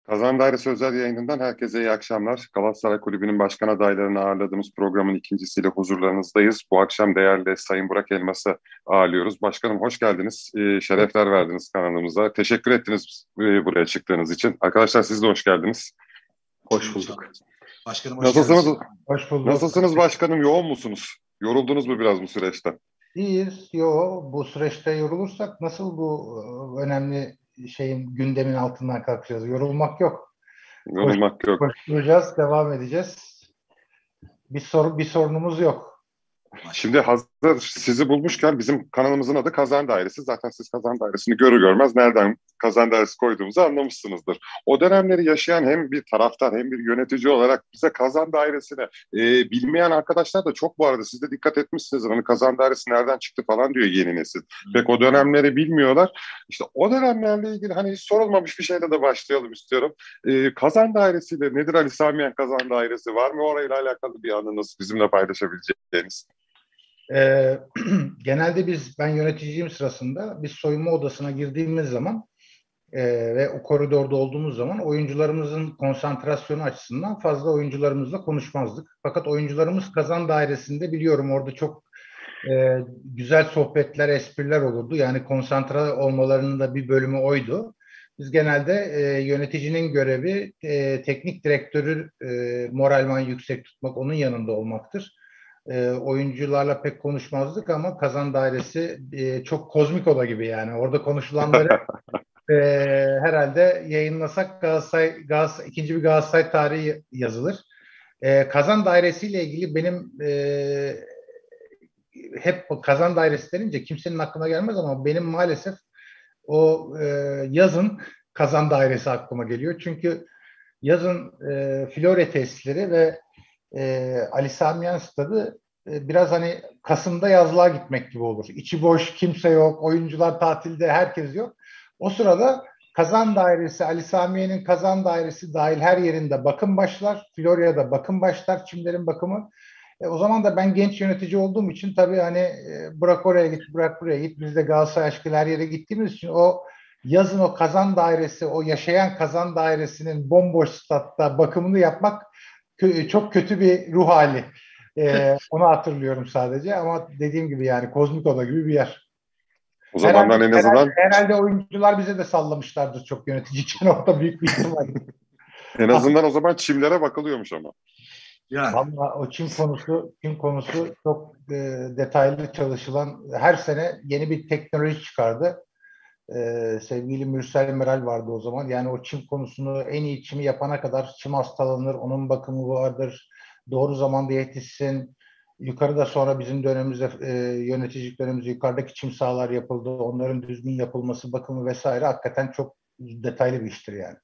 Kazan Dairesi özel yayınından herkese iyi akşamlar. Galatasaray Kulübü'nün başkan adaylarını ağırladığımız programın ikincisiyle huzurlarınızdayız. Bu akşam değerli Sayın Burak Elmas'ı ağırlıyoruz. Başkanım hoş geldiniz. Şerefler verdiniz kanalımıza. Teşekkür ettiniz buraya çıktığınız için. Arkadaşlar siz de hoş geldiniz. Hoş bulduk. Başkanım hoş Nasılsınız? geldiniz. Hoş bulduk. Nasılsınız başkanım? Yoğun musunuz? Yoruldunuz mu biraz bu süreçte? İyiyiz. Bu süreçte yorulursak nasıl bu önemli gündemin altından kalkacağız? Yorulmak yok. Yorulmak yok. Koşturacağız, devam edeceğiz. Bir sorunumuz yok. Şimdi hazır sizi bulmuşken bizim kanalımızın adı Kazan Dairesi. Zaten siz Kazan Dairesi'ni görür görmez nereden Kazan Dairesi koyduğumuzu anlamışsınızdır. O dönemleri yaşayan hem bir taraftar hem bir yönetici olarak bize Kazan Dairesi'ni bilmeyen arkadaşlar da çok, bu arada siz de dikkat etmişsiniz. Hani Kazan Dairesi nereden çıktı falan diyor yeni nesil. Pek o dönemleri bilmiyorlar. İşte o dönemlerle ilgili hani hiç sorulmamış bir şeyle de başlayalım istiyorum. Kazan Dairesi ile nedir Ali Samiyen Kazan Dairesi? Var mı orayla alakalı bir anınız bizimle paylaşabileceğiniz? Genelde ben yöneticiliğim sırasında biz soyunma odasına girdiğimiz zaman ve o koridorda olduğumuz zaman oyuncularımızın konsantrasyonu açısından fazla oyuncularımızla konuşmazdık. Fakat oyuncularımız Kazan Dairesi'nde biliyorum orada çok güzel sohbetler, espriler olurdu. Yani konsantre olmalarının da bir bölümü oydu. Biz genelde yöneticinin görevi teknik direktörü moralman yüksek tutmak, onun yanında olmaktır. Oyuncularla pek konuşmazdık ama Kazan Dairesi çok kozmik oda gibi yani. Orada konuşulanları herhalde yayınlasak ikinci bir Galatasaray tarihi yazılır. Kazan Dairesi ile ilgili benim hep Kazan Dairesi denince kimsenin aklına gelmez ama benim maalesef o yazın Kazan Dairesi aklıma geliyor. Çünkü yazın Florya tesisleri ve Ali Sami Yen Stadı biraz hani Kasım'da yazlığa gitmek gibi olur. İçi boş, kimse yok, oyuncular tatilde, herkes yok. O sırada Kazan Dairesi, Ali Sami Yen'in Kazan Dairesi dahil her yerinde bakım başlar. Florya'da bakım başlar, çimlerin bakımı. O zaman da ben genç yönetici olduğum için tabii hani bırak oraya git, bırak buraya git. Biz de Galatasaray aşkıyla her yere gittiğimiz için o yazın o Kazan Dairesi, o yaşayan Kazan Dairesi'nin bomboş statta bakımını yapmak çok kötü bir ruh hali. Onu hatırlıyorum sadece ama dediğim gibi yani kozmik oda gibi bir yer. O zamandan en azından herhalde oyuncular bize de sallamışlardır çok yöneticiyken orada büyük bir ihtimal. en azından o zaman çimlere bakılıyormuş ama. Yani. Vallahi o çim konusu çok detaylı çalışılan, her sene yeni bir teknoloji çıkardı. Sevgili Mürsel Meral vardı o zaman. Yani o çim konusunu en iyi çimi yapana kadar çim hastalanır, onun bakımı vardır. Doğru zamanda yetişsin. Yukarıda sonra bizim dönemimizde yöneticilik dönemimizde yukarıdaki çim sahalar yapıldı. Onların düzgün yapılması, bakımı vesaire hakikaten çok detaylı bir iştir yani.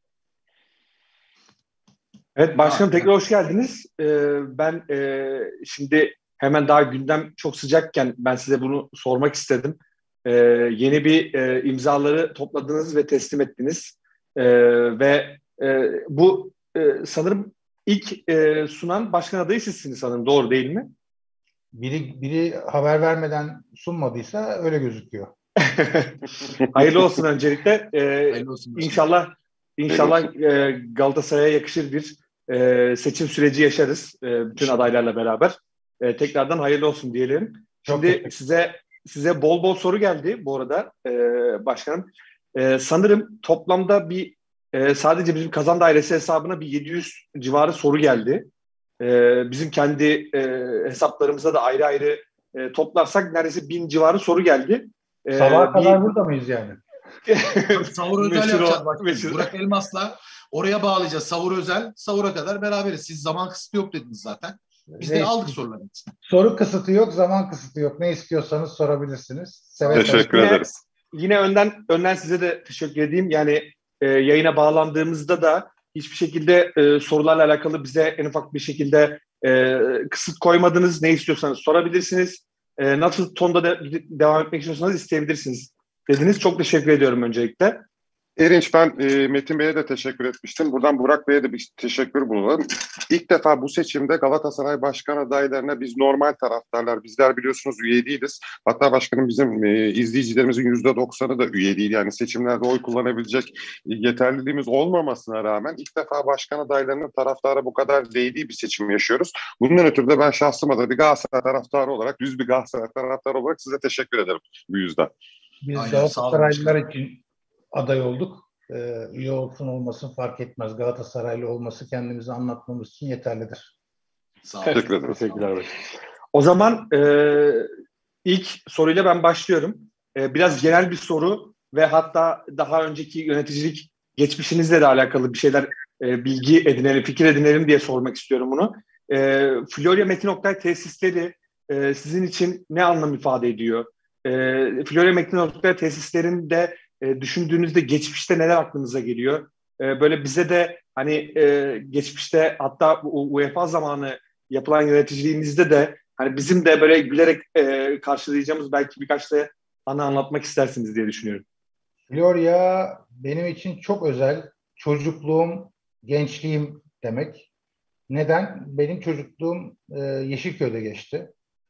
Evet başkanım tekrar hoş geldiniz. Ben şimdi hemen daha gündem çok sıcakken ben size bunu sormak istedim. Yeni bir imzaları topladınız ve teslim ettiniz. Ve bu sanırım ilk sunan başkan adayı sizsiniz sanırım. Doğru değil mi? Biri haber vermeden sunmadıysa öyle gözüküyor. Hayırlı olsun öncelikle. Hayırlı olsun. İnşallah Galatasaray'a yakışır bir seçim süreci yaşarız bütün adaylarla beraber. Tekrardan hayırlı olsun diyelim. Şimdi size bol bol soru geldi bu arada başkanım. Sanırım toplamda sadece bizim Kazan Dairesi hesabına bir 700 civarı soru geldi. Bizim kendi hesaplarımıza da ayrı ayrı toplarsak neredeyse 1000 civarı soru geldi. Sabaha kadar burada mıyız yani? Sahur özel yapacağız başkanım. Burak Elmas'la oraya bağlayacağız. Sahur özel. Sahura kadar beraberiz. Siz zaman kısıtı yok dediniz zaten. Biz de aldık sorularınızı. Soru kısıtı yok, zaman kısıtı yok. Ne istiyorsanız sorabilirsiniz. Teşekkür ederiz. Yine önden size de teşekkür edeyim. Yani yayına bağlandığımızda da hiçbir şekilde sorularla alakalı bize en ufak bir şekilde kısıt koymadınız. Ne istiyorsanız sorabilirsiniz. Nasıl tonda devam etmek istiyorsanız isteyebilirsiniz dediniz. Çok teşekkür ediyorum öncelikle. Erinç, ben Metin Bey'e de teşekkür etmiştim. Buradan Burak Bey'e de bir teşekkür bulunalım. İlk defa bu seçimde Galatasaray Başkan adaylarına biz normal taraftarlar, bizler biliyorsunuz üye değiliz. Hatta başkanım, bizim izleyicilerimizin %90'ı da üye değil. Yani seçimlerde oy kullanabilecek yeterliliğimiz olmamasına rağmen ilk defa başkan adaylarının taraftara bu kadar değdiği bir seçim yaşıyoruz. Bundan ötürü de ben şahsıma da bir Galatasaray taraftarı olarak, düz bir Galatasaray taraftarı olarak size teşekkür ederim bu yüzden. Biz Aynen, sağ olun Galatasaraylılar başkanım. için aday olduk. Üye olsun olmasın fark etmez. Galatasaraylı olması kendimizi anlatmamız için yeterlidir. Sağ olun. Teşekkür ederim. Teşekkürler. O zaman ilk soruyla ben başlıyorum. Biraz genel bir soru ve hatta daha önceki yöneticilik geçmişinizle de alakalı bir şeyler bilgi edinelim, fikir edinelim diye sormak istiyorum bunu. Florya Metin Oktay tesisleri sizin için ne anlam ifade ediyor? Florya Metin Oktay tesislerinde düşündüğünüzde geçmişte neler aklınıza geliyor? Böyle bize de hani geçmişte hatta UEFA zamanı yapılan yöneticiliğimizde de hani bizim de böyle gülerek karşılayacağımız belki birkaç da anı anlatmak istersiniz diye düşünüyorum. Florya benim için çok özel. Çocukluğum, gençliğim demek. Neden? Benim çocukluğum Yeşilköy'de geçti.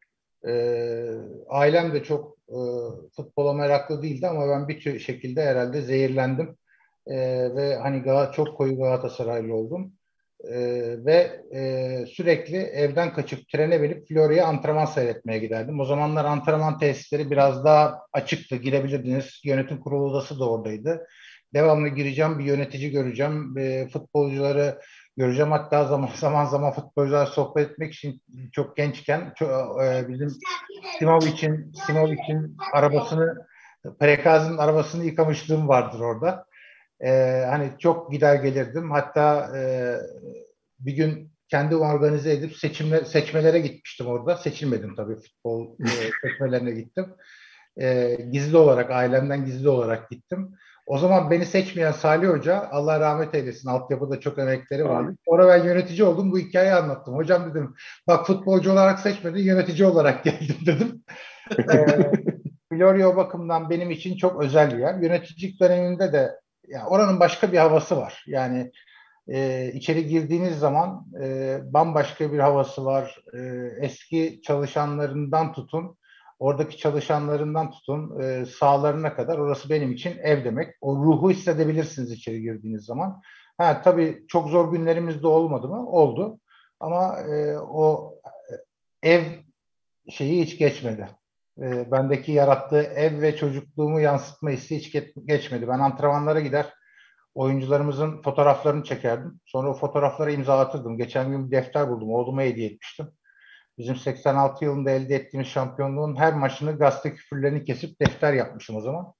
Ailem de çok futbola meraklı değildi ama ben bir şekilde herhalde zehirlendim. Ve hani çok koyu Galatasaraylı oldum. Ve sürekli evden kaçıp trene binip Florya'ya antrenman seyretmeye giderdim. O zamanlar antrenman tesisleri biraz daha açıktı, girebilirdiniz. Yönetim kurulu odası da oradaydı. Devamlı gireceğim, bir yönetici göreceğim, futbolcuları göreceğim. Hatta zaman futbolcular sohbet etmek için çok gençken bizim Simovic'in arabasını, Prekaz'ın arabasını yıkamışlığım vardır orada. Hani çok gider gelirdim. Hatta bir gün kendi organize edip seçmelere gitmiştim orada. Seçilmedim tabii, futbol seçmelerine gittim. Gizli olarak, ailemden gizli olarak gittim. O zaman beni seçmeyen Salih Hoca, Allah rahmet eylesin, altyapıda çok emekleri vardı. Sonra ben yönetici oldum, bu hikayeyi anlattım. Hocam dedim, bak futbolcu olarak seçmedin, yönetici olarak geldim dedim. Florya o bakımdan benim için çok özel bir yer. Yöneticilik döneminde de yani oranın başka bir havası var. Yani içeri girdiğiniz zaman bambaşka bir havası var. Eski çalışanlarından tutun, oradaki çalışanlarından tutun, sahalarına kadar orası benim için ev demek. O ruhu hissedebilirsiniz içeri girdiğiniz zaman. Ha, tabii çok zor günlerimiz de olmadı mı? Oldu. Ama o ev şeyi hiç geçmedi. Bendeki yarattığı ev ve çocukluğumu yansıtma hissi hiç geçmedi. Ben antrenmanlara gider, oyuncularımızın fotoğraflarını çekerdim. Sonra o fotoğraflara imza atırdım. Geçen gün bir defter buldum. Oğluma hediye etmiştim. Bizim 86 yılında elde ettiğimiz şampiyonluğun her maçını gazete küfürlerini kesip defter yapmışım o zaman.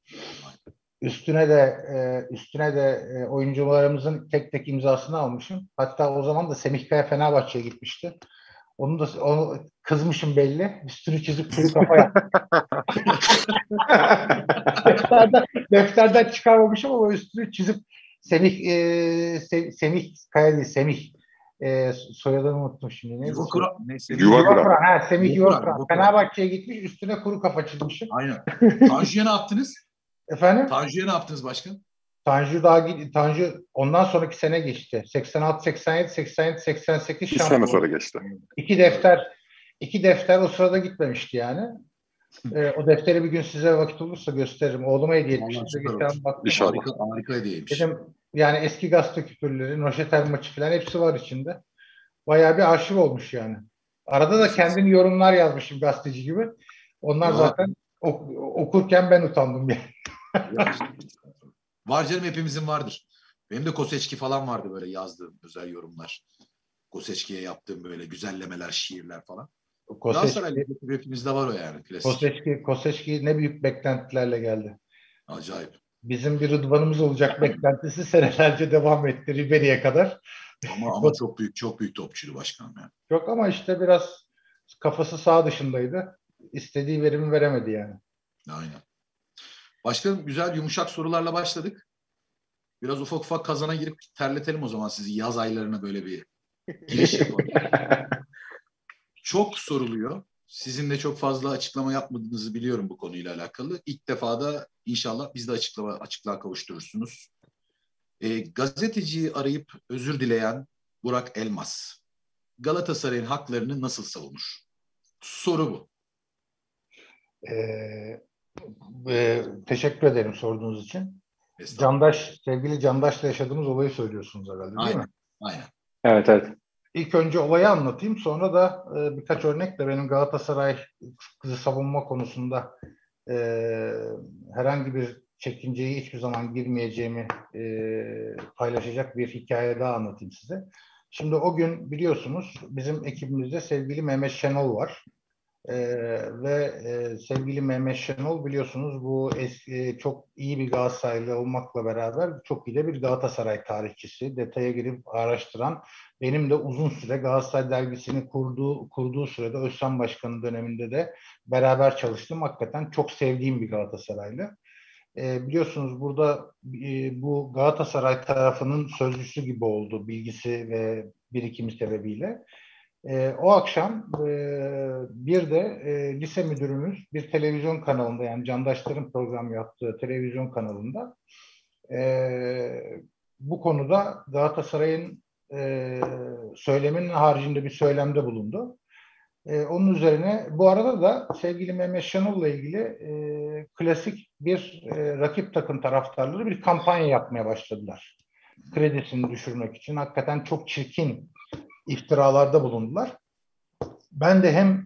Üstüne de oyuncularımızın tek tek imzasını almışım. Hatta o zaman da Semih Kaya Fenerbahçe'ye gitmişti. Onu kızmışım belli. Üstünü çizip kuru kafa yaptım. defterden çıkarmamışım ama üstünü çizip Semih Kaya değil, Semih. Soyadını unuttum şimdi. Neyse. Yuva Kuran. Ha, Semih Yuva Kuran. Fenerbahçe'ye gitmiş, üstüne kuru kafa çizmişim. Aynen. Tanju'ya ne yaptınız? Efendim? Tanju'ya ne yaptınız başkan? Tanju ondan sonraki sene geçti. 86, 87, 87, 88 Bir sene sonra geçti. İki defter o sırada gitmemişti yani. O defteri bir gün size vakit olursa gösteririm. Oğluma hediye etmiştim. Harika hediyeymiş. Dedim, yani eski gazete küpürleri, Noşetel maçı falan hepsi var içinde. Bayağı bir arşiv olmuş yani. Arada da kendim yorumlar yazmışım gazeteci gibi. Onlar zaten okurken ben utandım yani. Var canım, hepimizin vardır. Benim de Koseçki falan vardı böyle yazdığım özel yorumlar. Koseçki'ye yaptığım böyle güzellemeler, şiirler falan. Hepimizde var o yani. Koseçki ne büyük beklentilerle geldi. Acayip. Bizim bir Rıdvan'ımız olacak beklentisi senelerce devam etti Ribery'e kadar. Ama çok büyük topçuydu başkanım yani. Çok, ama işte biraz kafası sağ dışındaydı. İstediği verimi veremedi yani. Aynen. Başkanım, güzel yumuşak sorularla başladık. Biraz ufak kazana girip terletelim o zaman sizi. Yaz aylarına böyle bir giriş yapalım. Çok soruluyor. Sizin de çok fazla açıklama yapmadığınızı biliyorum bu konuyla alakalı. İlk defa da inşallah biz de açıklığa kavuşturursunuz. Gazeteciyi arayıp özür dileyen Burak Elmas, Galatasaray'ın haklarını nasıl savunur? Soru bu. Teşekkür ederim sorduğunuz için. Sevgili Candaş'la yaşadığımız olayı söylüyorsunuz herhalde, değil mi? Aynen. Evet, evet. İlk önce olayı anlatayım. Sonra da birkaç örnek de benim Galatasaray savunma konusunda herhangi bir çekinceye hiçbir zaman girmeyeceğimi paylaşacak bir hikaye daha anlatayım size. Şimdi o gün biliyorsunuz bizim ekibimizde sevgili Mehmet Şenol var. Sevgili Mehmet Şenol biliyorsunuz bu çok iyi bir Galatasaraylı olmakla beraber çok iyi de bir Galatasaray tarihçisi. Detaya girip araştıran, benim de uzun süre Galatasaray dergisini kurduğu sürede Özcan Başkan'ın döneminde de beraber çalıştım. Hakikaten çok sevdiğim bir Galatasaraylı. Biliyorsunuz burada bu Galatasaray tarafının sözcüsü gibi oldu bilgisi ve birikimi sebebiyle. O akşam bir de lise müdürümüz bir televizyon kanalında, yani Candaşlar'ın program yaptığı televizyon kanalında bu konuda Galatasaray'ın söyleminin haricinde bir söylemde bulundu. Onun üzerine bu arada da sevgili Mehmet Şenol'la ilgili klasik bir rakip takım taraftarları bir kampanya yapmaya başladılar. Kredisini düşürmek için hakikaten çok çirkin iftiralarda bulundular. Ben de hem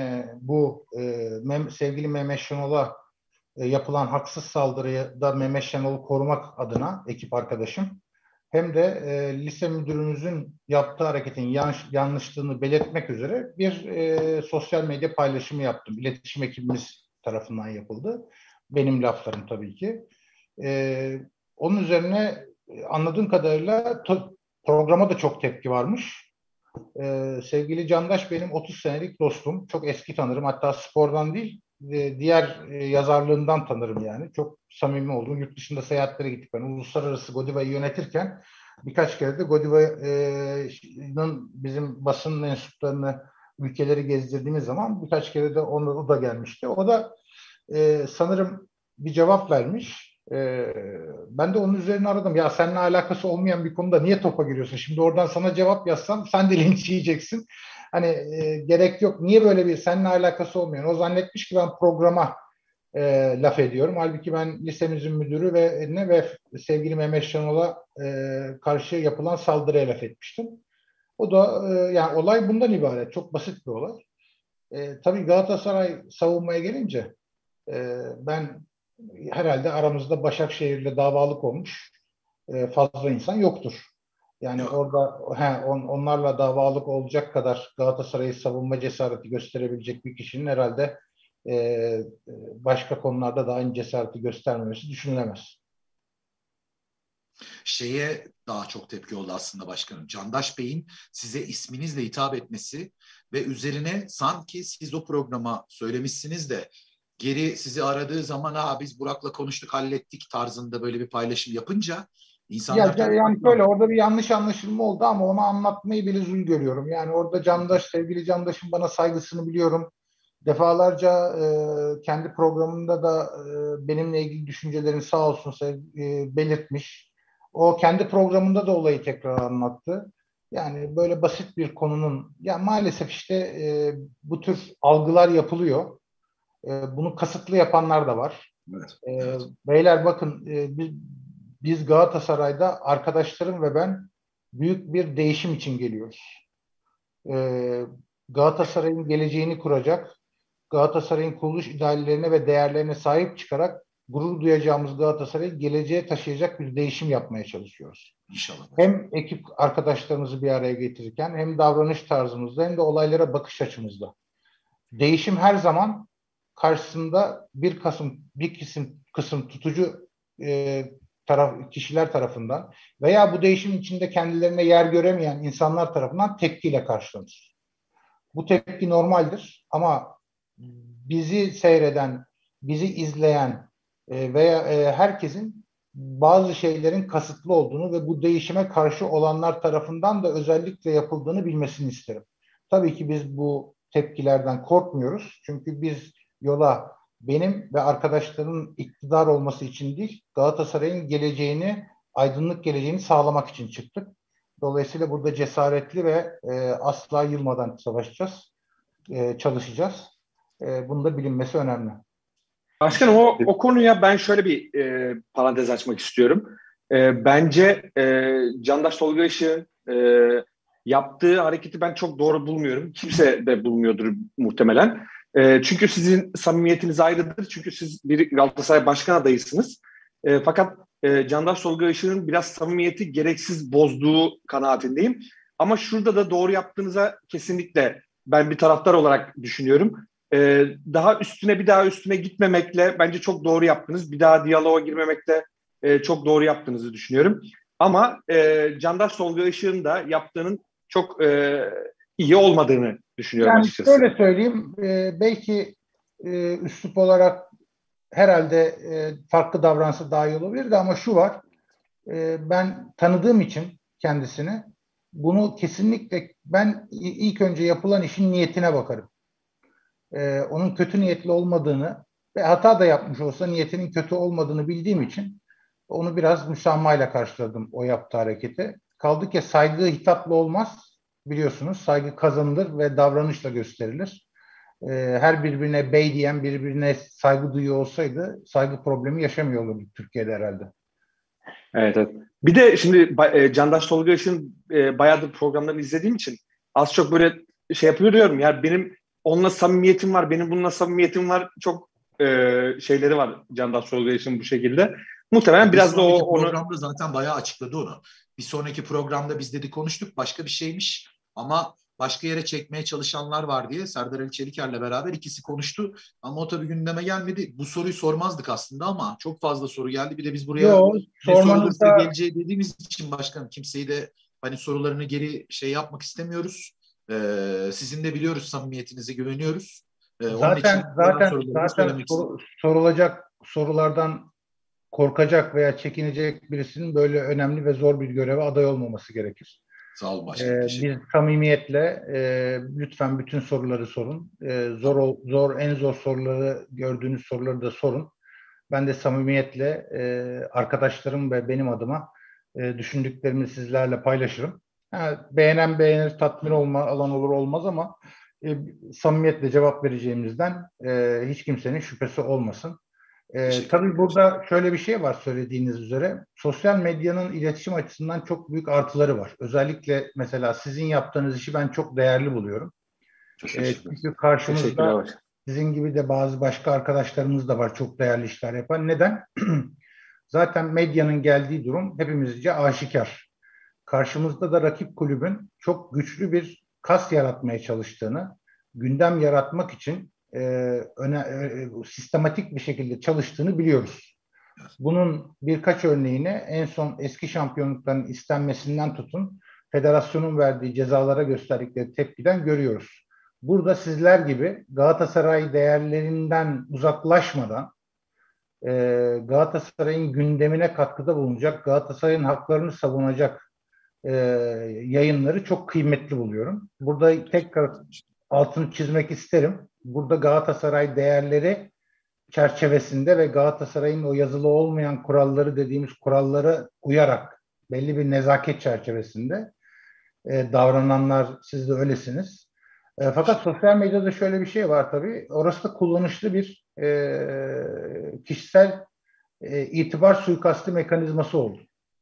sevgili Mehmet Şenol'a yapılan haksız saldırıya da Mehmet Şenol'u korumak adına ekip arkadaşım, hem de lise müdürümüzün yaptığı hareketin yanlışlığını belirtmek üzere bir sosyal medya paylaşımı yaptım. İletişim ekibimiz tarafından yapıldı. Benim laflarım tabii ki. Onun üzerine anladığım kadarıyla programa da çok tepki varmış. Sevgili Candaş benim 30 senelik dostum. Çok eski tanırım. Hatta spordan değil, diğer yazarlığından tanırım yani. Çok samimi oldum. Yurt dışında seyahatlere gittik. Ben uluslararası Godiva'yı yönetirken birkaç kere de Godiva'nın bizim basın mensuplarını ülkeleri gezdirdiğimiz zaman birkaç kere de o da gelmişti. O da sanırım bir cevap vermiş. Ben de onun üzerine aradım. Ya seninle alakası olmayan bir konuda niye topa giriyorsun? Şimdi oradan sana cevap yazsam sen de linç yiyeceksin. Hani gerek yok. Niye böyle bir seninle alakası olmayan? O zannetmiş ki ben programa laf ediyorum. Halbuki ben lisemizin müdürü ve sevgili Mehmet Şenol'a karşı yapılan saldırıya laf etmiştim. O da yani olay bundan ibaret. Çok basit bir olay. Tabii Galatasaray savunmaya gelince ben herhalde aramızda Başakşehir'le davalık olmuş fazla insan yoktur. Yani orada onlarla davalık olacak kadar Galatasaray'ı savunma cesareti gösterebilecek bir kişinin herhalde başka konularda da aynı cesareti göstermemesi düşünülemez. Şeye daha çok tepki oldu aslında başkanım. Candaş Bey'in size isminizle hitap etmesi ve üzerine sanki siz o programa söylemişsiniz de geri sizi aradığı zaman biz Burak'la konuştuk, hallettik tarzında böyle bir paylaşım yapınca insanlar... Yani böyle orada bir yanlış anlaşılma oldu ama onu anlatmayı bile zul görüyorum. Yani orada sevgili Candaş'ın bana saygısını biliyorum. Defalarca kendi programında da benimle ilgili düşüncelerini sağ olsun belirtmiş. O kendi programında da olayı tekrar anlattı. Yani böyle basit bir konunun, ya maalesef işte bu tür algılar yapılıyor. Bunu kasıtlı yapanlar da var. Evet. Beyler bakın biz Galatasaray'da arkadaşlarım ve ben büyük bir değişim için geliyoruz. Galatasaray'ın geleceğini kuracak, Galatasaray'ın kuruluş ideallerine ve değerlerine sahip çıkarak gurur duyacağımız Galatasaray'ı geleceğe taşıyacak bir değişim yapmaya çalışıyoruz. İnşallah. Hem ekip arkadaşlarımızı bir araya getirirken hem davranış tarzımızda hem de olaylara bakış açımızda. Değişim her zaman karşısında bir kısım tutucu kişiler tarafından veya bu değişimin içinde kendilerine yer göremeyen insanlar tarafından tepkiyle karşılanır. Bu tepki normaldir ama bizi seyreden, bizi izleyen veya herkesin bazı şeylerin kasıtlı olduğunu ve bu değişime karşı olanlar tarafından da özellikle yapıldığını bilmesini isterim. Tabii ki biz bu tepkilerden korkmuyoruz. Çünkü biz yola benim ve arkadaşlarımın iktidar olması için değil, Galatasaray'ın geleceğini, aydınlık geleceğini sağlamak için çıktık. Dolayısıyla burada cesaretli ve asla yılmadan savaşacağız, çalışacağız. Bunun da bilinmesi önemli. Başkanım o konuya ben şöyle bir parantez açmak istiyorum. Bence Candaş Tolga Işık'ın yaptığı hareketi ben çok doğru bulmuyorum. Kimse de bulmuyordur muhtemelen. Çünkü sizin samimiyetiniz ayrıdır. Çünkü siz bir Galatasaray Başkan adayısınız. Fakat Candaş Tolga Işık'ın biraz samimiyeti gereksiz bozduğu kanaatindeyim. Ama şurada da doğru yaptığınıza kesinlikle ben bir taraftar olarak düşünüyorum. Daha üstüne gitmemekle bence çok doğru yaptınız. Bir daha diyaloğa girmemekle çok doğru yaptığınızı düşünüyorum. Ama Candaş Tolga Işık'ın da yaptığının çok iyi olmadığını düşünüyorum yani açıkçası. Şöyle söyleyeyim, belki üslup olarak herhalde farklı davransa daha iyi olabilirdi ama şu var, ben tanıdığım için kendisini, bunu kesinlikle ben ilk önce yapılan işin niyetine bakarım. Onun kötü niyetli olmadığını ve hata da yapmış olsa niyetinin kötü olmadığını bildiğim için onu biraz müsamahayla karşıladım, o yaptığı hareketi. Kaldı ki saygı hitapla olmaz, biliyorsunuz. Saygı kazanılır ve davranışla gösterilir. Her birbirine bey diyen, birbirine saygı duyuyor olsaydı saygı problemi yaşamıyor olurduk Türkiye'de herhalde. Evet, evet. Bir de şimdi Candaş Tolga Işık'ın bayağıdır programlarını izlediğim için az çok böyle şey yapıyor diyorum. Yani benim onunla samimiyetim var, benim bununla samimiyetim var. Çok şeyleri var Candaş Tolga Işık'ın bu şekilde. Muhtemelen biraz da onu... programda zaten bayağı açıkladı onu. Bir sonraki programda biz dedi konuştuk, başka bir şeymiş ama başka yere çekmeye çalışanlar var diye Serdar Ali Çeliker'le beraber ikisi konuştu. Ama o tabii gündeme gelmedi. Bu soruyu sormazdık aslında ama çok fazla soru geldi. Bir de biz buraya ne sorulursa geleceği dediğimiz için başkanım kimseyi de hani sorularını geri şey yapmak istemiyoruz. Sizin de biliyoruz samimiyetinize güveniyoruz. Zaten sorulacak sorulardan korkacak veya çekinecek birisinin böyle önemli ve zor bir göreve aday olmaması gerekir. Sağ olun başkanım. Biz samimiyetle lütfen bütün soruları sorun. En zor soruları, gördüğünüz soruları da sorun. Ben de samimiyetle arkadaşlarım ve benim adıma düşündüklerimi sizlerle paylaşırım. Beğenen beğenir, tatmin alan olur olmaz ama samimiyetle cevap vereceğimizden hiç kimsenin şüphesi olmasın. Tabii burada şöyle bir şey var söylediğiniz üzere. Sosyal medyanın iletişim açısından çok büyük artıları var. Özellikle mesela sizin yaptığınız işi ben çok değerli buluyorum. Çünkü karşımızda sizin gibi de bazı başka arkadaşlarımız da var çok değerli işler yapan. Neden? Zaten medyanın geldiği durum hepimizce aşikar. Karşımızda da rakip kulübün çok güçlü bir kas yaratmaya çalıştığını, gündem yaratmak için sistematik bir şekilde çalıştığını biliyoruz. Bunun birkaç örneğini en son eski şampiyonlukların istenmesinden tutun, federasyonun verdiği cezalara gösterdikleri tepkiden görüyoruz. Burada sizler gibi Galatasaray değerlerinden uzaklaşmadan Galatasaray'ın gündemine katkıda bulunacak, Galatasaray'ın haklarını savunacak yayınları çok kıymetli buluyorum. Burada tekrar altını çizmek isterim. Burada Galatasaray değerleri çerçevesinde ve Galatasaray'ın o yazılı olmayan kuralları dediğimiz kurallara uyarak belli bir nezaket çerçevesinde davrananlar siz de öylesiniz. Fakat sosyal medyada şöyle bir şey var tabii. Orası da kullanışlı bir kişisel itibar suikastı mekanizması oldu.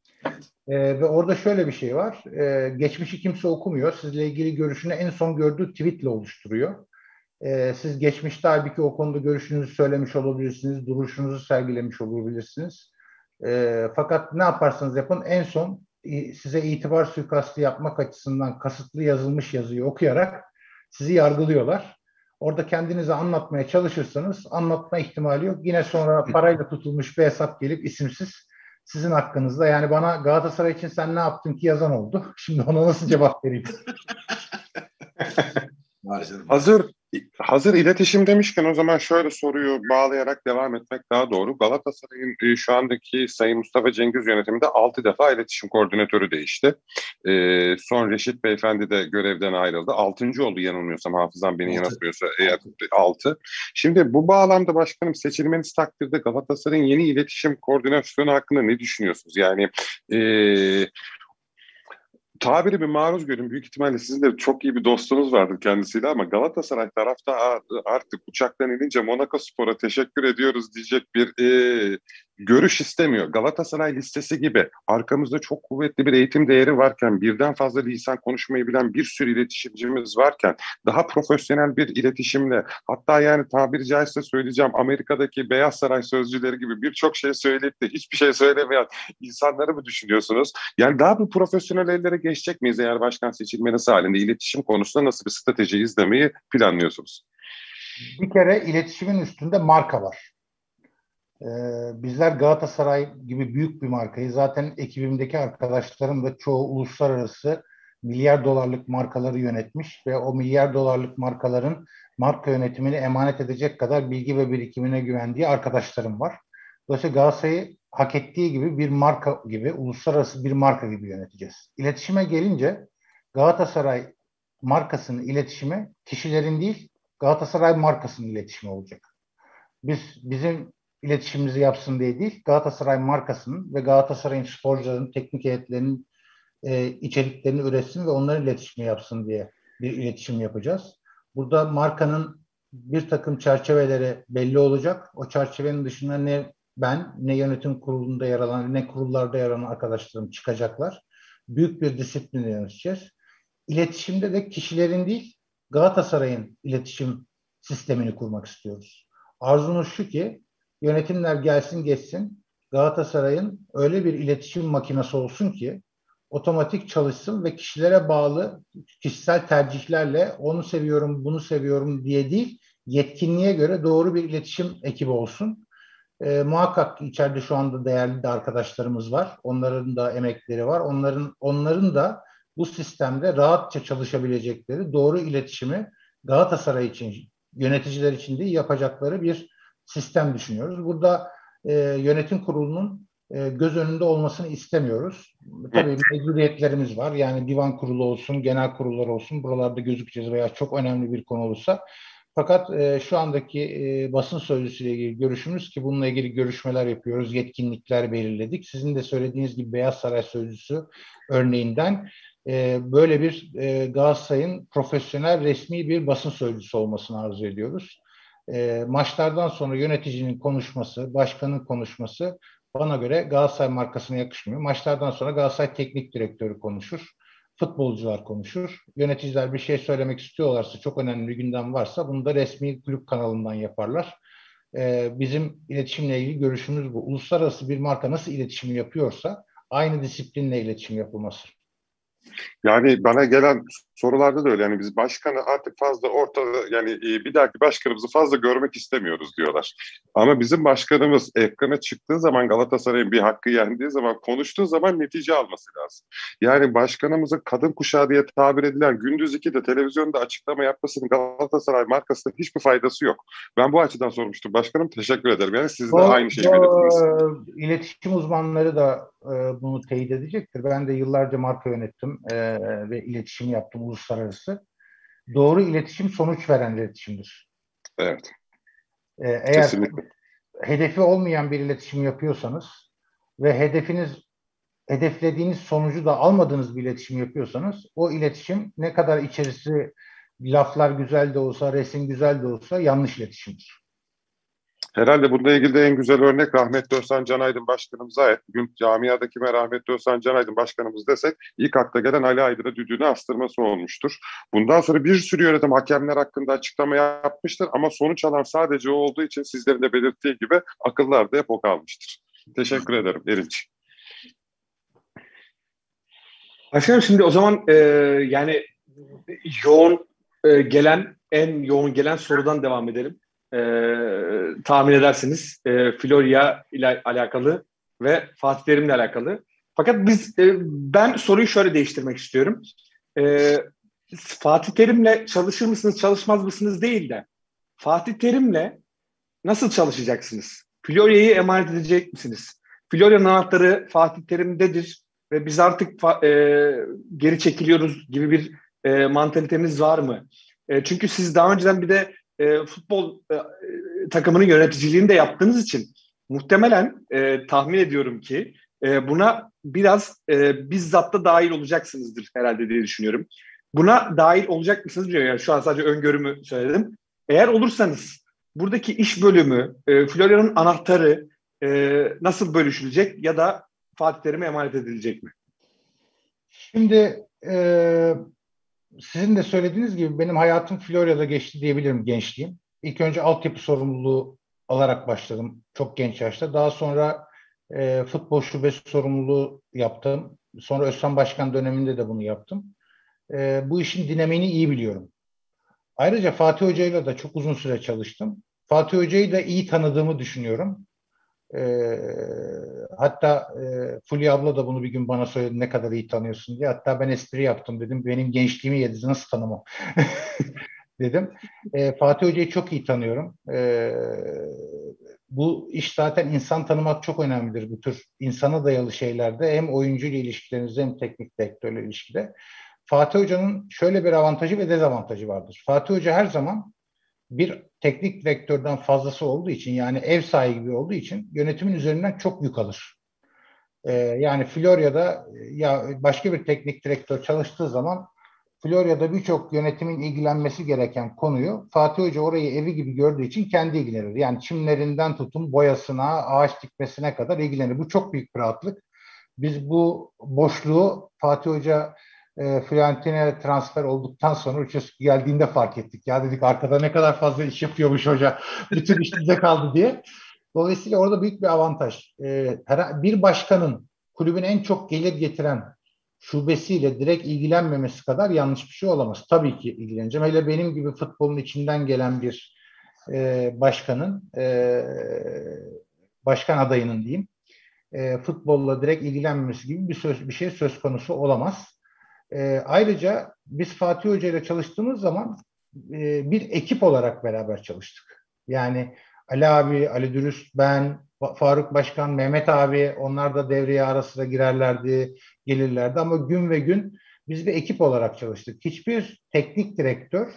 Ve orada şöyle bir şey var. Geçmişi kimse okumuyor. Sizle ilgili görüşünü en son gördüğü tweetle oluşturuyor. Siz geçmişte halbuki o konuda görüşünüzü söylemiş olabilirsiniz. Duruşunuzu sergilemiş olabilirsiniz. Fakat ne yaparsanız yapın en son size itibar suikastı yapmak açısından kasıtlı yazılmış yazıyı okuyarak sizi yargılıyorlar. Orada kendinizi anlatmaya çalışırsanız anlatma ihtimali yok. Yine sonra parayla tutulmuş bir hesap gelip isimsiz sizin hakkınızda, yani bana Galatasaray için sen ne yaptın ki yazan oldu. Şimdi ona nasıl cevap vereyim? Hazır iletişim demişken o zaman şöyle soruyu bağlayarak devam etmek daha doğru. Galatasaray'ın şu andaki Sayın Mustafa Cengiz yönetiminde 6 defa iletişim koordinatörü değişti. Son Reşit Beyefendi de görevden ayrıldı. 6. oldu yanılmıyorsam, hafızam beni yanıltmıyorsa eğer, 6. Şimdi bu bağlamda başkanım, seçilmeniz takdirde Galatasaray'ın yeni iletişim koordinasyonu hakkında ne düşünüyorsunuz? Yani tabiri bir maruz görün. Büyük ihtimalle sizin de çok iyi bir dostunuz vardır kendisiyle, ama Galatasaray tarafta artık uçaktan inince Monaco Spor'a teşekkür ediyoruz diyecek bir görüş istemiyor. Galatasaray listesi gibi arkamızda çok kuvvetli bir eğitim değeri varken, birden fazla lisan konuşmayı bilen bir sürü iletişimcimiz varken, daha profesyonel bir iletişimle, hatta yani tabiri caizse söyleyeceğim, Amerika'daki Beyaz Saray sözcüleri gibi birçok şey söyleyip de hiçbir şey söylemeyen insanları mı düşünüyorsunuz? Yani daha bir profesyonel ellere geçecek miyiz eğer başkan seçilmeniz halinde? İletişim konusunda nasıl bir strateji izlemeyi planlıyorsunuz? Bir kere iletişimin üstünde marka var. Bizler Galatasaray gibi büyük bir markayı, zaten ekibimdeki arkadaşlarım da çoğu uluslararası milyar dolarlık markaları yönetmiş ve o milyar dolarlık markaların marka yönetimini emanet edecek kadar bilgi ve birikimine güvendiği arkadaşlarım var. Dolayısıyla Galatasaray'ı hak ettiği gibi bir marka gibi, uluslararası bir marka gibi yöneteceğiz. İletişime gelince, Galatasaray markasının iletişimi kişilerin değil, Galatasaray markasının iletişimi olacak. Bizim iletişimimizi yapsın diye değil, Galatasaray markasının ve Galatasaray'ın sporcularının, teknik heyetlerinin içeriklerini üretsin ve onların iletişimini yapsın diye bir iletişim yapacağız. Burada markanın bir takım çerçeveleri belli olacak. O çerçevenin dışında ne ben, ne yönetim kurulunda yer alan, ne kurullarda yer alan arkadaşlarım çıkacaklar. Büyük bir disiplinle yöneteceğiz. İletişimde de kişilerin değil, Galatasaray'ın iletişim sistemini kurmak istiyoruz. Arzumuz şu ki, yönetimler gelsin geçsin, Galatasaray'ın öyle bir iletişim makinesi olsun ki otomatik çalışsın ve kişilere bağlı kişisel tercihlerle onu seviyorum, bunu seviyorum diye değil, yetkinliğe göre doğru bir iletişim ekibi olsun. Muhakkak içeride şu anda değerli de arkadaşlarımız var. Onların da emekleri var. Onların da bu sistemde rahatça çalışabilecekleri, doğru iletişimi Galatasaray için, yöneticiler için de yapacakları bir sistem düşünüyoruz. Burada yönetim kurulunun göz önünde olmasını istemiyoruz. Tabii mecburiyetlerimiz var. Yani divan kurulu olsun, genel kurullar olsun, buralarda gözükeceğiz veya çok önemli bir konu olursa. Fakat şu andaki basın sözcüsüyle ilgili görüşümüz ki bununla ilgili görüşmeler yapıyoruz, yetkinlikler belirledik. Sizin de söylediğiniz gibi Beyaz Saray sözcüsü örneğinden böyle bir Galatasaray'ın profesyonel, resmi bir basın sözcüsü olmasını arzu ediyoruz. Maçlardan sonra yöneticinin konuşması, başkanın konuşması bana göre Galatasaray markasına yakışmıyor. Maçlardan sonra Galatasaray teknik direktörü konuşur. Futbolcular konuşur. Yöneticiler bir şey söylemek istiyorlarsa, çok önemli bir gündem varsa bunu da resmi kulüp kanalından yaparlar. Bizim iletişimle ilgili görüşümüz bu. Uluslararası bir marka nasıl iletişim yapıyorsa aynı disiplinle iletişim yapılması. Yani bana gelen sorularda da öyle. Yani biz başkanı artık fazla ortada, yani bir dahaki başkanımızı fazla görmek istemiyoruz diyorlar. Ama bizim başkanımız ekrana çıktığı zaman, Galatasaray'ın bir hakkı yendiği zaman, konuştuğu zaman netice alması lazım. Yani başkanımızın kadın kuşağı diye tabir edilen Gündüz 2'de televizyonda açıklama yapmasının Galatasaray markasında hiçbir faydası yok. Ben bu açıdan sormuştum başkanım. Teşekkür ederim. Yani siz de aynı şeyi belirttiniz. İletişim uzmanları da bunu teyit edecektir. Ben de yıllarca marka yönettim ve iletişim yaptım uluslararası. Doğru iletişim sonuç veren iletişimdir. Evet. Eğer Kesinlikle. hedefi olmayan bir iletişim yapıyorsanız ve hedeflediğiniz sonucu da almadığınız bir iletişim yapıyorsanız, o iletişim ne kadar içerisi laflar güzel de olsa, resim güzel de olsa yanlış iletişimdir. Herhalde bununla ilgili de en güzel örnek rahmetli Özcan Canaydın başkanımıza ait. Bugün camiada kime rahmetli Özcan Canaydın başkanımız desek ilk akla gelen Ali Aydın'a düdüğünü astırması olmuştur. Bundan sonra bir sürü yönetim hakemler hakkında açıklama yapmıştır ama sonuç alan sadece o olduğu için sizlerin de belirttiği gibi akıllarda hep o kalmıştır. Teşekkür ederim Erinç. Başkanım şimdi o zaman yani en yoğun gelen sorudan devam edelim. Tahmin edersiniz Florya ile alakalı ve Fatih Terim'le alakalı. Fakat ben soruyu şöyle değiştirmek istiyorum. Fatih Terim'le çalışır mısınız, çalışmaz mısınız değil de Fatih Terim'le nasıl çalışacaksınız? Florya'yı emanet edecek misiniz? Florya'nın anahtarı Fatih Terim'dedir ve biz artık geri çekiliyoruz gibi bir mantaliteniz var mı? Çünkü siz daha önceden bir de futbol takımının yöneticiliğini de yaptığınız için muhtemelen tahmin ediyorum ki buna biraz bizzat da dahil olacaksınızdır herhalde diye düşünüyorum. Buna dahil olacak mısınız bilmiyorum. Yani şu an sadece öngörümü söyledim. Eğer olursanız buradaki iş bölümü, Florya'nın anahtarı nasıl bölüşülecek ya da Fatih Terim'e emanet edilecek mi? Şimdi sizin de söylediğiniz gibi benim hayatım Florya'da geçti diyebilirim, gençliğim. İlk önce altyapı sorumluluğu alarak başladım çok genç yaşta. Daha sonra futbol şubesi sorumluluğu yaptım. Sonra Özcan Başkan döneminde de bunu yaptım. Bu işin dinamiğini iyi biliyorum. Ayrıca Fatih Hoca'yla da çok uzun süre çalıştım. Fatih Hoca'yı da iyi tanıdığımı düşünüyorum. Hatta Fulya abla da bunu bir gün bana söyledi, ne kadar iyi tanıyorsun diye. Hatta ben espri yaptım, dedim benim gençliğimi yedi, nasıl tanımam dedim. Fatih Hoca'yı çok iyi tanıyorum. Bu iş zaten, insan tanımak çok önemlidir bu tür insana dayalı şeylerde. Hem oyuncu ile ilişkilerinizde hem teknik direktörle ilişkide. Fatih Hoca'nın şöyle bir avantajı ve dezavantajı vardır. Fatih Hoca her zaman bir teknik direktörden fazlası olduğu için, yani ev sahibi olduğu için yönetimin üzerinden çok yük alır. Yani Florya'da ya başka bir teknik direktör çalıştığı zaman Florya'da birçok yönetimin ilgilenmesi gereken konuyu Fatih Hoca orayı evi gibi gördüğü için kendi ilgilenir. Yani çimlerinden tutun boyasına, ağaç dikmesine kadar ilgilenir. Bu çok büyük bir rahatlık. Biz bu boşluğu Fatih Hoca Fiorentina'ya transfer olduktan sonra Uçescu geldiğinde fark ettik. Ya dedik, arkada ne kadar fazla iş yapıyormuş hoca. Bütün iş bize kaldı diye. Dolayısıyla orada büyük bir avantaj. Bir başkanın kulübün en çok gelir getiren şubesiyle direkt ilgilenmemesi kadar yanlış bir şey olamaz. Tabii ki ilgileneceğim. Hele benim gibi futbolun içinden gelen bir başkanın, başkan adayının diyeyim, futbolla direkt ilgilenmemesi gibi bir şey söz konusu olamaz. Ayrıca biz Fatih Hoca ile çalıştığımız zaman bir ekip olarak beraber çalıştık. Yani Ali abi, Ali Dürüst, ben, Faruk Başkan, Mehmet abi, onlar da devreye ara sıra girerlerdi, gelirlerdi ama gün ve gün biz bir ekip olarak çalıştık. Hiçbir teknik direktör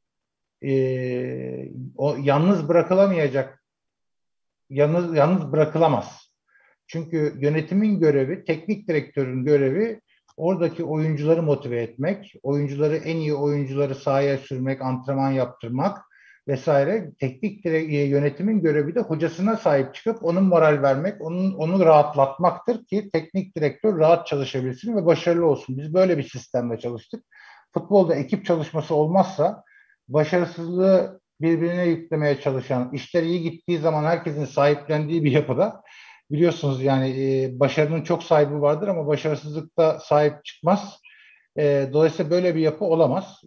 o yalnız bırakılamayacak, yalnız bırakılamaz. Çünkü yönetimin görevi, teknik direktörün görevi oradaki oyuncuları motive etmek, oyuncuları, en iyi oyuncuları sahaya sürmek, antrenman yaptırmak vesaire. Teknik yönetimin görevi de hocasına sahip çıkıp onun moral vermek, onu rahatlatmaktır ki teknik direktör rahat çalışabilsin ve başarılı olsun. Biz böyle bir sistemle çalıştık. Futbolda ekip çalışması olmazsa başarısızlığı birbirine yüklemeye çalışan, işler iyi gittiği zaman herkesin sahiplendiği bir yapıda, biliyorsunuz yani başarının çok sahibi vardır ama başarısızlıkta sahip çıkmaz. Dolayısıyla böyle bir yapı olamaz.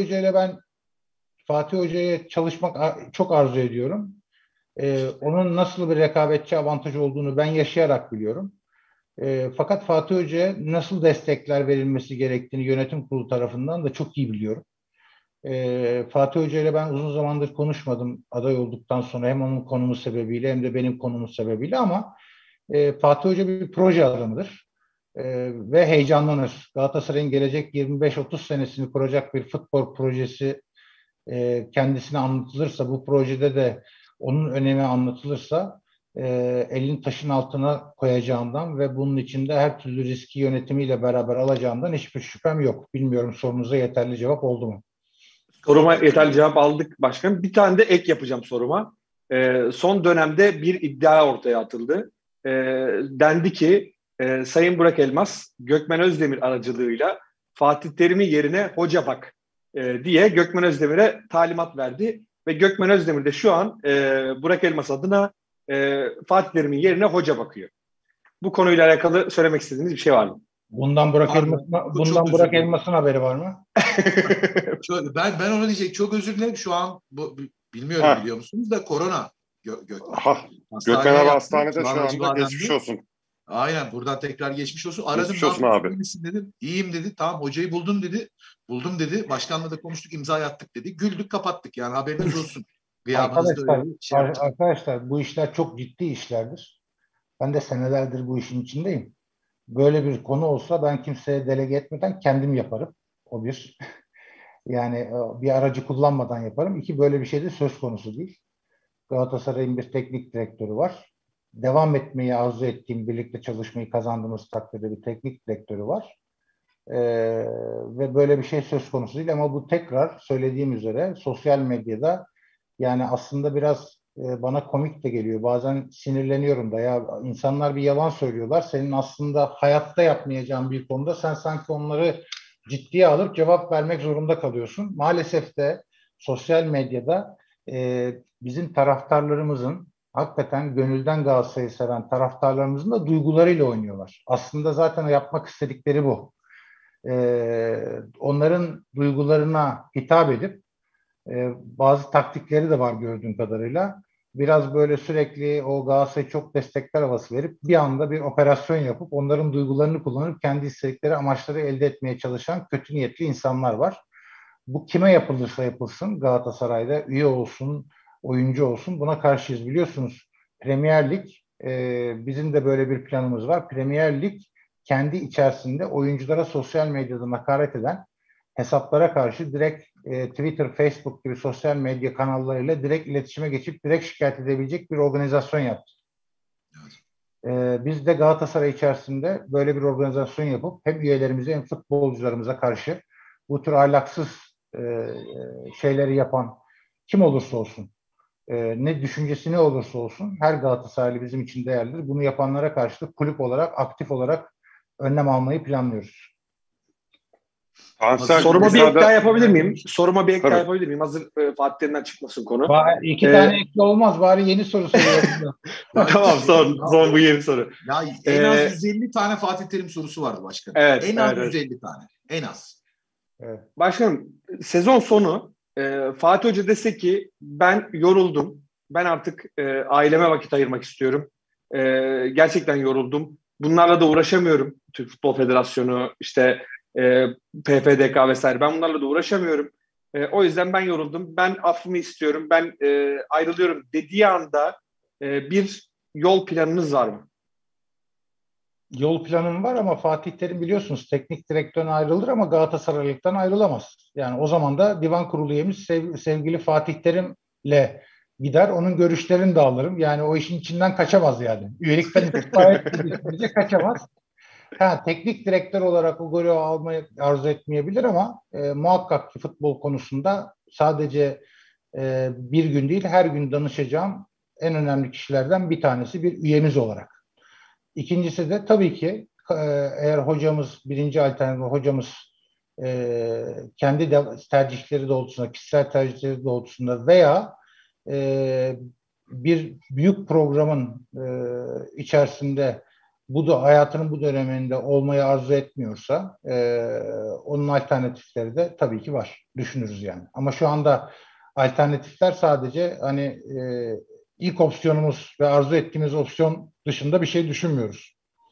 Fatih Hoca ile çalışmak çok arzu ediyorum. Onun nasıl bir rekabetçi avantajı olduğunu ben yaşayarak biliyorum. Fakat Fatih Hoca'ya nasıl destekler verilmesi gerektiğini yönetim kurulu tarafından da çok iyi biliyorum. Fatih Hoca ile ben uzun zamandır konuşmadım aday olduktan sonra, hem onun konumu sebebiyle hem de benim konumu sebebiyle, ama Fatih Hoca bir proje adamıdır ve heyecanlanır. Galatasaray'ın gelecek 25-30 senesini kuracak bir futbol projesi kendisine anlatılırsa, bu projede de onun önemi anlatılırsa elini taşın altına koyacağından ve bunun içinde her türlü riski yönetimiyle beraber alacağından hiçbir şüphem yok. Bilmiyorum, sorunuza yeterli cevap oldu mu? Soruma yeterli cevap aldık başkanım. Bir tane de ek yapacağım soruma. Son dönemde bir iddia ortaya atıldı. Dendi ki Sayın Burak Elmas, Gökmen Özdemir aracılığıyla Fatih Terim'in yerine hoca bak diye Gökmen Özdemir'e talimat verdi. Ve Gökmen Özdemir de şu an Burak Elmas adına Fatih Terim'in yerine hoca bakıyor. Bu konuyla alakalı söylemek istediğiniz bir şey var mı? Bundan Burak Elmas'ın haberi var mı? Ben ona diyecek, çok özür dilerim. Şu an bilmiyorum, biliyor musunuz da korona. Gökmen abi hastanede şu anda, geçmiş olsun. Aynen, buradan tekrar geçmiş olsun. Aradım, Geçmiş ne olsun yapıyorsun, abi. iyi misin dedim. İyiyim dedi. Tamam, hocayı buldum dedi. Buldum dedi. Başkanla da konuştuk, imza attık dedi. Güldük, kapattık, yani haberiniz olsun. Gıyabınızda öyle bir şey yaptık. Arkadaşlar bu işler çok ciddi işlerdir. Ben de senelerdir bu işin içindeyim. Böyle bir konu olsa ben kimseye delege etmeden kendim yaparım. O bir. Yani bir aracı kullanmadan yaparım. İki, böyle bir şey de söz konusu değil. Galatasaray'ın bir teknik direktörü var. Devam etmeyi arzu ettiğim, birlikte çalışmayı kazandığımız takdirde bir teknik direktörü var. Ee, Ve böyle bir şey söz konusu değil ama bu, tekrar söylediğim üzere, sosyal medyada, yani aslında biraz bana komik de geliyor. Bazen sinirleniyorum da, ya insanlar bir yalan söylüyorlar. Senin aslında hayatta yapmayacağın bir konuda sen sanki onları ciddiye alıp cevap vermek zorunda kalıyorsun. Maalesef de sosyal medyada bizim taraftarlarımızın, hakikaten gönülden Galatasaray'ı seven taraftarlarımızın da duygularıyla oynuyorlar. Aslında zaten yapmak istedikleri bu. Onların duygularına hitap edip bazı taktikleri de var gördüğüm kadarıyla. Biraz böyle sürekli o Galatasaray çok destekler havası verip bir anda bir operasyon yapıp onların duygularını kullanıp kendi istedikleri amaçları elde etmeye çalışan kötü niyetli insanlar var. Bu kime yapılırsa yapılsın, Galatasaray'da üye olsun, oyuncu olsun, buna karşıyız. Biliyorsunuz, Premier Lig, bizim de böyle bir planımız var. Premier Lig kendi içerisinde oyunculara sosyal medyada hakaret eden hesaplara karşı direkt Twitter, Facebook gibi sosyal medya kanallarıyla direkt iletişime geçip direkt şikayet edebilecek bir organizasyon yaptı. Biz de Galatasaray içerisinde böyle bir organizasyon yapıp hem üyelerimize hem futbolcularımıza karşı bu tür ahlaksız şeyleri yapan kim olursa olsun, ne düşüncesi ne olursa olsun, her Galatasaraylı bizim için değerlidir. Bunu yapanlara karşı da kulüp olarak, aktif olarak önlem almayı planlıyoruz. Soruma bir ek daha yapabilir miyim? Tabii. Yapabilir miyim? Hazır Fatih Terim'den çıkmasın konu. İki tane ekli olmaz. Bari yeni soru soruyorum. Tamam, son bu yeni soru. Ya en az 150 tane Fatih Terim sorusu vardı başkanım. Evet, en az 150 tane. En az. Evet. Başkanım, sezon sonu Fatih Hoca dese ki ben yoruldum. Ben artık aileme vakit ayırmak istiyorum. Gerçekten yoruldum. Bunlarla da uğraşamıyorum. Türk Futbol Federasyonu, işte PFDK vesaire. Ben bunlarla da uğraşamıyorum. O yüzden ben yoruldum. Ben affımı istiyorum. Ben ayrılıyorum dediği anda bir yol planınız var mı? Yol planım var ama Fatih Terim biliyorsunuz teknik direktörden ayrılır ama Galatasaraylıktan ayrılamaz. Yani o zaman da divan kurulu üyemiz sevgili Fatih Terim'le gider. Onun görüşlerini de alırım. Yani o işin içinden kaçamaz yani. Üyelikten istifa etmediği sürece kaçamaz. Teknik direktör olarak o golü almayı arzu etmeyebilir ama muhakkak ki futbol konusunda sadece bir gün değil, her gün danışacağım en önemli kişilerden bir tanesi bir üyemiz olarak. İkincisi de tabii ki eğer hocamız, birinci alternatif hocamız kendi tercihleri doğrultusunda, kişisel tercihleri doğrultusunda veya bir büyük programın içerisinde bu da hayatının bu döneminde olmayı arzu etmiyorsa onun alternatifleri de tabii ki var. Düşünürüz yani. Ama şu anda alternatifler sadece hani ilk opsiyonumuz ve arzu ettiğimiz opsiyon dışında bir şey düşünmüyoruz.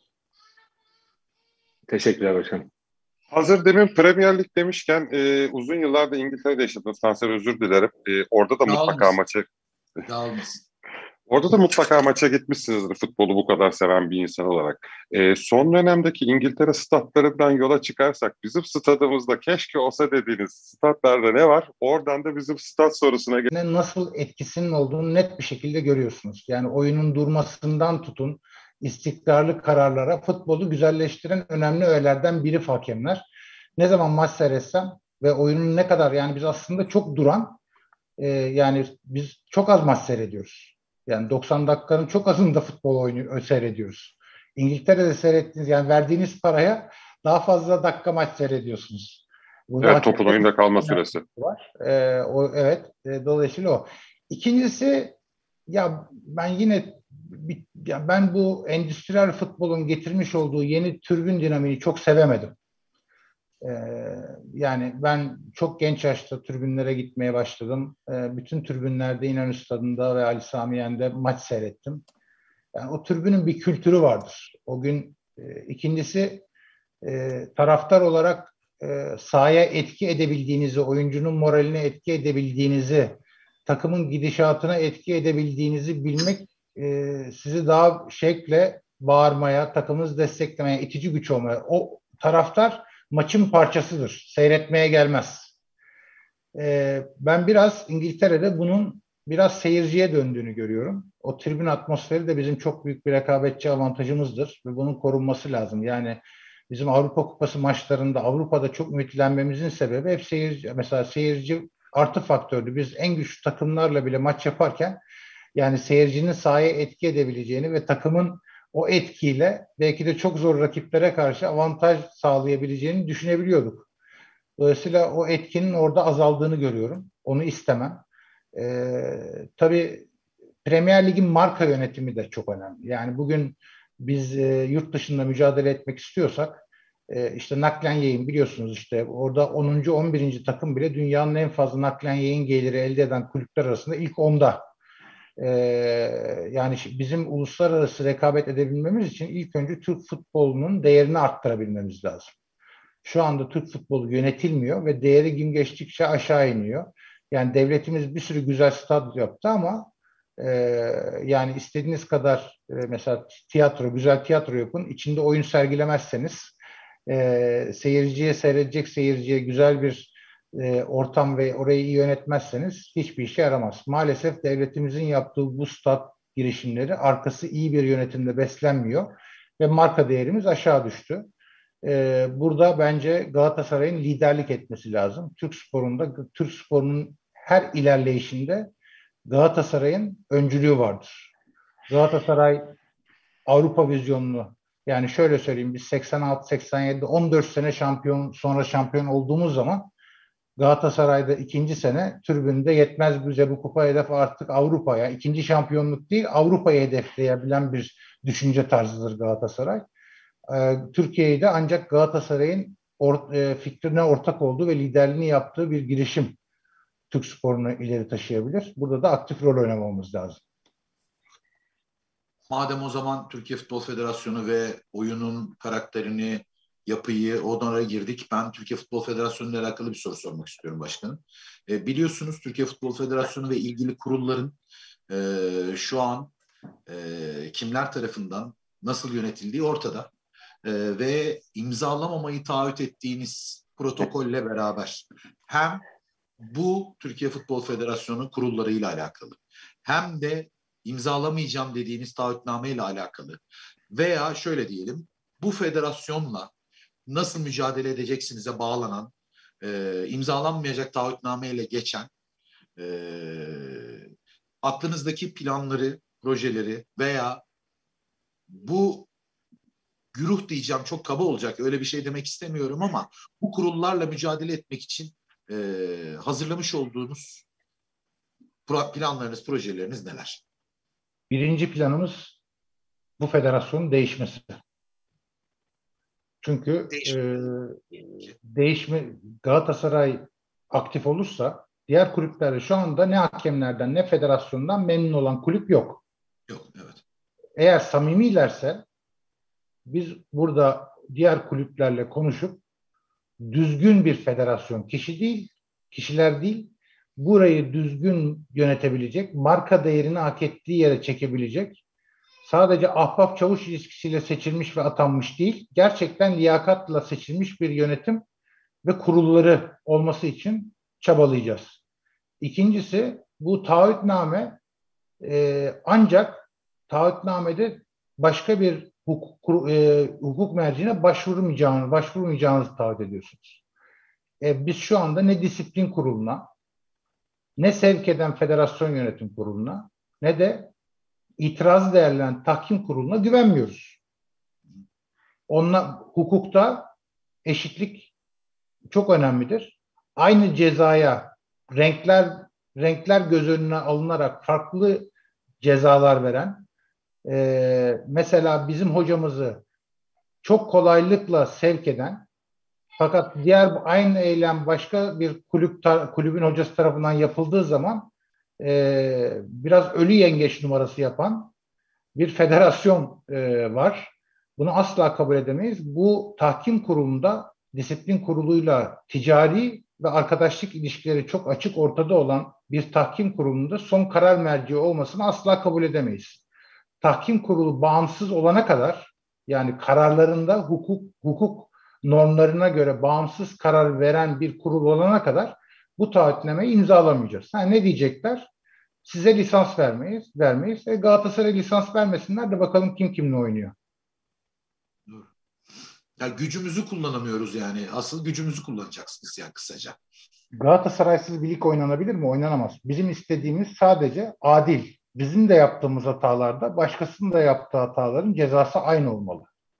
Teşekkürler başkanım. Hazır demin Premier Lig demişken uzun yıllarda İngiltere'de yaşadınız. Sanser, özür dilerim. Orada da mutlaka maça Orada da mutlaka maça gitmişsinizdir, futbolu bu kadar seven bir insan olarak. Son dönemdeki İngiltere statlarından yola çıkarsak bizim stadımızda keşke olsa dediğiniz statlarda ne var? Oradan da bizim stat sorusuna nasıl etkisinin olduğunu net bir şekilde görüyorsunuz. Yani oyunun durmasından tutun istikrarlı kararlara, futbolu güzelleştiren önemli öğelerden biri hakemler. Ne zaman maç seyretsem ve oyunun ne kadar, yani biz aslında çok duran, yani biz çok az maç seyrediyoruz. Yani 90 dakikanın çok azında futbol oyunu seyrediyoruz. İngiltere'de seyrettiğiniz, yani verdiğiniz paraya daha fazla dakika maç seyrediyorsunuz. Burada evet, topun oyunda kalma süresi var. Evet, dolayısıyla o. İkincisi, ya ben yine ben bu endüstriyel futbolun getirmiş olduğu yeni tribün dinamiğini çok sevemedim. Yani ben çok genç yaşta tribünlere gitmeye başladım. Bütün tribünlerde, İnönü Stadı'nda ve Ali Sami Yen'de maç seyrettim. Yani o tribünün bir kültürü vardır. O gün ikincisi taraftar olarak sahaya etki edebildiğinizi, oyuncunun moraline etki edebildiğinizi, takımın gidişatına etki edebildiğinizi bilmek sizi daha şevkle bağırmaya, takımınızı desteklemeye, itici güç olmaya. O taraftar maçın parçasıdır. Seyretmeye gelmez. Ben biraz İngiltere'de bunun biraz seyirciye döndüğünü görüyorum. O tribün atmosferi de bizim çok büyük bir rekabetçi avantajımızdır ve bunun korunması lazım. Yani bizim Avrupa Kupası maçlarında Avrupa'da çok ümitlenmemizin sebebi hep seyirci. Mesela seyirci artı faktördü. Biz en güçlü takımlarla bile maç yaparken yani seyircinin sahaya etki edebileceğini ve takımın o etkiyle belki de çok zor rakiplere karşı avantaj sağlayabileceğini düşünebiliyorduk. Dolayısıyla o etkinin orada azaldığını görüyorum. Onu istemem. Tabii Premier Lig'in marka yönetimi de çok önemli. Yani bugün biz yurt dışında mücadele etmek istiyorsak işte naklen yayın biliyorsunuz işte orada 10. 11. takım bile dünyanın en fazla naklen yayın geliri elde eden kulüpler arasında ilk 10'da. Yani bizim uluslararası rekabet edebilmemiz için ilk önce Türk futbolunun değerini arttırabilmemiz lazım. Şu anda Türk futbolu yönetilmiyor ve değeri gün geçtikçe aşağı iniyor. Yani devletimiz bir sürü güzel stad yaptı ama yani istediğiniz kadar mesela tiyatro, güzel tiyatro yapın. İçinde oyun sergilemezseniz seyirciye, seyredecek seyirciye güzel bir ortam ve orayı iyi yönetmezseniz hiçbir işe yaramaz. Maalesef devletimizin yaptığı bu stat girişimleri arkası iyi bir yönetimde beslenmiyor ve marka değerimiz aşağı düştü. Burada bence Galatasaray'ın liderlik etmesi lazım. Türk sporunun her ilerleyişinde Galatasaray'ın öncülüğü vardır. Galatasaray Avrupa vizyonunu yani şöyle söyleyeyim biz 86-87'de 14 sene sonra şampiyon olduğumuz zaman Galatasaray'da ikinci sene tribünde yetmez bize bu kupa hedef artık Avrupa'ya. İkinci şampiyonluk değil Avrupa'yı hedefleyebilen bir düşünce tarzıdır Galatasaray. Türkiye'yi de ancak Galatasaray'ın fikrine ortak olduğu ve liderliğini yaptığı bir girişim Türk sporunu ileri taşıyabilir. Burada da aktif rol oynamamız lazım. Madem o zaman Türkiye Futbol Federasyonu ve oyunun karakterini, yapıyı, onlara girdik. Ben Türkiye Futbol Federasyonu ile alakalı bir soru sormak istiyorum başkanım. Biliyorsunuz Türkiye Futbol Federasyonu ve ilgili kurulların şu an kimler tarafından nasıl yönetildiği ortada. Ve imzalamamayı taahhüt ettiğiniz protokolle beraber hem bu Türkiye Futbol Federasyonu kurullarıyla alakalı hem de imzalamayacağım dediğiniz taahhütnameyle alakalı veya şöyle diyelim bu federasyonla nasıl mücadele edeceksinize bağlanan imzalanmayacak taahhütnameyle geçen aklınızdaki planları, projeleri veya bu güruh diyeceğim çok kaba olacak öyle bir şey demek istemiyorum ama bu kurullarla mücadele etmek için hazırlamış olduğunuz planlarınız, projeleriniz neler? Birinci planımız bu federasyonun değişmesi. Çünkü Galatasaray aktif olursa diğer kulüplerde şu anda ne hakemlerden ne federasyondan memnun olan kulüp yok. Yok, evet. Eğer samimilerse biz burada diğer kulüplerle konuşup düzgün bir federasyon, kişiler değil, burayı düzgün yönetebilecek, marka değerini hak ettiği yere çekebilecek, sadece ahbap çavuş ilişkisiyle seçilmiş ve atanmış değil, gerçekten liyakatla seçilmiş bir yönetim ve kurulları olması için çabalayacağız. İkincisi, bu taahhütname ancak taahhütnamede başka bir hukuk merciğine başvurmayacağınızı taahhüt ediyorsunuz. Biz şu anda ne disiplin kuruluna, ne sevk eden federasyon yönetim kuruluna, ne de itirazı değerlenen tahkim kuruluna güvenmiyoruz. Hukukta eşitlik çok önemlidir. Aynı cezaya renkler göz önüne alınarak farklı cezalar veren, mesela bizim hocamızı çok kolaylıkla sevk eden fakat diğer aynı eylem başka bir kulübün hocası tarafından yapıldığı zaman biraz ölü yengeç numarası yapan bir federasyon var. Bunu asla kabul edemeyiz. Bu tahkim kurulunda disiplin kuruluyla ticari ve arkadaşlık ilişkileri çok açık ortada olan bir tahkim kurulunda son karar merci olmasını asla kabul edemeyiz. Tahkim kurulu bağımsız olana kadar, yani kararlarında hukuk normlarına göre bağımsız karar veren bir kurul olana kadar bu taahhütnameyi imzalamayacağız. Ne diyecekler? Size lisans vermeyiz. Galatasaray lisans vermesinler de bakalım kim kimle oynuyor. Ya gücümüzü kullanamıyoruz yani. Asıl gücümüzü kullanacaksınız yani kısaca. Galatasaraysız bir lig oynanabilir mi? Oynanamaz. Bizim istediğimiz sadece adil. Bizim de yaptığımız hatalarda başkasının da yaptığı hataların cezası aynı olmalı.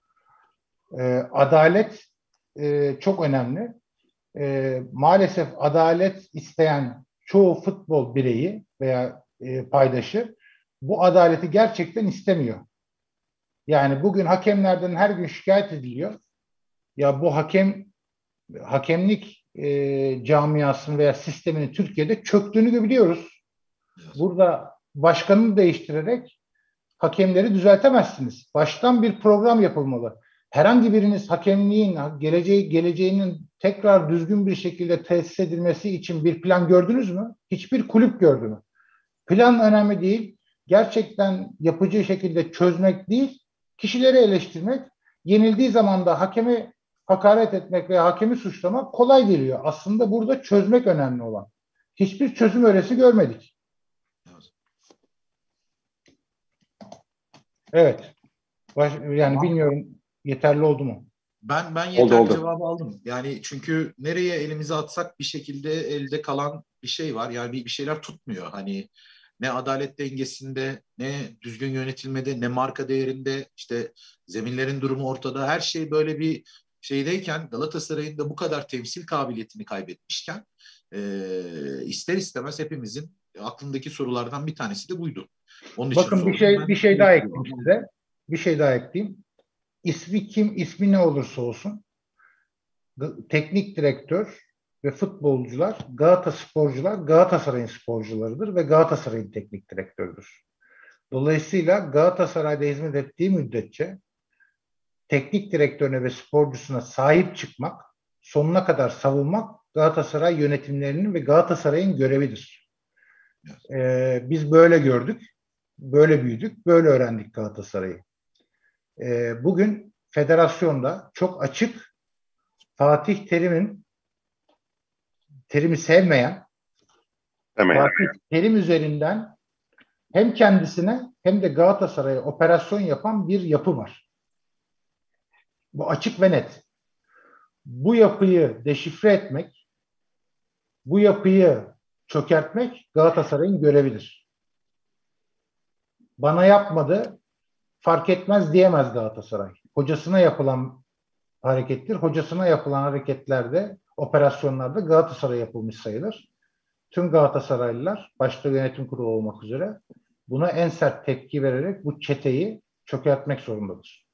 Adalet çok önemli. Maalesef adalet isteyen çoğu futbol bireyi veya paydaşı bu adaleti gerçekten istemiyor. Yani bugün hakemlerden her gün şikayet ediliyor. Ya bu hakemlik camiasının veya sisteminin Türkiye'de çöktüğünü biliyoruz. Evet. Burada başkanını değiştirerek hakemleri düzeltemezsiniz. Baştan bir program yapılmalı. Herhangi biriniz hakemliğin geleceğinin tekrar düzgün bir şekilde tesis edilmesi için bir plan gördünüz mü? Hiçbir kulüp gördü mü? Plan önemli değil. Gerçekten yapıcı şekilde çözmek değil, kişileri eleştirmek, yenildiği zaman da hakemi hakaret etmek veya hakemi suçlamak kolay geliyor. Aslında burada çözmek önemli olan. Hiçbir çözüm öğresi görmedik. Evet. Yani bilmiyorum yeterli oldu mu? Ben yeterli cevabı aldım. Yani çünkü nereye elimizi atsak bir şekilde elde kalan bir şey var. Yani bir şeyler tutmuyor. Hani ne adalet dengesinde, ne düzgün yönetilmede, ne marka değerinde, işte zeminlerin durumu ortada. Her şey böyle bir şeydeyken, Galatasaray'ın da bu kadar temsil kabiliyetini kaybetmişken ister istemez hepimizin aklındaki sorulardan bir tanesi de buydu. Onun için bakın bir şey daha ekleyeyim size. Bir şey daha ekleyeyim. İsmi kim, ismi ne olursa olsun teknik direktör ve futbolcular, sporcular Galatasaray'ın sporcularıdır ve Galatasaray'ın teknik direktörüdür. Dolayısıyla Galatasaray'da hizmet ettiği müddetçe teknik direktörüne ve sporcusuna sahip çıkmak, sonuna kadar savunmak Galatasaray yönetimlerinin ve Galatasaray'ın görevidir. Biz böyle gördük, böyle büyüdük, böyle öğrendik Galatasaray'ı. Bugün federasyonda çok açık Fatih Terim'i sevmeyen, Fatih Terim üzerinden hem kendisine hem de Galatasaray'a operasyon yapan bir yapı var. Bu açık ve net. Bu yapıyı deşifre etmek, bu yapıyı çökertmek Galatasaray'ın görevidir. Bana yapmadı, fark etmez diyemez Galatasaray. Hocasına yapılan harekettir. Hocasına yapılan hareketlerde, operasyonlarda Galatasaray yapılmış sayılır. Tüm Galatasaraylılar, başta yönetim kurulu olmak üzere, buna en sert tepki vererek bu çeteyi çökertmek zorundadır.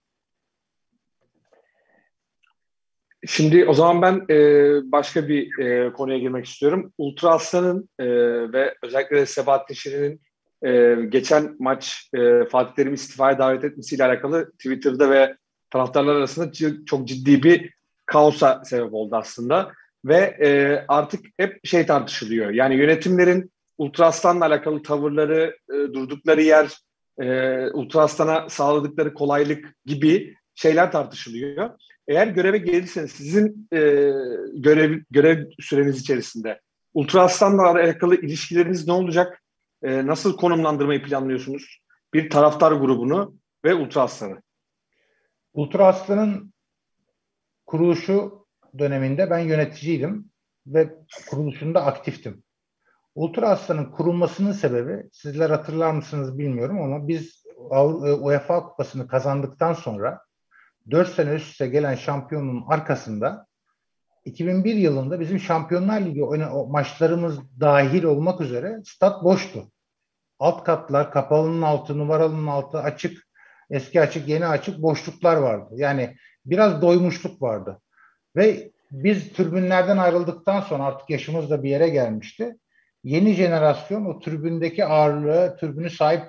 Şimdi o zaman ben başka bir konuya girmek istiyorum. Ultra Aslan'ın ve özellikle de Sebahattin Şirin'in geçen maç Fatih Terim'i istifaya davet etmesiyle alakalı Twitter'da ve taraftarlar arasında çok ciddi bir kaosa sebep oldu aslında. Ve artık hep şey tartışılıyor. Yani yönetimlerin Ultra Aslan'la alakalı tavırları, durdukları yer, Ultra Aslan'a sağladıkları kolaylık gibi şeyler tartışılıyor. Eğer göreve gelirseniz sizin görev süreniz içerisinde Ultra Aslan'la alakalı ilişkileriniz ne olacak? Nasıl konumlandırmayı planlıyorsunuz? Bir taraftar grubunu ve Ultra Aslan'ı. Ultra Aslan'ın kuruluşu döneminde ben yöneticiydim ve kuruluşunda aktiftim. Ultra Aslan'ın kurulmasının sebebi, sizler hatırlar mısınız bilmiyorum ama biz UEFA Kupası'nı kazandıktan sonra 4 sene üst üste gelen şampiyonluğun arkasında 2001 yılında bizim Şampiyonlar Ligi maçlarımız dahil olmak üzere stat boştu. Alt katlar, kapalının altı, numaralının altı açık, eski açık, yeni açık boşluklar vardı. Yani biraz doymuşluk vardı. Ve biz tribünlerden ayrıldıktan sonra artık yaşımız da bir yere gelmişti. Yeni jenerasyon o tribündeki ağırlığı, tribünü sahip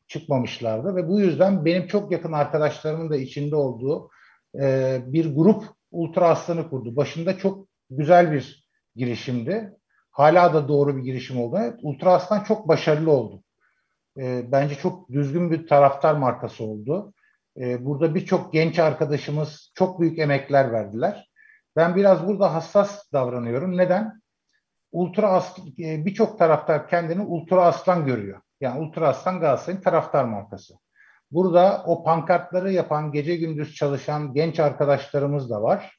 çıkmamışlardı ve bu yüzden benim çok yakın arkadaşlarımın da içinde olduğu bir grup Ultra Aslan'ı kurdu. Başında çok güzel bir girişimdi. Hala da doğru bir girişim oldu. Evet, Ultra Aslan çok başarılı oldu. Bence çok düzgün bir taraftar markası oldu. Burada birçok genç arkadaşımız çok büyük emekler verdiler. Ben biraz burada hassas davranıyorum. Neden? Birçok taraftar kendini Ultra Aslan görüyor. Yani Ultra Aslan Galatasaray'ın taraftar markası. Burada o pankartları yapan, gece gündüz çalışan genç arkadaşlarımız da var.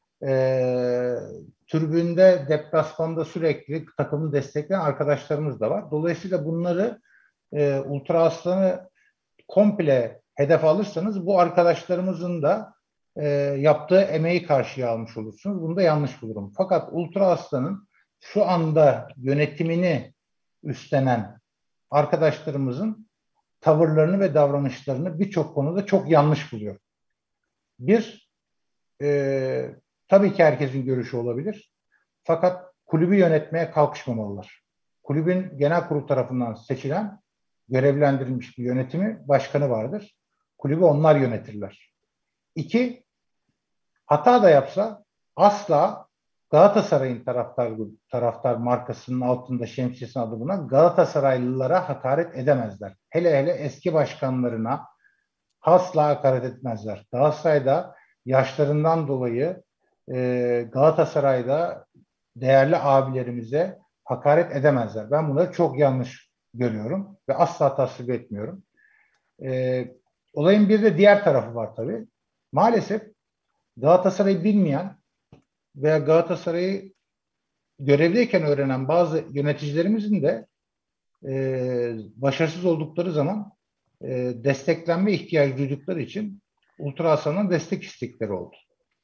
Tribünde, deplasmanda sürekli takımı destekleyen arkadaşlarımız da var. Dolayısıyla bunları Ultra Aslan'ı komple hedef alırsanız bu arkadaşlarımızın da yaptığı emeği karşıya almış olursunuz. Bunu da yanlış bulurum. Fakat Ultra Aslan'ın şu anda yönetimini üstlenen arkadaşlarımızın tavırlarını ve davranışlarını birçok konuda çok yanlış buluyor. Tabii ki herkesin görüşü olabilir. Fakat kulübü yönetmeye kalkışmamalılar. Kulübün genel kurul tarafından seçilen, görevlendirilmiş bir yönetimi, başkanı vardır. Kulübü onlar yönetirler. 2, hata da yapsa asla Galatasaray'ın taraftar markasının altında şemsiyesinin adı buna Galatasaraylılara hakaret edemezler. Hele hele eski başkanlarına asla hakaret etmezler. Galatasaray'da yaşlarından dolayı Galatasaray'da değerli abilerimize hakaret edemezler. Ben bunları çok yanlış görüyorum ve asla tasvip etmiyorum. Olayın bir de diğer tarafı var tabii. Maalesef Galatasaray'ı bilmeyen veya Galatasaray'ı görevdeyken öğrenen bazı yöneticilerimizin de başarısız oldukları zaman desteklenme ihtiyacı duydukları için Ultra Aslan'dan destek istekleri oldu.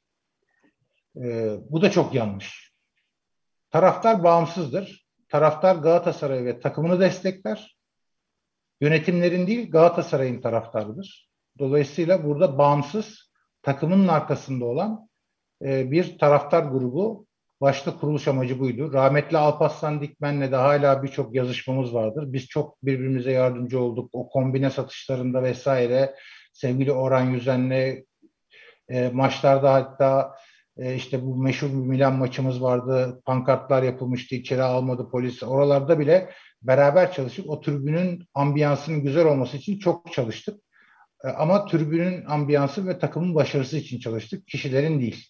Bu da çok yanlış. Taraftar bağımsızdır. Taraftar Galatasaray ve takımını destekler. Yönetimlerin değil Galatasaray'ın taraftarıdır. Dolayısıyla burada bağımsız, takımının arkasında olan bir taraftar grubu, başta kuruluş amacı buydu. Rahmetli Alparslan Dikmen'le de hala birçok yazışmamız vardır. Biz çok birbirimize yardımcı olduk. O kombine satışlarında vesaire, sevgili Orhan Yüzen'le maçlarda hatta işte bu meşhur bir Milan maçımız vardı. Pankartlar yapılmıştı. İçeri almadı polis. Oralarda bile beraber çalışıp o tribünün ambiyansının güzel olması için çok çalıştık. Ama tribünün ambiyansı ve takımın başarısı için çalıştık. Kişilerin değil.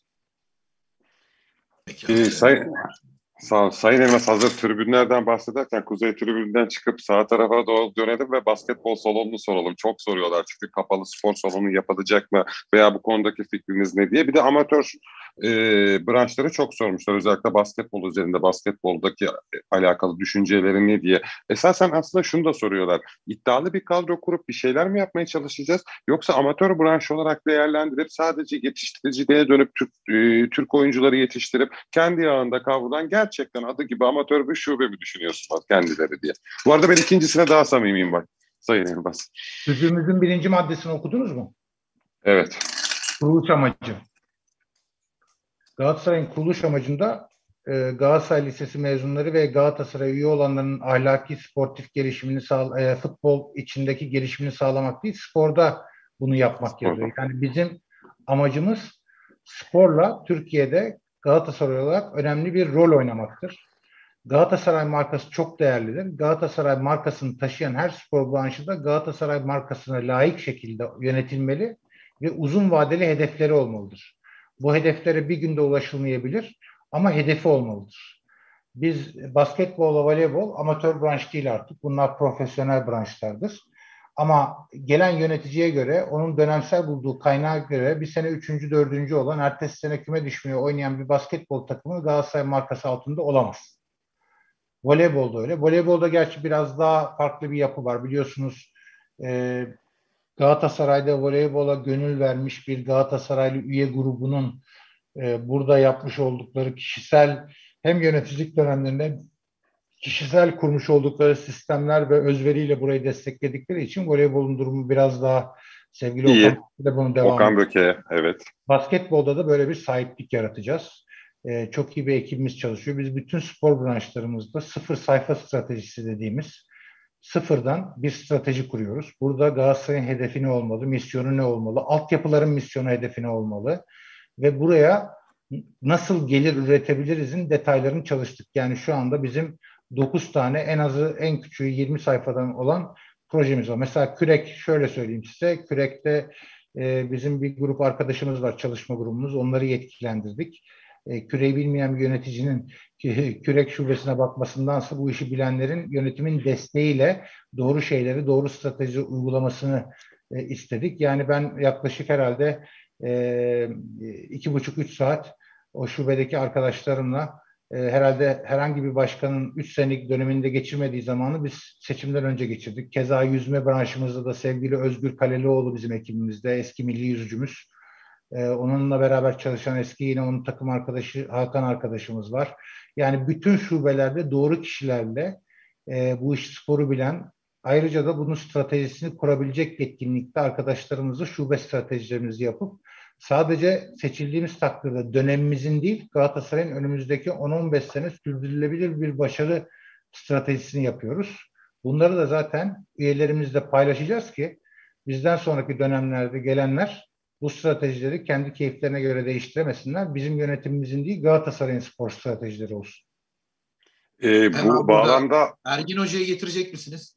Sayın Elmas, hazır tribünlerden bahsederken kuzey tribünden çıkıp sağ tarafa doğru dönelim ve basketbol salonunu soralım. Çok soruyorlar çünkü kapalı spor salonu yapılacak mı veya bu konudaki fikriniz ne diye. Bir de amatör branşları çok sormuşlar. Özellikle basketbol üzerinde, basketboldaki alakalı düşünceleri ne diye. Esasen aslında şunu da soruyorlar. İddialı bir kadro kurup bir şeyler mi yapmaya çalışacağız? Yoksa amatör branş olarak değerlendirip sadece yetiştiriciliğe dönüp Türk oyuncuları yetiştirip kendi yağında kavrulan gerçekten adı gibi amatör bir şube mi düşünüyorsunuz kendileri diye. Bu arada ben ikincisine daha samimiyim bak. Sayın Elbaz. Sözümüzün 1. maddesini okudunuz mu? Evet. Kuruluş amacı. Galatasaray'ın kuruluş amacında Galatasaray Lisesi mezunları ve Galatasaray üye olanların ahlaki, sportif gelişimini futbol içindeki gelişimini sağlamak değil, sporda bunu yapmak yazıyor. Yani bizim amacımız sporla Türkiye'de Galatasaray olarak önemli bir rol oynamaktır. Galatasaray markası çok değerlidir. Galatasaray markasını taşıyan her spor branşı da Galatasaray markasına layık şekilde yönetilmeli ve uzun vadeli hedefleri olmalıdır. Bu hedeflere bir günde ulaşılmayabilir ama hedefi olmalıdır. Biz basketbol ve voleybol amatör branş değil artık. Bunlar profesyonel branşlardır. Ama gelen yöneticiye göre, onun dönemsel bulduğu kaynağa göre bir sene 3. 4. olan, ertesi sene küme düşmeye oynayan bir basketbol takımı Galatasaray markası altında olamaz. Voleybolda öyle. Voleybolda gerçi biraz daha farklı bir yapı var. Biliyorsunuz Galatasaray'da voleybola gönül vermiş bir Galatasaraylı üye grubunun burada yapmış oldukları kişisel hem yöneticilik dönemlerinde kişisel kurmuş oldukları sistemler ve özveriyle burayı destekledikleri için voleybolun durumu biraz daha sevgili İyi. Okan da bunu devam Okan Böke, evet. Basketbolda da böyle bir sahiplik yaratacağız. Çok iyi bir ekibimiz çalışıyor. Biz bütün spor branşlarımızda sıfır sayfa stratejisi dediğimiz sıfırdan bir strateji kuruyoruz. Burada Galatasaray'ın hedefi ne olmalı, misyonu ne olmalı, altyapıların misyonu hedefi ne olmalı ve buraya nasıl gelir üretebilirizin detaylarını çalıştık. Yani şu anda bizim 9 tane en azı en küçüğü 20 sayfadan olan projemiz var. Mesela Kürek, şöyle söyleyeyim size. Kürek'te bizim bir grup arkadaşımız var, çalışma grubumuz. Onları yetkilendirdik. Küreği bilmeyen bir yöneticinin Kürek şubesine bakmasındansa bu işi bilenlerin yönetimin desteğiyle doğru şeyleri, doğru strateji uygulamasını istedik. Yani ben yaklaşık herhalde 2,5-3 saat o şubedeki arkadaşlarımla herhalde herhangi bir başkanın 3 senelik döneminde geçirmediği zamanı biz seçimden önce geçirdik. Keza yüzme branşımızda da sevgili Özgür Kalelioğlu bizim ekibimizde, eski milli yüzücümüz. Onunla beraber çalışan eski yine onun takım arkadaşı Hakan arkadaşımız var. Yani bütün şubelerde doğru kişilerle bu iş sporu bilen, ayrıca da bunun stratejisini kurabilecek yetkinlikte arkadaşlarımızla şube stratejilerimizi yapıp sadece seçildiğimiz takdirde dönemimizin değil Galatasaray'ın önümüzdeki 10-15 sene sürdürülebilir bir başarı stratejisini yapıyoruz. Bunları da zaten üyelerimizle paylaşacağız ki bizden sonraki dönemlerde gelenler bu stratejileri kendi keyiflerine göre değiştiremesinler. Bizim yönetimimizin değil Galatasaray'ın spor stratejileri olsun. Bu bağlamda Ergin Hoca'yı getirecek misiniz?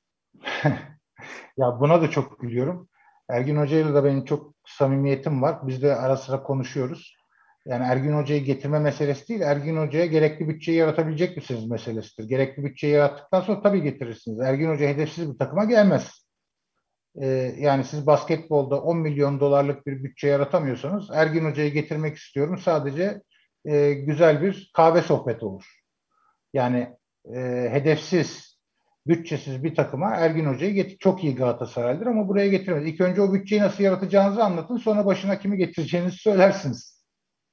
Ya buna da çok gülüyorum. Ergin Hoca'yla da benim çok samimiyetim var. Biz de ara sıra konuşuyoruz. Yani Ergin Hoca'yı getirme meselesi değil, Ergin Hoca'ya gerekli bütçeyi yaratabilecek misiniz meselesidir. Gerekli bütçeyi yarattıktan sonra tabii getirirsiniz. Ergin Hoca hedefsiz bir takıma gelmez. Yani siz basketbolda 10 milyon dolarlık bir bütçe yaratamıyorsanız Ergin Hoca'yı getirmek istiyorum. Sadece güzel bir kahve sohbeti olur. Yani hedefsiz, bütçesiz bir takıma Ergin Hoca'yı getir. Çok iyi Galatasaraylıdır ama buraya getirmez. İlk önce o bütçeyi nasıl yaratacağınızı anlatın. Sonra başına kimi getireceğinizi söylersiniz.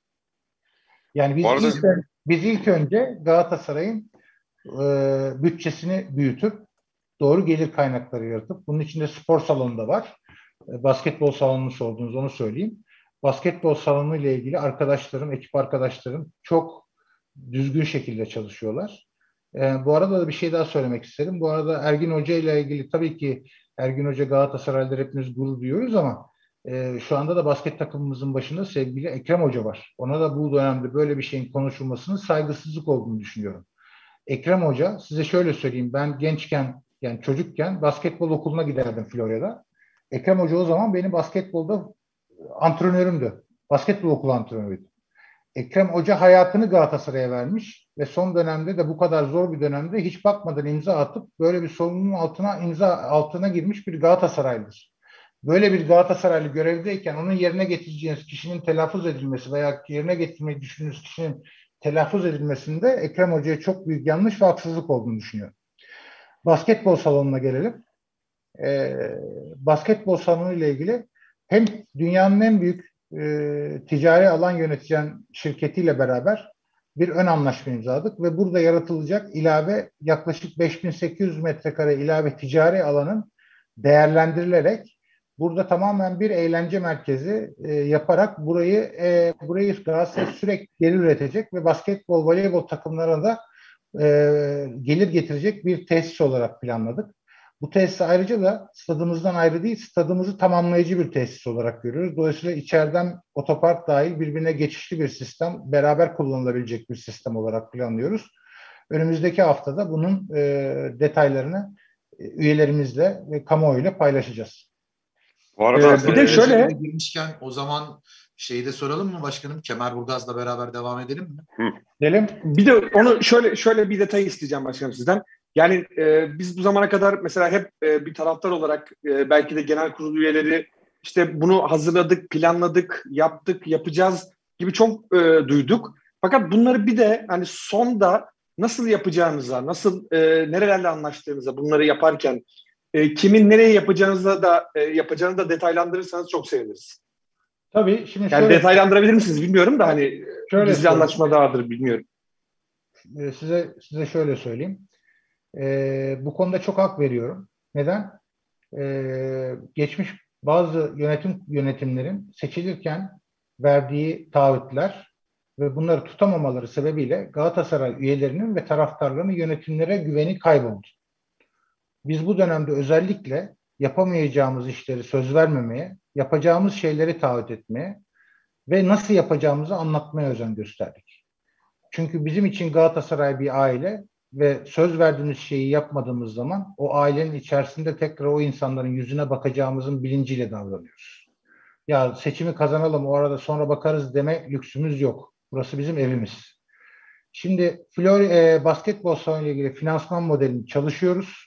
Yani bu arada biz ilk önce Galatasaray'ın bütçesini büyütüp doğru gelir kaynakları yaratıp bunun içinde spor salonu da var. Basketbol salonunu sordunuz, onu söyleyeyim. Basketbol salonu ile ilgili arkadaşlarım, ekip arkadaşlarım çok düzgün şekilde çalışıyorlar. Bu arada da bir şey daha söylemek isterim. Bu arada Ergin Hoca ile ilgili tabii ki Ergin Hoca Galatasaraylılar hepimiz gurur duyuyoruz ama şu anda da basket takımımızın başında sevgili Ekrem Hoca var. Ona da bu dönemde böyle bir şeyin konuşulmasının saygısızlık olduğunu düşünüyorum. Ekrem Hoca, size şöyle söyleyeyim, ben gençken yani çocukken basketbol okuluna giderdim Florya'da. Ekrem Hoca o zaman benim basketbolda antrenörümdü. Basketbol okulu antrenörüydü. Ekrem Hoca hayatını Galatasaray'a vermiş ve son dönemde de bu kadar zor bir dönemde hiç bakmadan imza atıp böyle bir sorunun altına girmiş bir Galatasaraylıdır. Böyle bir Galatasaraylı görevdeyken onun yerine getireceğiniz kişinin telaffuz edilmesi veya yerine getirmeyi düşündüğünüz kişinin telaffuz edilmesinde Ekrem Hoca'ya çok büyük yanlış ve haksızlık olduğunu düşünüyorum. Basketbol salonuna gelelim. Basketbol salonu ile ilgili hem dünyanın en büyük ticari alan yönetilen şirketiyle beraber bir ön anlaşma imzaladık ve burada yaratılacak ilave yaklaşık 5.800 metrekare ilave ticari alanın değerlendirilerek burada tamamen bir eğlence merkezi yaparak burayı Galatasaray sürekli gelir üretecek ve basketbol, voleybol takımlarına da gelir getirecek bir tesis olarak planladık. Bu tesis ayrıca da stadımızdan ayrı değil, stadımızı tamamlayıcı bir tesis olarak görüyoruz. Dolayısıyla içeriden otopark dahil birbirine geçişli bir sistem, beraber kullanılabilecek bir sistem olarak planlıyoruz. Önümüzdeki haftada bunun detaylarını üyelerimizle ve kamuoyuyla paylaşacağız. Bu arada bir de şöyle girmişken o zaman şeyi de soralım mı başkanım? Kemerburgaz'la beraber devam edelim mi? Edelim. Bir de onu şöyle bir detay isteyeceğim başkanım sizden. Yani biz bu zamana kadar mesela hep bir taraftar olarak belki de genel kurul üyeleri işte bunu hazırladık, planladık, yaptık, yapacağız gibi çok duyduk. Fakat bunları bir de hani sonda nasıl yapacağınıza, nasıl nerelerle anlaştığınıza bunları yaparken kimin nereye yapacağını da detaylandırırsanız çok seviniriz. Tabii şimdi Yani detaylandırabilir misiniz bilmiyorum da hani gizli anlaşma dağıdır bilmiyorum. Size şöyle söyleyeyim. Bu konuda çok hak veriyorum. Neden? Geçmiş bazı yönetimlerin seçilirken verdiği taahhütler ve bunları tutamamaları sebebiyle Galatasaray üyelerinin ve taraftarlarının yönetimlere güveni kayboldu. Biz bu dönemde özellikle yapamayacağımız işleri söz vermemeye, yapacağımız şeyleri taahhüt etmeye ve nasıl yapacağımızı anlatmaya özen gösterdik. Çünkü bizim için Galatasaray bir aile ve söz verdiğimiz şeyi yapmadığımız zaman o ailenin içerisinde tekrar o insanların yüzüne bakacağımızın bilinciyle davranıyoruz. Ya seçimi kazanalım, o arada sonra bakarız deme lüksümüz yok. Burası bizim evimiz. Şimdi basketbol salonu ile ilgili finansman modelini çalışıyoruz.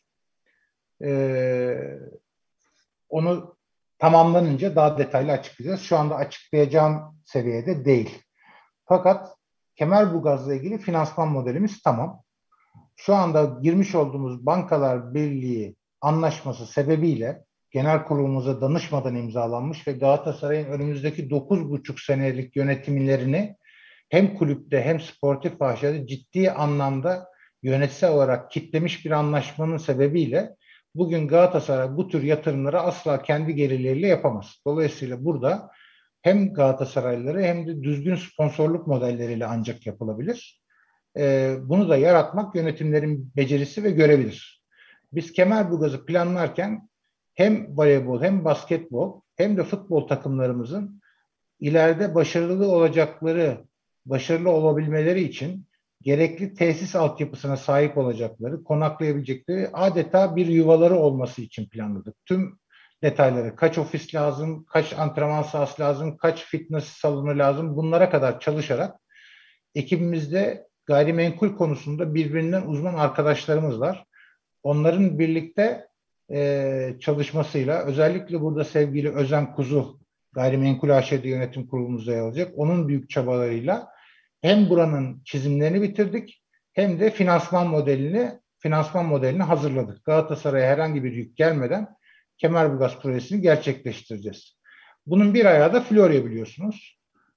Onu tamamlanınca daha detaylı açıklayacağız. Şu anda açıklayacağım seviyede değil. Fakat Kemerburgaz'la ilgili finansman modelimiz tamam. Şu anda girmiş olduğumuz Bankalar Birliği anlaşması sebebiyle genel kurulumuza danışmadan imzalanmış ve Galatasaray'ın önümüzdeki 9,5 senelik yönetimlerini hem kulüpte hem sportif faaliyette ciddi anlamda yönetsel olarak kitlemiş bir anlaşmanın sebebiyle bugün Galatasaray bu tür yatırımları asla kendi gelirleriyle yapamaz. Dolayısıyla burada hem Galatasaraylıları hem de düzgün sponsorluk modelleriyle ancak yapılabilir. Bunu da yaratmak yönetimlerin becerisi ve görevidir. Biz Kemerburgaz'ı planlarken hem voleybol hem basketbol hem de futbol takımlarımızın ileride başarılı olabilmeleri için gerekli tesis altyapısına sahip olacakları, konaklayabilecekleri adeta bir yuvaları olması için planladık. Tüm detayları, kaç ofis lazım, kaç antrenman sahası lazım, kaç fitness salonu lazım, bunlara kadar çalışarak ekibimizde gayrimenkul konusunda birbirinden uzman arkadaşlarımız var. Onların birlikte çalışmasıyla özellikle burada sevgili Özen Kuzu Gayrimenkul AŞ'de yönetim kurulumuzda yer alacak. Onun büyük çabalarıyla hem buranın çizimlerini bitirdik hem de finansman modelini hazırladık. Galatasaray'a herhangi bir yük gelmeden Kemerburgaz projesini gerçekleştireceğiz. Bunun bir ayağı da Florya biliyorsunuz.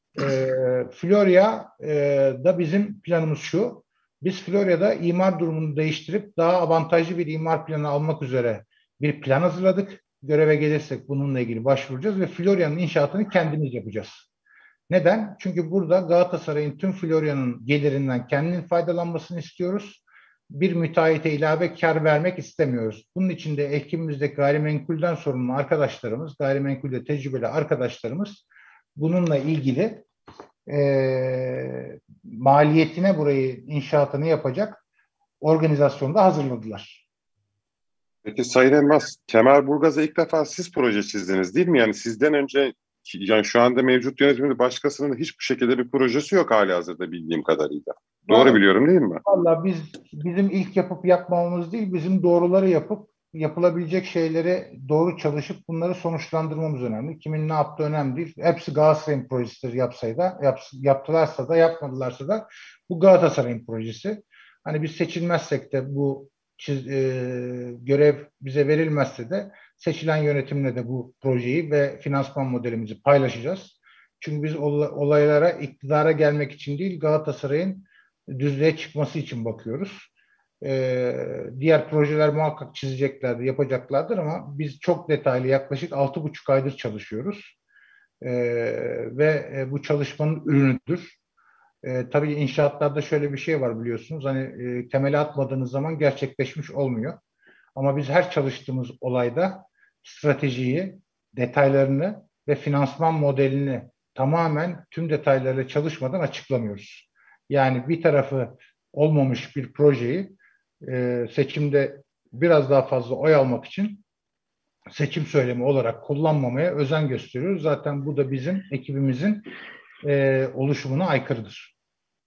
Florya'da bizim planımız şu. Biz Florya'da imar durumunu değiştirip daha avantajlı bir imar planı almak üzere bir plan hazırladık. Göreve gelirsek bununla ilgili başvuracağız ve Florya'nın inşaatını kendimiz yapacağız. Neden? Çünkü burada Galatasaray'ın tüm Florya'nın gelirinden kendinin faydalanmasını istiyoruz. Bir müteahhite ilave kar vermek istemiyoruz. Bunun için de ekibimizde gayrimenkulden sorumlu arkadaşlarımız, gayrimenkulde tecrübeli arkadaşlarımız bununla ilgili maliyetine burayı inşaatını yapacak organizasyonu da hazırladılar. Peki Sayın Elmas, Kemerburgaz'a ilk defa siz proje çizdiniz değil mi? Yani sizden önce, yani şu anda mevcut yönetimde başkasının da hiçbir şekilde bir projesi yok halihazırda bildiğim kadarıyla. Doğru biliyorum değil mi? Vallahi bizim ilk yapıp yapmamamız değil, bizim doğruları yapıp yapılabilecek şeylere doğru çalışıp bunları sonuçlandırmamız önemli. Kimin ne yaptığı önemli değil. Hepsi Galatasaray'ın projesidir yaptılarsa da yapmadılarsa da bu Galatasaray'ın projesi. Hani biz seçilmezsek de bu görev bize verilmezse de seçilen yönetimle de bu projeyi ve finansman modelimizi paylaşacağız. Çünkü biz olaylara iktidara gelmek için değil, Galatasaray'ın düzlüğe çıkması için bakıyoruz. Diğer projeler muhakkak çizeceklerdir, yapacaklardır ama biz çok detaylı yaklaşık 6,5 aydır çalışıyoruz. Ve bu çalışmanın ürünüdür. Tabii inşaatlarda şöyle bir şey var biliyorsunuz. Hani temeli atmadığınız zaman gerçekleşmiş olmuyor. Ama biz her çalıştığımız olayda stratejiyi, detaylarını ve finansman modelini tamamen tüm detaylarıyla çalışmadan açıklamıyoruz. Yani bir tarafı olmamış bir projeyi seçimde biraz daha fazla oy almak için seçim söylemi olarak kullanmamaya özen gösteriyoruz. Zaten bu da bizim ekibimizin oluşumuna aykırıdır.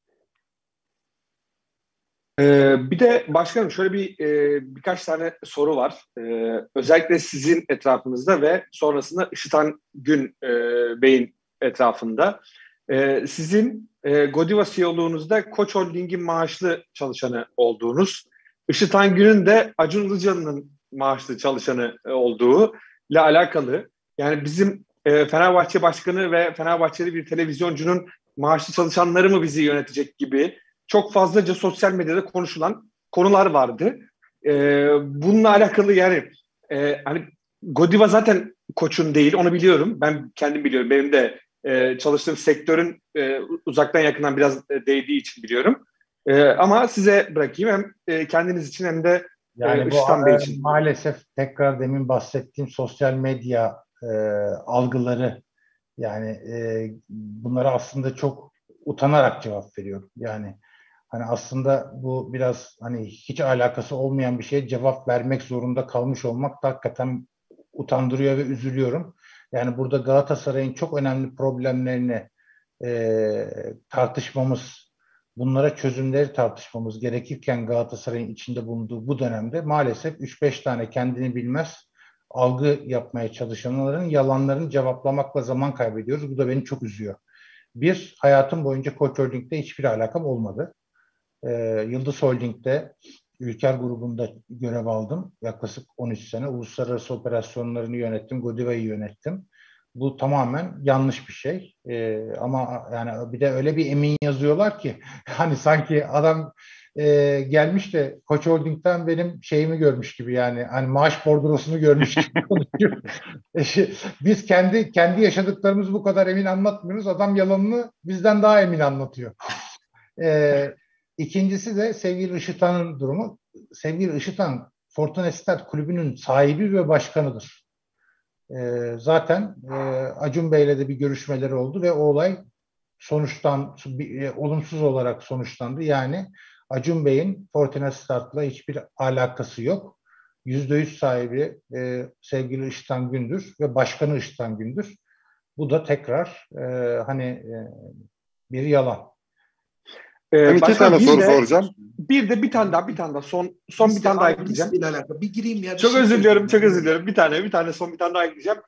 Bir de başkanım şöyle birkaç tane soru var. Özellikle sizin etrafınızda ve sonrasında Işıtan Gün Bey'in etrafında. Sizin Godiva CEO'luğunuzda Koç Holding'in maaşlı çalışanı olduğunuz, Işıtan Gün'ün de Acun Ilıcalı'nın maaşlı çalışanı olduğu ile alakalı. Yani bizim Fenerbahçe Başkanı ve Fenerbahçeli bir televizyoncu'nun maaşlı çalışanları mı bizi yönetecek gibi çok fazlaca sosyal medyada konuşulan konular vardı. Bununla alakalı yani hani Godiva zaten Koç'un değil, onu biliyorum. Ben kendim biliyorum. Benim de çalıştığım sektörün uzaktan yakından biraz değdiği için biliyorum. Ama size bırakayım hem kendiniz için hem de Yani bu Işıtan Bey için. maalesef tekrar demin bahsettiğim sosyal medya algıları, yani bunlara aslında çok utanarak cevap veriyorum. Yani hani aslında bu biraz hani hiç alakası olmayan bir şeye cevap vermek zorunda kalmış olmak da hakikaten utandırıyor ve üzülüyorum. Yani burada Galatasaray'ın çok önemli problemlerini tartışmamız, bunlara çözümleri tartışmamız gerekirken Galatasaray'ın içinde bulunduğu bu dönemde maalesef 3-5 tane kendini bilmez algı yapmaya çalışanların yalanlarını cevaplamakla zaman kaybediyoruz. Bu da beni çok üzüyor. Bir, hayatım boyunca Koç Holding'de hiçbir alakam olmadı. Yıldız Holding'de Ülker grubunda görev aldım. Yaklaşık 13 sene. Uluslararası operasyonlarını yönettim. Godiva'yı yönettim. Bu tamamen yanlış bir şey. Ama yani bir de öyle bir emin yazıyorlar ki hani sanki adam gelmiş de Koç Holding'den benim şeyimi görmüş gibi, yani hani maaş bordrosunu görmüş gibi konuşuyor. Biz kendi yaşadıklarımızı bu kadar emin anlatmıyoruz. Adam yalanını bizden daha emin anlatıyor. İkincisi de sevgili Işıtan'ın durumu. Sevgili Işıtan, Fortuna Sittard Kulübü'nün sahibi ve başkanıdır. Zaten Acun Bey'le de bir görüşmeleri oldu ve o olay olumsuz olarak sonuçlandı. Yani Acun Bey'in Fortuna Sittard'la hiçbir alakası yok. %100 sahibi sevgili Işıtan Gündür ve başkanı Işıtan Gündür. Bu da tekrar bir yalan. Ben iki Başkan tane soru soracağım. Bir tane daha son bir tane daha ekleyeceğim. Alakalı. Bir gireyim ya. Çok özür diliyorum. Bir tane son bir tane daha ekleyeceğim.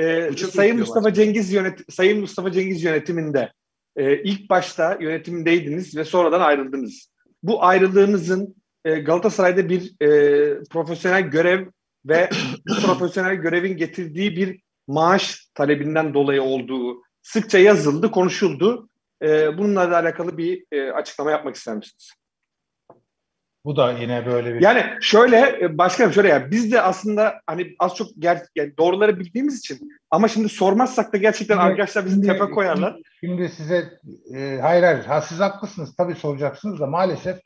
Sayın Mustafa Cengiz yönetiminde ilk başta yönetimindeydiniz ve sonradan ayrıldınız. Bu ayrılığınızın Galatasaray'da bir profesyonel görev ve bu profesyonel görevin getirdiği bir maaş talebinden dolayı olduğu sıkça yazıldı, konuşuldu. Bununla da alakalı bir açıklama yapmak ister misiniz? Bu da yine böyle bir... Yani başkanım şöyle, biz de aslında hani az çok yani doğruları bildiğimiz için, ama şimdi sormazsak da gerçekten arkadaşlar bizi tepe koyarlar. Şimdi size hayır siz haklısınız, tabii soracaksınız da maalesef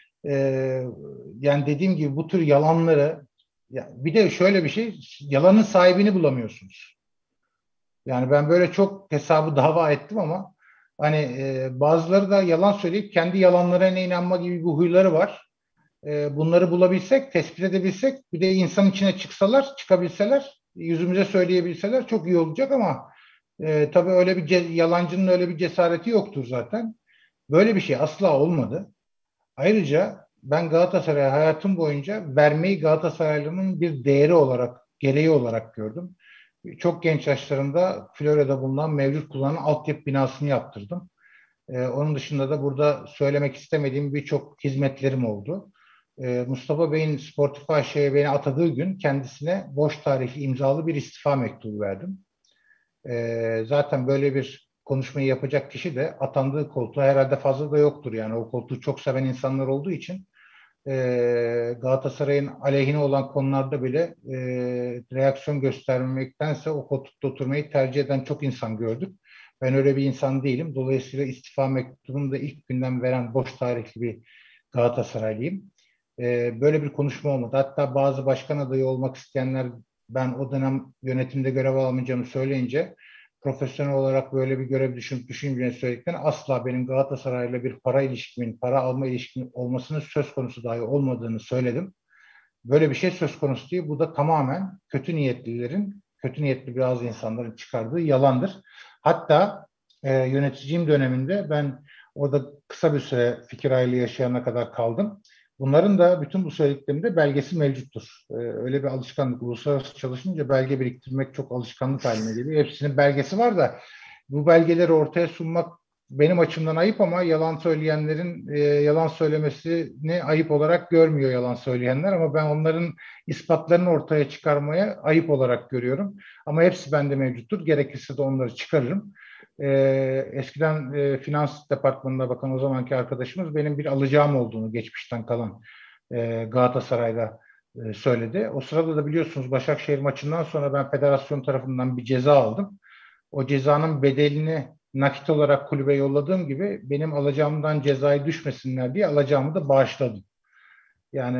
yani dediğim gibi bu tür yalanları, bir de şöyle bir şey, yalanın sahibini bulamıyorsunuz. Yani ben böyle çok hesabı dava ettim ama hani bazıları da yalan söyleyip kendi yalanlarına inanma gibi bir huyları var. Bunları bulabilsek, tespit edebilsek, bir de insanın içine çıkabilseler, yüzümüze söyleyebilseler çok iyi olacak ama tabii öyle bir yalancının öyle bir cesareti yoktur zaten. Böyle bir şey asla olmadı. Ayrıca ben Galatasaray'a hayatım boyunca vermeyi Galatasaraylı'nın bir değeri olarak, gereği olarak gördüm. Çok genç yaşlarımda Florya'da bulunan mevcut kullanılan altyapı binasını yaptırdım. Onun dışında da burada söylemek istemediğim birçok hizmetlerim oldu. Mustafa Bey'in Sportif AŞ'ye beni atadığı gün kendisine boş tarihli imzalı bir istifa mektubu verdim. Zaten böyle bir konuşmayı yapacak kişi de atandığı koltuğa herhalde fazla da yoktur. Yani o koltuğu çok seven insanlar olduğu için Galatasaray'ın aleyhine olan konularda bile reaksiyon göstermektense o koltukta oturmayı tercih eden çok insan gördük. Ben öyle bir insan değilim. Dolayısıyla istifa mektubunu da ilk günden veren boş tarihli bir Galatasaraylıyım. Böyle bir konuşma olmadı. Hatta bazı başkan adayı olmak isteyenler, ben o dönem yönetimde görev almayacağımı söyleyince, profesyonel olarak böyle bir görev düşünmeyeceğini söyledikten asla benim Galatasaray'la bir para alma ilişkimin olmasının söz konusu dahi olmadığını söyledim. Böyle bir şey söz konusu değil. Bu da tamamen kötü niyetli bazı insanların çıkardığı yalandır. Hatta yöneticiyim döneminde ben orada kısa bir süre fikir ayrılığı yaşayana kadar kaldım. Bunların da bütün bu söylediklerimde belgesi mevcuttur. Öyle bir alışkanlık, uluslararası çalışınca belge biriktirmek çok alışkanlık haline geliyor. Hepsinin belgesi var da bu belgeleri ortaya sunmak benim açımdan ayıp, ama yalan söyleyenlerin yalan söylemesini ayıp olarak görmüyor yalan söyleyenler, ama ben onların ispatlarını ortaya çıkarmaya ayıp olarak görüyorum. Ama hepsi bende mevcuttur. Gerekirse de onları çıkarırım. Eskiden finans departmanına bakan o zamanki arkadaşımız benim bir alacağım olduğunu geçmişten kalan Galatasaray'da söyledi. O sırada da biliyorsunuz Başakşehir maçından sonra ben federasyon tarafından bir ceza aldım. O cezanın bedelini nakit olarak kulübe yolladığım gibi benim alacağımdan cezayı düşmesinler diye alacağımı da bağışladım. Yani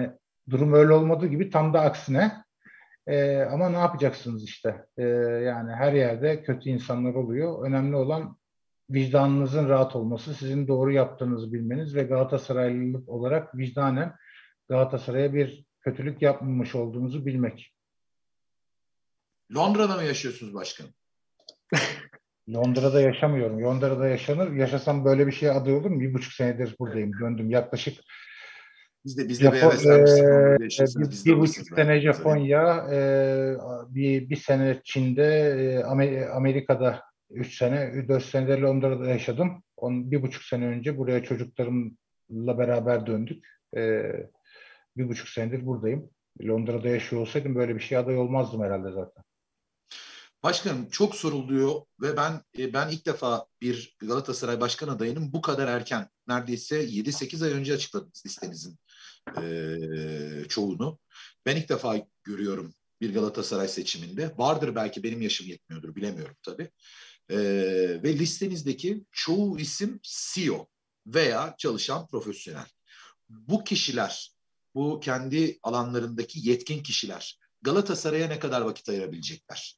durum öyle olmadığı gibi tam da aksine. Ama ne yapacaksınız işte? Yani her yerde kötü insanlar oluyor. Önemli olan vicdanınızın rahat olması, sizin doğru yaptığınızı bilmeniz ve Galatasaraylılık olarak vicdanen Galatasaray'a bir kötülük yapmamış olduğunuzu bilmek. Londra'da mı yaşıyorsunuz başkanım? Londra'da yaşamıyorum. Londra'da yaşasam böyle bir şeye aday olur mu? 1,5 senedir buradayım. Döndüm. Yaklaşık Bizde bir heveslenmişsiniz. Londra'da yaşıyorsanız biz de bir buçuk alırsınız sene belki. Japonya, bir sene Çin'de, Amerika'da 3 sene, 4 senedir Londra'da yaşadım. 1,5 sene önce buraya çocuklarımla beraber döndük. 1,5 senedir buradayım. Londra'da yaşıyor olsaydım böyle bir şeye aday olmazdım herhalde zaten. Başkanım çok soruluyor ve ben ilk defa bir Galatasaray başkan adayının bu kadar erken, neredeyse 7-8 ay önce açıkladınız listenizin çoğunu. Ben ilk defa görüyorum bir Galatasaray seçiminde. Vardır, belki benim yaşım yetmiyordur, bilemiyorum tabii. Ve listenizdeki çoğu isim CEO veya çalışan profesyonel. Bu kişiler, bu kendi alanlarındaki yetkin kişiler Galatasaray'a ne kadar vakit ayırabilecekler?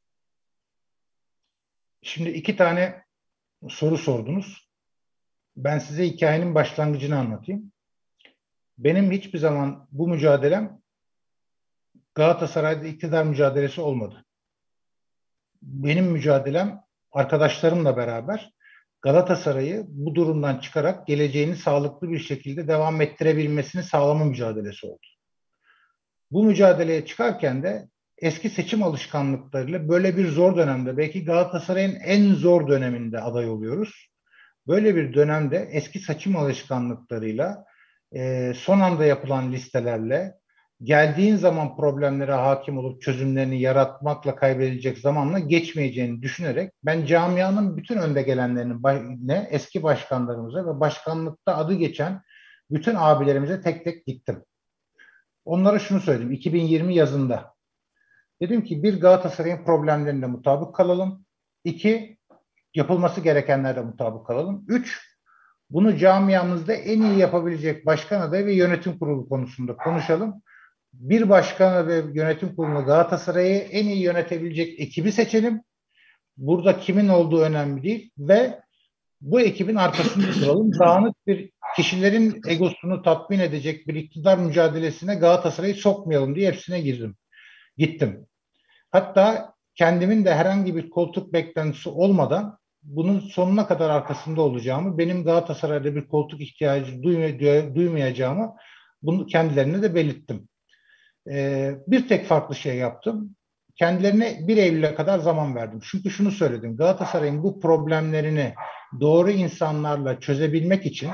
Şimdi 2 tane soru sordunuz. Ben size hikayenin başlangıcını anlatayım. Benim hiçbir zaman bu mücadelem Galatasaray'da iktidar mücadelesi olmadı. Benim mücadelem arkadaşlarımla beraber Galatasaray'ı bu durumdan çıkarak geleceğini sağlıklı bir şekilde devam ettirebilmesini sağlama mücadelesi oldu. Bu mücadeleye çıkarken de eski seçim alışkanlıklarıyla böyle bir zor dönemde, belki Galatasaray'ın en zor döneminde aday oluyoruz. Böyle bir dönemde eski seçim alışkanlıklarıyla, son anda yapılan listelerle, geldiğin zaman problemlere hakim olup çözümlerini yaratmakla kaybedilecek zamanla geçmeyeceğini düşünerek ben camianın bütün önde gelenlerinin eski başkanlarımıza ve başkanlıkta adı geçen bütün abilerimize tek tek gittim. Onlara şunu söyledim 2020 yazında. Dedim ki bir, Galatasaray'ın problemlerine mutabık kalalım. 2, yapılması gerekenlerde mutabık kalalım. 3, bunu camiamızda en iyi yapabilecek başkan adayı ve yönetim kurulu konusunda konuşalım. Bir başkanı ve yönetim kurulu, Galatasaray'ı en iyi yönetebilecek ekibi seçelim. Burada kimin olduğu önemli değil ve bu ekibin arkasında duralım. Dağınık bir kişilerin egosunu tatmin edecek bir iktidar mücadelesine Galatasaray'ı sokmayalım diye hepsine gittim. Hatta kendimin de herhangi bir koltuk beklentisi olmadan bunun sonuna kadar arkasında olacağımı, benim Galatasaray'da bir koltuk ihtiyacı duymayacağımı bunu kendilerine de belirttim. Bir tek farklı şey yaptım. Kendilerine 1 Eylül'e kadar zaman verdim. Çünkü şunu söyledim. Galatasaray'ın bu problemlerini doğru insanlarla çözebilmek için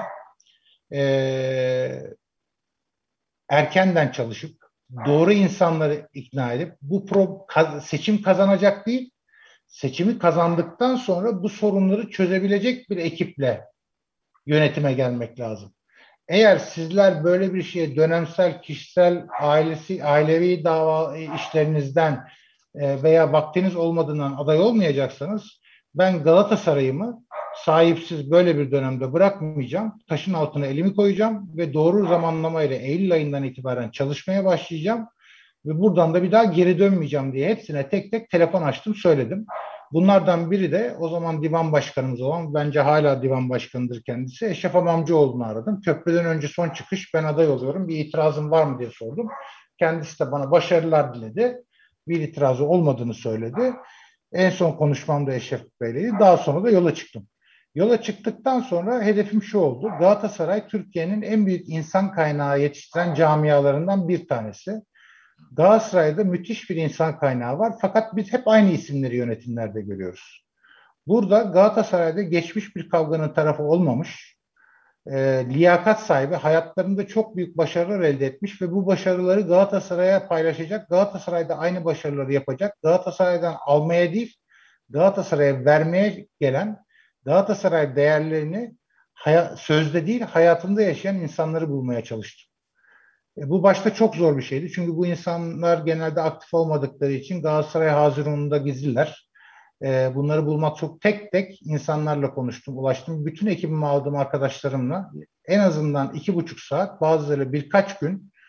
erkenden çalışıp doğru insanları ikna edip seçim kazanacak değil, seçimi kazandıktan sonra bu sorunları çözebilecek bir ekiple yönetime gelmek lazım. Eğer sizler böyle bir şeye dönemsel, kişisel, ailevi dava işlerinizden veya vaktiniz olmadığından aday olmayacaksanız ben Galatasaray'ımı sahipsiz böyle bir dönemde bırakmayacağım. Taşın altına elimi koyacağım ve doğru zamanlamayla Eylül ayından itibaren çalışmaya başlayacağım ve buradan da bir daha geri dönmeyeceğim diye hepsine tek tek telefon açtım, söyledim. Bunlardan biri de o zaman divan başkanımız olan, bence hala divan başkanıdır kendisi, Eşref Amamcıoğlu'nu aradım. Köprüden önce son çıkış, ben aday oluyorum, bir itirazın var mı diye sordum. Kendisi de bana başarılar diledi. Bir itirazı olmadığını söyledi. En son konuşmamda Eşref Bey'leydi. Daha sonra da yola çıktım. Yola çıktıktan sonra hedefim şu oldu. Galatasaray Türkiye'nin en büyük insan kaynağı yetiştiren camialarından bir tanesi. Galatasaray'da müthiş bir insan kaynağı var. Fakat biz hep aynı isimleri yönetimlerde görüyoruz. Burada Galatasaray'da geçmiş bir kavganın tarafı olmamış, liyakat sahibi, hayatlarında çok büyük başarılar elde etmiş ve bu başarıları Galatasaray'a paylaşacak, Galatasaray'da aynı başarıları yapacak, Galatasaray'dan almaya değil, Galatasaray'a vermeye gelen, Galatasaray değerlerini sözde değil, hayatında yaşayan insanları bulmaya çalıştım. Bu başta çok zor bir şeydi. Çünkü bu insanlar genelde aktif olmadıkları için Galatasaray Haziran'ında gizliler. Bunları bulmak çok, tek tek insanlarla konuştum, ulaştım. Bütün ekibimi aldığım arkadaşlarımla en azından 2,5 saat, bazıları birkaç gün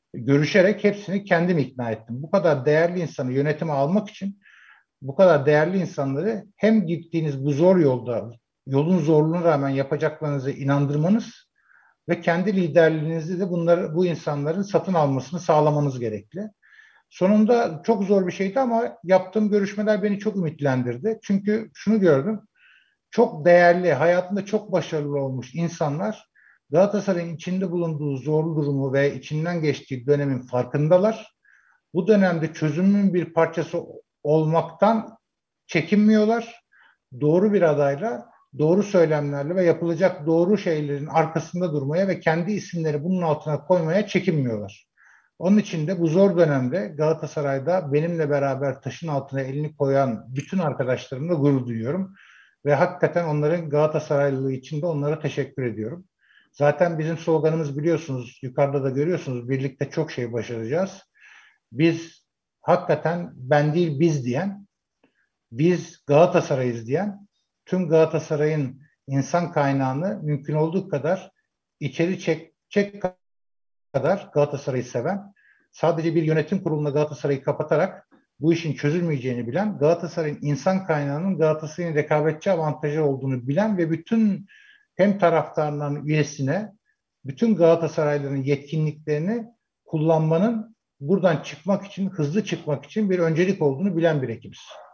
görüşerek hepsini kendim ikna ettim. Bu kadar değerli insanı yönetime almak için bu kadar değerli insanları hem gittiğiniz bu zor yolda, yolun zorluğuna rağmen yapacaklarınızı inandırmanız ve kendi liderliğinizi de bu insanların satın almasını sağlamanız gerekli. Sonunda çok zor bir şeydi ama yaptığım görüşmeler beni çok ümitlendirdi. Çünkü şunu gördüm, çok değerli, hayatında çok başarılı olmuş insanlar Galatasaray'ın içinde bulunduğu zorlu durumu ve içinden geçtiği dönemin farkındalar. Bu dönemde çözümün bir parçası olmaktan çekinmiyorlar. Doğru bir adayla, doğru söylemlerle ve yapılacak doğru şeylerin arkasında durmaya ve kendi isimleri bunun altına koymaya çekinmiyorlar. Onun için de bu zor dönemde Galatasaray'da benimle beraber taşın altına elini koyan bütün arkadaşlarımla gurur duyuyorum. Ve hakikaten onların Galatasaraylılığı için de onlara teşekkür ediyorum. Zaten bizim sloganımız biliyorsunuz, yukarıda da görüyorsunuz, birlikte çok şey başaracağız. Biz hakikaten ben değil biz diyen, biz Galatasaray'ız diyen, tüm Galatasaray'ın insan kaynağını mümkün olduğu kadar içeri çekecek kadar Galatasaray'ı seven, sadece bir yönetim kuruluna Galatasaray'ı kapatarak bu işin çözülmeyeceğini bilen, Galatasaray'ın insan kaynağının Galatasaray'ın rekabetçi avantajı olduğunu bilen ve bütün hem taraftarların üyesine, bütün Galatasaraylıların yetkinliklerini kullanmanın buradan çıkmak için, hızlı çıkmak için bir öncelik olduğunu bilen bir ekibiz.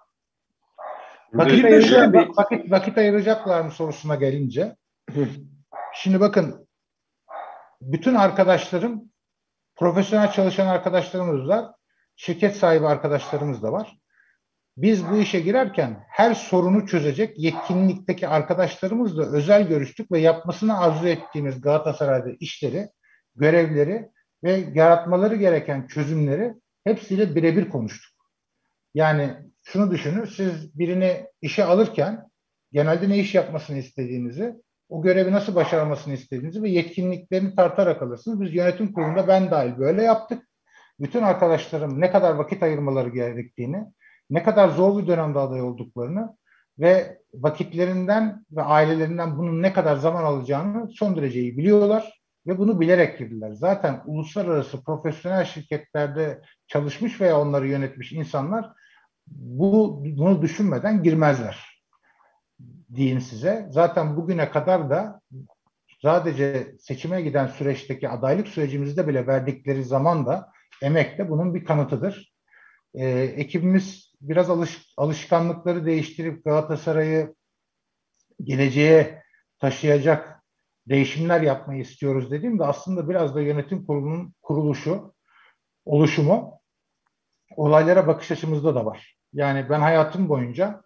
Vakit ayıracaklar mı sorusuna gelince, şimdi bakın, bütün arkadaşlarım, profesyonel çalışan arkadaşlarımız var, şirket sahibi arkadaşlarımız da var. Biz bu işe girerken her sorunu çözecek yetkinlikteki arkadaşlarımızla özel görüştük ve yapmasını arzu ettiğimiz Galatasaray'da işleri, görevleri ve yaratmaları gereken çözümleri hepsiyle birebir konuştuk. Yani şunu düşünün, siz birini işe alırken genelde ne iş yapmasını istediğinizi, o görevi nasıl başarmasını istediğinizi ve yetkinliklerini tartarak alırsınız. Biz yönetim kurulunda ben dahil böyle yaptık. Bütün arkadaşlarım ne kadar vakit ayırmaları gerektiğini, ne kadar zor bir dönemde aday olduklarını ve vakitlerinden ve ailelerinden bunun ne kadar zaman alacağını son derece iyi biliyorlar ve bunu bilerek girdiler. Zaten uluslararası profesyonel şirketlerde çalışmış veya onları yönetmiş insanlar bunu düşünmeden girmezler diyeyim size. Zaten bugüne kadar da sadece seçime giden süreçteki adaylık sürecimizde bile verdikleri zaman da emek de bunun bir kanıtıdır. Ekibimiz biraz alışkanlıkları değiştirip Galatasaray'ı geleceğe taşıyacak değişimler yapmayı istiyoruz dediğimde aslında biraz da yönetim kurulunun oluşumu olaylara bakış açımızda da var. Yani ben hayatım boyunca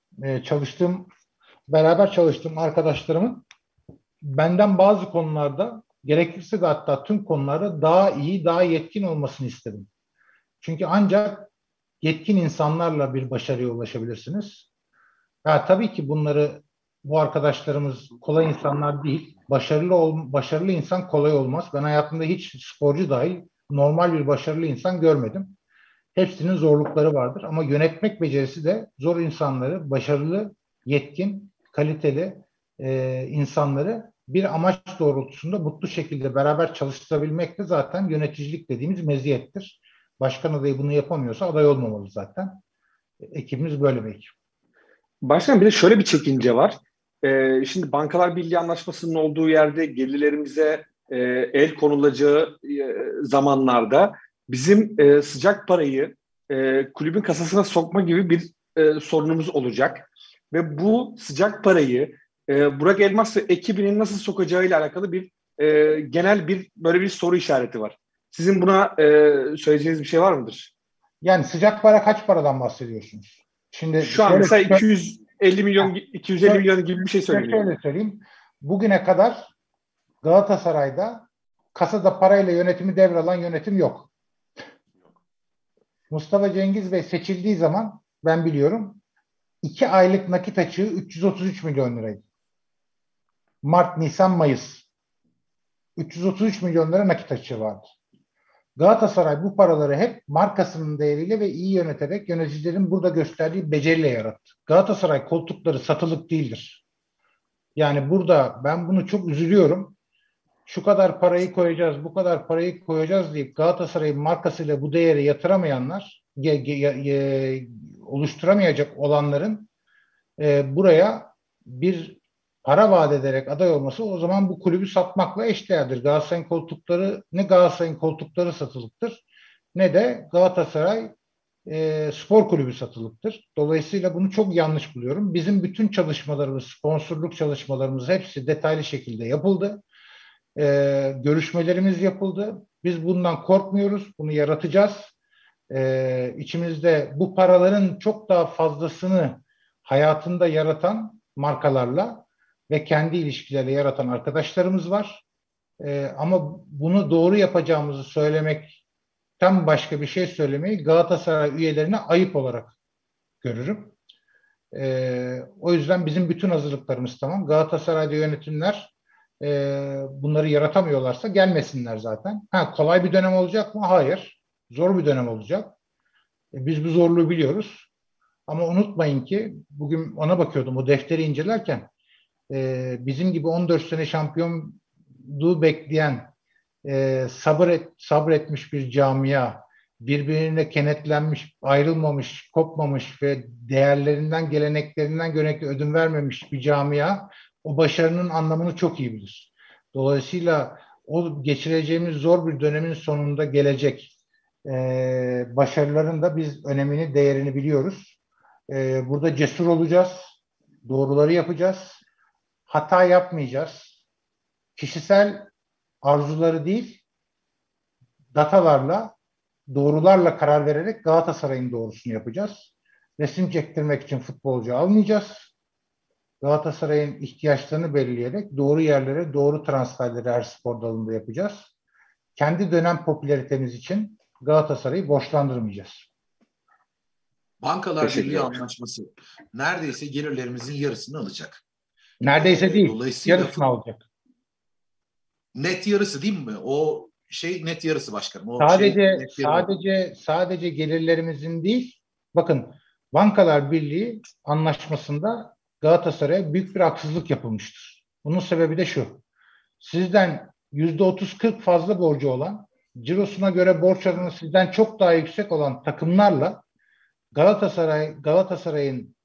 beraber çalıştığım arkadaşlarımın benden bazı konularda, gerekirse de hatta tüm konularda daha iyi, daha yetkin olmasını istedim. Çünkü ancak yetkin insanlarla bir başarıya ulaşabilirsiniz. Tabii ki bu arkadaşlarımız kolay insanlar değil. Başarılı insan kolay olmaz. Ben hayatımda hiç sporcu dahil normal bir başarılı insan görmedim. Hepsinin zorlukları vardır ama yönetmek becerisi de zor insanları, başarılı, yetkin, kaliteli insanları bir amaç doğrultusunda mutlu şekilde beraber çalıştırabilmek de zaten yöneticilik dediğimiz meziyettir. Başkan adayı bunu yapamıyorsa aday olmamalı zaten. Ekibimiz böyle bir ekip. Başkan, bir de şöyle bir çekince var. Şimdi Bankalar Birliği Anlaşması'nın olduğu yerde gelirlerimize el konulacağı zamanlarda bizim sıcak parayı kulübün kasasına sokma gibi bir sorunumuz olacak. Ve bu sıcak parayı Burak Elmas ve ekibinin nasıl sokacağıyla alakalı bir genel böyle bir soru işareti var. Sizin buna söyleyeceğiniz bir şey var mıdır? Yani sıcak para kaç paradan bahsediyorsunuz? Şimdi şu an mesela 250 milyon gibi bir şey söyleniyor. Şöyle söyleyeyim. Bugüne kadar Galatasaray'da kasada parayla yönetimi devralan yönetim yok. Mustafa Cengiz Bey seçildiği zaman ben biliyorum 2 aylık nakit açığı 333 milyon liraydı. Mart, Nisan, Mayıs. 333 milyon lira nakit açığı vardı. Galatasaray bu paraları hep markasının değeriyle ve iyi yöneterek yöneticilerin burada gösterdiği beceriyle yarattı. Galatasaray koltukları satılık değildir. Yani burada ben bunu çok üzülüyorum. şu kadar parayı koyacağız, bu kadar parayı koyacağız deyip Galatasaray'ın markasıyla bu değeri yatıramayanlar, oluşturamayacak olanların buraya bir para vaat ederek aday olması o zaman bu kulübü satmakla eşdeğerdir. Galatasaray'ın koltukları ne Galatasaray'ın koltukları satılıktır ne de Galatasaray spor kulübü satılıktır. Dolayısıyla bunu çok yanlış buluyorum. Bizim bütün çalışmalarımız, sponsorluk çalışmalarımız hepsi detaylı şekilde yapıldı. Görüşmelerimiz yapıldı. Biz bundan korkmuyoruz. Bunu yaratacağız. İçimizde bu paraların çok daha fazlasını hayatında yaratan markalarla ve kendi ilişkilerle yaratan arkadaşlarımız var. Ama bunu doğru yapacağımızı söylemekten başka bir şey söylemeyi Galatasaray üyelerine ayıp olarak görürüm. O yüzden bizim bütün hazırlıklarımız tamam. Galatasaray'da yönetimler bunları yaratamıyorlarsa gelmesinler zaten. Kolay bir dönem olacak mı? Hayır. Zor bir dönem olacak. Biz bu zorluğu biliyoruz. Ama unutmayın ki bugün ona bakıyordum o defteri incelerken bizim gibi 14 sene şampiyonluğu bekleyen sabretmiş bir camia, birbirine kenetlenmiş, ayrılmamış, kopmamış ve değerlerinden, geleneklerinden görenekle ödün vermemiş bir camia o başarının anlamını çok iyi bilir. Dolayısıyla o geçireceğimiz zor bir dönemin sonunda gelecek başarıların da biz önemini, değerini biliyoruz. Burada cesur olacağız, doğruları yapacağız, hata yapmayacağız. Kişisel arzuları değil, datalarla, doğrularla karar vererek Galatasaray'ın doğrusunu yapacağız. Resim çektirmek için futbolcu almayacağız. Galatasaray'ın ihtiyaçlarını belirleyerek doğru yerlere, doğru transferleri her spor dalında yapacağız. Kendi dönem popülaritemiz için Galatasaray'ı borçlandırmayacağız. Bankalar Birliği anlaşması neredeyse gelirlerimizin yarısını alacak. Neredeyse değil, Dolayısıyla yarısını alacak. Net yarısı değil mi? O şey net yarısı başkanım. O sadece gelirlerimizin değil. Bakın Bankalar Birliği anlaşmasında Galatasaray'a büyük bir haksızlık yapılmıştır. Bunun sebebi de şu. Sizden %30-40 fazla borcu olan, cirosuna göre borç oranı sizden çok daha yüksek olan takımlarla Galatasaray'ın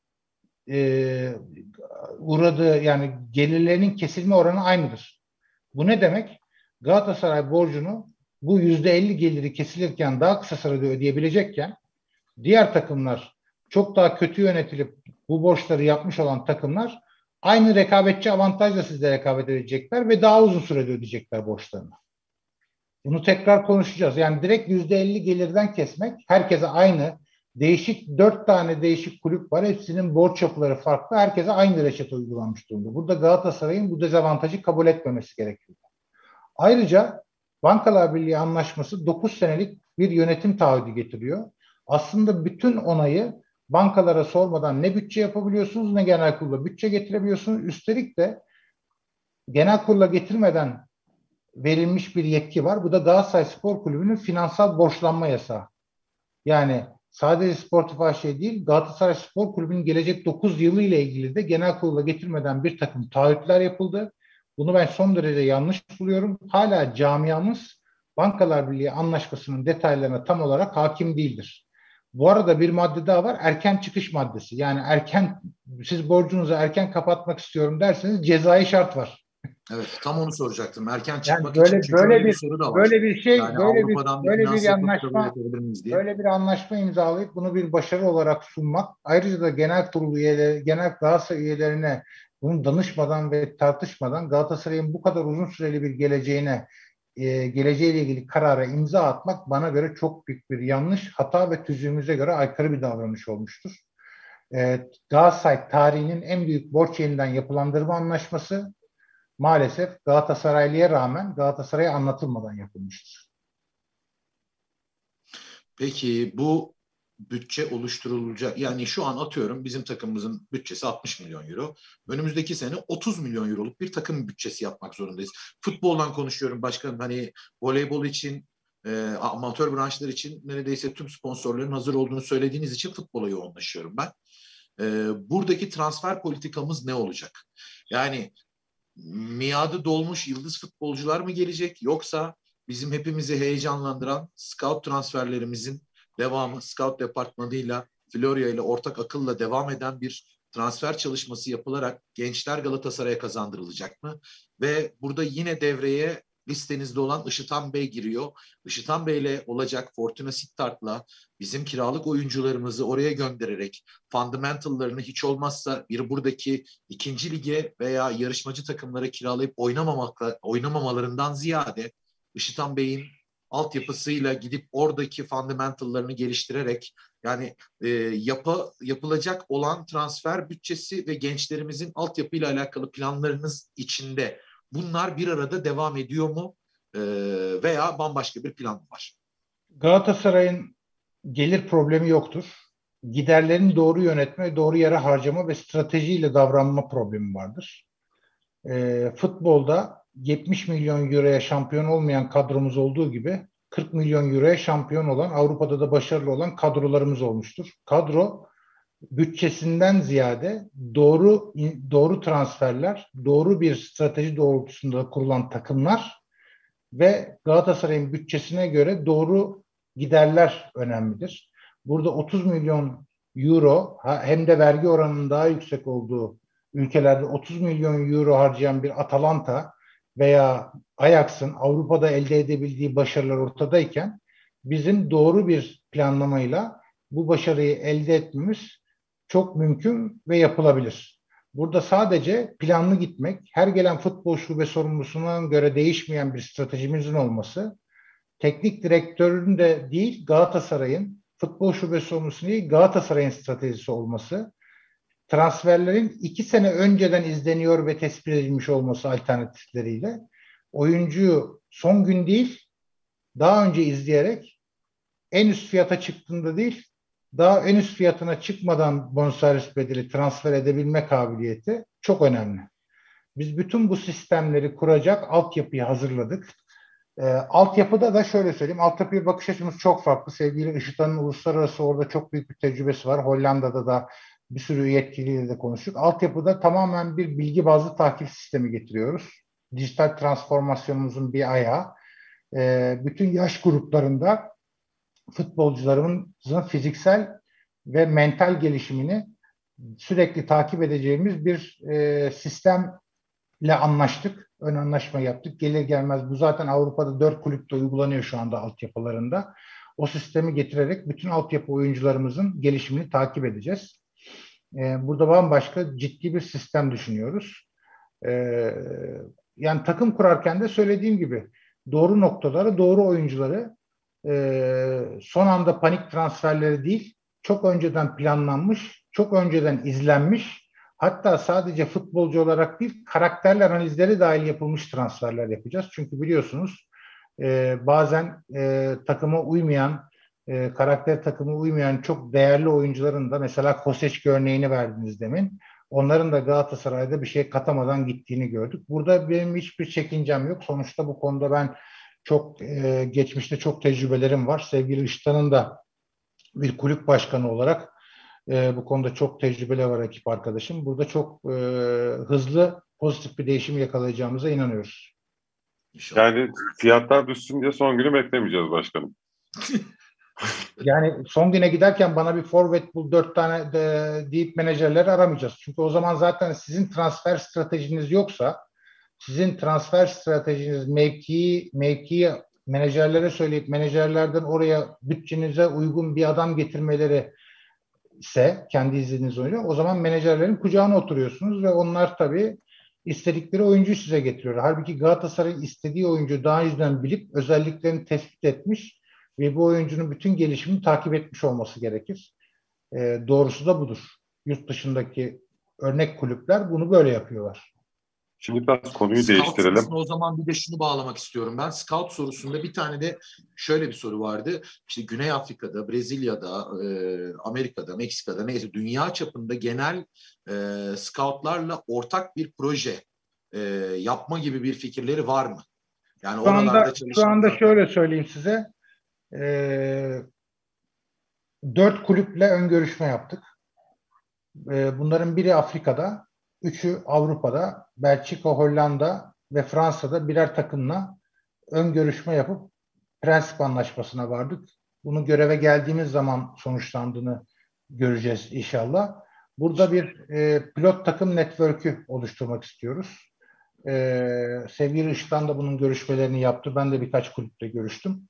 uğradığı yani gelirlerinin kesilme oranı aynıdır. Bu ne demek? Galatasaray borcunu bu %50 geliri kesilirken daha kısa sürede ödeyebilecekken diğer takımlar çok daha kötü yönetilip bu borçları yapmış olan takımlar aynı rekabetçi avantajla sizle rekabet edecekler ve daha uzun sürede ödeyecekler borçlarını. Bunu tekrar konuşacağız. Yani direkt %50 gelirden kesmek herkese aynı. Dört tane değişik kulüp var. Hepsinin borç yapıları farklı. Herkese aynı reçete uygulanmış durumda. Burada Galatasaray'ın bu dezavantajı kabul etmemesi gerekiyor. Ayrıca Bankalar Birliği Anlaşması 9 senelik bir yönetim taahhüdü getiriyor. Aslında bütün onayı bankalara sormadan ne bütçe yapabiliyorsunuz ne genel kurula bütçe getirebiliyorsunuz. Üstelik de genel kurula getirmeden verilmiş bir yetki var. Bu da Galatasaray Spor Kulübü'nün finansal borçlanma yasağı. Yani sadece sportif şey değil, Galatasaray Spor Kulübü'nün gelecek 9 yılı ile ilgili de genel kurula getirmeden bir takım taahhütler yapıldı. Bunu ben son derece yanlış buluyorum. Hala camiamız Bankalar Birliği Anlaşması'nın detaylarına tam olarak hakim değildir. Bu arada bir madde daha var, erken çıkış maddesi. Yani siz borcunuzu erken kapatmak istiyorum derseniz cezai şart var. Evet, tam onu soracaktım. Erken çıkmak yani için çünkü öyle bir soru da var. Böyle bir anlaşma imzalayıp bunu bir başarı olarak sunmak, ayrıca da genel kurul üyeleri, genel Galatasaray üyelerine bunu danışmadan ve tartışmadan Galatasaray'ın bu kadar uzun süreli bir geleceğiyle ilgili karara imza atmak bana göre çok büyük bir yanlış, hata ve tüzüğümüze göre aykırı bir davranış olmuştur. Galatasaray tarihinin en büyük borç yeniden yapılandırma anlaşması maalesef Galatasaraylı'ya rağmen Galatasaray'a anlatılmadan yapılmıştır. Peki bu bütçe oluşturulacak. Yani şu an atıyorum bizim takımımızın bütçesi 60 milyon euro. Önümüzdeki sene 30 milyon euroluk bir takım bütçesi yapmak zorundayız. Futboldan konuşuyorum başkanım. Hani voleybol için, amatör branşlar için neredeyse tüm sponsorların hazır olduğunu söylediğiniz için futbola yoğunlaşıyorum ben. Buradaki transfer politikamız ne olacak? Yani miadı dolmuş yıldız futbolcular mı gelecek, yoksa bizim hepimizi heyecanlandıran scout transferlerimizin devamı, scout departmanıyla, Florya ile ortak akılla devam eden bir transfer çalışması yapılarak gençler Galatasaray'a kazandırılacak mı? Ve burada yine devreye listenizde olan Işıtan Bey giriyor. Işıtan Bey'le olacak Fortuna Sittard'la bizim kiralık oyuncularımızı oraya göndererek fundamentallarını hiç olmazsa bir buradaki ikinci lige veya yarışmacı takımlara kiralayıp oynamamalarından ziyade Işıtan Bey'in altyapısıyla gidip oradaki fundamentallarını geliştirerek, yani yapılacak olan transfer bütçesi ve gençlerimizin altyapıyla alakalı planlarınız içinde bunlar bir arada devam ediyor mu? Veya bambaşka bir plan mı var? Galatasaray'ın gelir problemi yoktur. Giderlerini doğru yönetme, doğru yere harcama ve stratejiyle davranma problemi vardır. Futbolda 70 milyon euroya şampiyon olmayan kadromuz olduğu gibi 40 milyon euroya şampiyon olan, Avrupa'da da başarılı olan kadrolarımız olmuştur. Kadro bütçesinden ziyade doğru transferler, doğru bir strateji doğrultusunda kurulan takımlar ve Galatasaray'ın bütçesine göre doğru giderler önemlidir. Burada 30 milyon euro hem de vergi oranının daha yüksek olduğu ülkelerde 30 milyon euro harcayan bir Atalanta veya Ajax'ın Avrupa'da elde edebildiği başarılar ortadayken bizim doğru bir planlamayla bu başarıyı elde etmemiz çok mümkün ve yapılabilir. Burada sadece planlı gitmek, her gelen futbol şube sorumlusuna göre değişmeyen bir stratejimizin olması, teknik direktörün de değil Galatasaray'ın, futbol şube sorumlusu değil Galatasaray'ın stratejisi olması, transferlerin 2 sene önceden izleniyor ve tespit edilmiş olması alternatifleriyle, oyuncuyu son gün değil, daha önce izleyerek en üst fiyata çıktığında değil, daha en üst fiyatına çıkmadan bonservis bedeli transfer edebilme kabiliyeti çok önemli. Biz bütün bu sistemleri kuracak altyapıyı hazırladık. Altyapıda da şöyle söyleyeyim, altyapıya bakış açımız çok farklı. Sevgili Işıtan'ın uluslararası orada çok büyük bir tecrübesi var. Hollanda'da da bir sürü yetkiliyle de konuştuk. Altyapıda tamamen bir bilgi bazlı takip sistemi getiriyoruz. Dijital transformasyonumuzun bir ayağı. Bütün yaş gruplarında futbolcularımızın fiziksel ve mental gelişimini sürekli takip edeceğimiz bir sistemle anlaştık. Ön anlaşma yaptık. Gelir gelmez bu zaten Avrupa'da 4 kulüpte uygulanıyor şu anda altyapılarında. O sistemi getirerek bütün altyapı oyuncularımızın gelişimini takip edeceğiz. Burada bambaşka ciddi bir sistem düşünüyoruz. Yani takım kurarken de söylediğim gibi doğru noktaları, doğru oyuncuları son anda panik transferleri değil, çok önceden planlanmış, çok önceden izlenmiş, hatta sadece futbolcu olarak değil, karakterli analizleri dahil yapılmış transferler yapacağız. Çünkü biliyorsunuz bazen takıma uymayan, karakter takımı uymayan çok değerli oyuncuların da mesela Koseçki örneğini verdiniz demin. Onların da Galatasaray'da bir şey katamadan gittiğini gördük. Burada benim hiçbir çekincem yok. Sonuçta bu konuda ben çok geçmişte çok tecrübelerim var. Sevgili Işıtan'ın da bir kulüp başkanı olarak bu konuda çok tecrübeli var ekip arkadaşım. Burada çok hızlı pozitif bir değişim yakalayacağımıza inanıyoruz. Yani fiyatlar düşsün diye son günü beklemeyeceğiz başkanım. Yani son güne giderken bana bir forvet bul 4 tane deyip menajerleri aramayacağız. Çünkü o zaman zaten sizin transfer stratejiniz yoksa, sizin transfer stratejiniz mevkiyi menajerlere söyleyip menajerlerden oraya bütçenize uygun bir adam getirmeleri ise kendi izlediğiniz oyuncu, o zaman menajerlerin kucağına oturuyorsunuz ve onlar tabii istedikleri oyuncuyu size getiriyor. Halbuki Galatasaray'ın istediği oyuncu daha önceden bilip özelliklerini tespit etmiş ve bu oyuncunun bütün gelişimini takip etmiş olması gerekir. Doğrusu da budur. Yurt dışındaki örnek kulüpler bunu böyle yapıyorlar. Şimdi biraz konuyu Scout değiştirelim. sorusuna o zaman bir de şunu bağlamak istiyorum ben. Scout sorusunda bir tane de şöyle bir soru vardı. İşte Güney Afrika'da, Brezilya'da, Amerika'da, Meksika'da neyse dünya çapında genel scoutlarla ortak bir proje yapma gibi bir fikirleri var mı? Yani oralarda Şu anda şöyle söyleyeyim size. 4 kulüple ön görüşme yaptık. Bunların biri Afrika'da, üçü Avrupa'da, Belçika, Hollanda ve Fransa'da birer takımla ön görüşme yapıp prensip anlaşmasına vardık. Bunu göreve geldiğimiz zaman sonuçlandığını göreceğiz inşallah. Burada bir pilot takım network'ü oluşturmak istiyoruz. Sevgili Işık'tan da bunun görüşmelerini yaptı. Ben de birkaç kulüple görüştüm.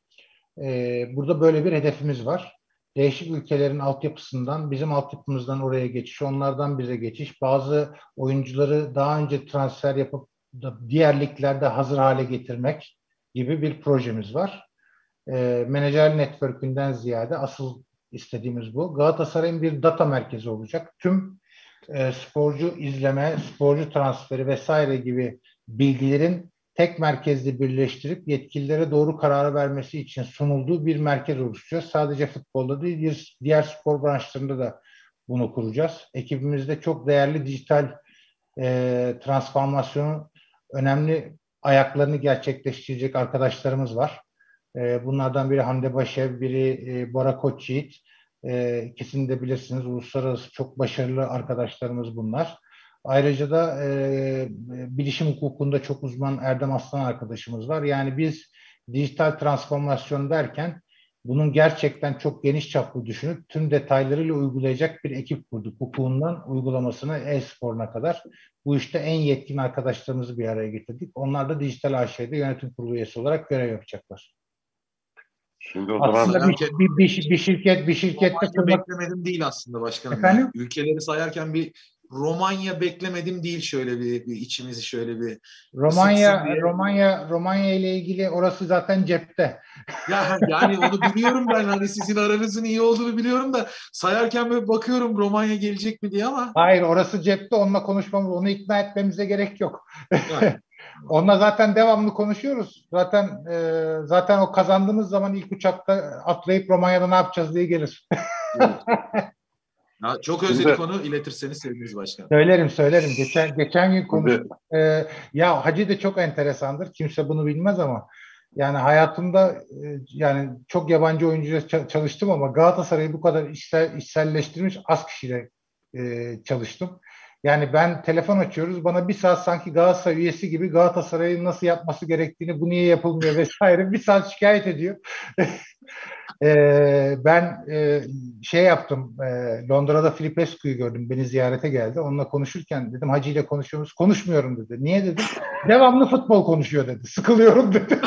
Burada böyle bir hedefimiz var. Değişik ülkelerin altyapısından, bizim altyapımızdan oraya geçiş, onlardan bize geçiş, bazı oyuncuları daha önce transfer yapıp diğer liglerde hazır hale getirmek gibi bir projemiz var. Menajer network'ünden ziyade asıl istediğimiz bu. Galatasaray'ın bir data merkezi olacak. Tüm sporcu izleme, sporcu transferi vesaire gibi bilgilerin tek merkezde birleştirip yetkililere doğru kararı vermesi için sunulduğu bir merkez oluşturacağız. Sadece futbolda değil, diğer spor branşlarında da bunu kuracağız. Ekibimizde çok değerli dijital transformasyonun önemli ayaklarını gerçekleştirecek arkadaşlarımız var. Bunlardan biri Hande Başev, biri Bora Koçyiğit. İkisini de bilirsiniz. Uluslararası çok başarılı arkadaşlarımız bunlar. Ayrıca da bilişim hukukunda çok uzman Erdem Aslan arkadaşımız var. Yani biz dijital transformasyon derken bunun gerçekten çok geniş çaplı düşünüp tüm detaylarıyla uygulayacak bir ekip kurduk. Hukukundan uygulamasına, e-sporuna kadar. Bu işte en yetkin arkadaşlarımızı bir araya getirdik. Onlar da Dijital AŞ'de yönetim kurulu üyesi olarak görev yapacaklar. Şimdi o zaman Aslında bir şirkette Romanya kurmak. beklemedim değil aslında başkanım. Efendim? Yani ülkeleri sayarken bir Romanya beklemedim değil, şöyle bir içimizi şöyle bir ısıtsın diye. Romanya ile ilgili orası zaten cepte. Ya yani onu biliyorum ben, hani sizin aranızın iyi olduğunu biliyorum da sayarken böyle bakıyorum Romanya gelecek mi diye ama. Hayır, orası cepte, onunla konuşmamız, onu ikna etmemize gerek yok. Ha. Onunla zaten devamlı konuşuyoruz. Zaten o kazandığımız zaman ilk uçakta atlayıp Romanya'da ne yapacağız diye gelir. Evet. Ya, çok Şimdi, özeli konu, iletirseniz seviniriz başkanım. Söylerim. Geçen gün konuştuk. Ya Hacı da çok enteresandır. Kimse bunu bilmez ama yani hayatımda yani çok yabancı oyuncuyla çalıştım ama Galatasaray'ı bu kadar içselleştirmiş az kişiyle çalıştım. Yani ben telefon açıyoruz, bana bir saat sanki Galatasaray üyesi gibi Galatasaray'ın nasıl yapması gerektiğini, bu niye yapılmıyor vesaire bir saat şikayet ediyor. Ben şey yaptım, Londra'da Filipescu'yu gördüm, beni ziyarete geldi. Onunla konuşurken dedim, Hacı ile konuşuyoruz. Konuşmuyorum dedi. Niye dedim? Devamlı futbol konuşuyor dedi. Sıkılıyorum dedi.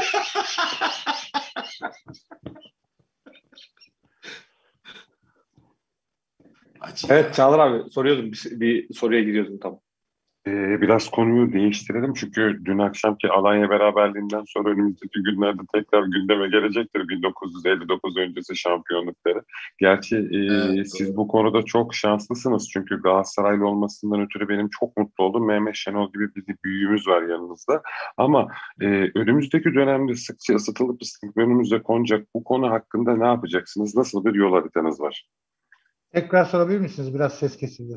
Evet Çağlar abi, soruyordum. Bir soruya giriyordum tam. Biraz konuyu değiştirelim çünkü dün akşamki Alanya beraberliğinden sonra önümüzdeki günlerde tekrar gündeme gelecektir 1959 öncesi şampiyonlukları. Gerçi Evet, siz doğru. bu konuda çok şanslısınız çünkü Galatasaraylı olmasından ötürü benim çok mutlu oldum. Mehmet Şenol gibi bir büyüğümüz var yanınızda. Ama önümüzdeki dönemde sıkça ısıtılıp önümüze konacak bu konu hakkında ne yapacaksınız? Nasıl bir yol haritanız var? Tekrar sorabilir misiniz? Biraz ses kesildi.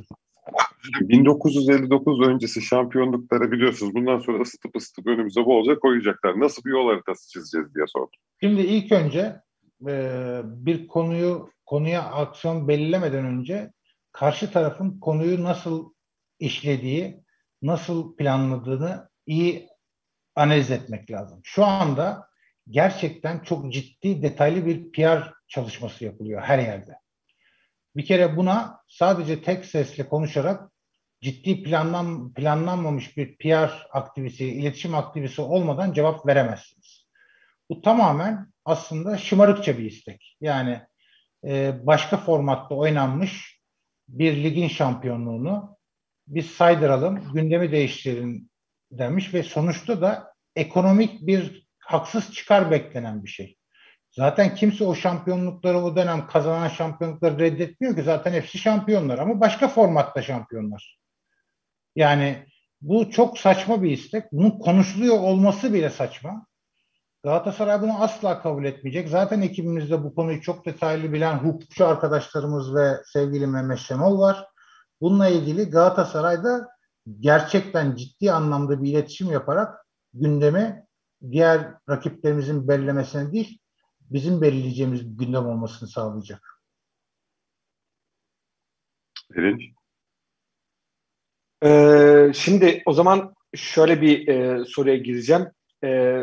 1959 öncesi şampiyonlukları biliyorsunuz. Bundan sonra ısıtıp önümüze bolca koyacaklar. Nasıl bir yol haritası çizeceğiz diye sordum. Şimdi ilk önce bir konuya aksiyon belirlemeden önce karşı tarafın konuyu nasıl işlediği, nasıl planladığını iyi analiz etmek lazım. Şu anda gerçekten çok ciddi, detaylı bir PR çalışması yapılıyor her yerde. Bir kere buna sadece tek sesle konuşarak ciddi planlanmamış bir PR aktivitesi, iletişim aktivitesi olmadan cevap veremezsiniz. Bu tamamen aslında şımarıkça bir istek. Yani başka formatta oynanmış bir ligin şampiyonluğunu biz saydıralım, gündemi değiştirelim demiş ve sonuçta da ekonomik bir haksız çıkar beklenen bir şey. Zaten kimse o şampiyonlukları, o dönem kazanan şampiyonlukları reddetmiyor ki, zaten hepsi şampiyonlar ama başka formatta şampiyonlar. Yani bu çok saçma bir istek. Bunun konuşuluyor olması bile saçma. Galatasaray bunu asla kabul etmeyecek. Zaten ekibimizde bu konuyu çok detaylı bilen hukukçu arkadaşlarımız ve sevgili Mehmet Şenol var. Bununla ilgili Galatasaray'da gerçekten ciddi anlamda bir iletişim yaparak gündemi diğer rakiplerimizin belirlemesine değil, bizim belirleyeceğimiz bir gündem olmasını sağlayacak. Erinç? Şimdi o zaman şöyle bir soruya gireceğim. E,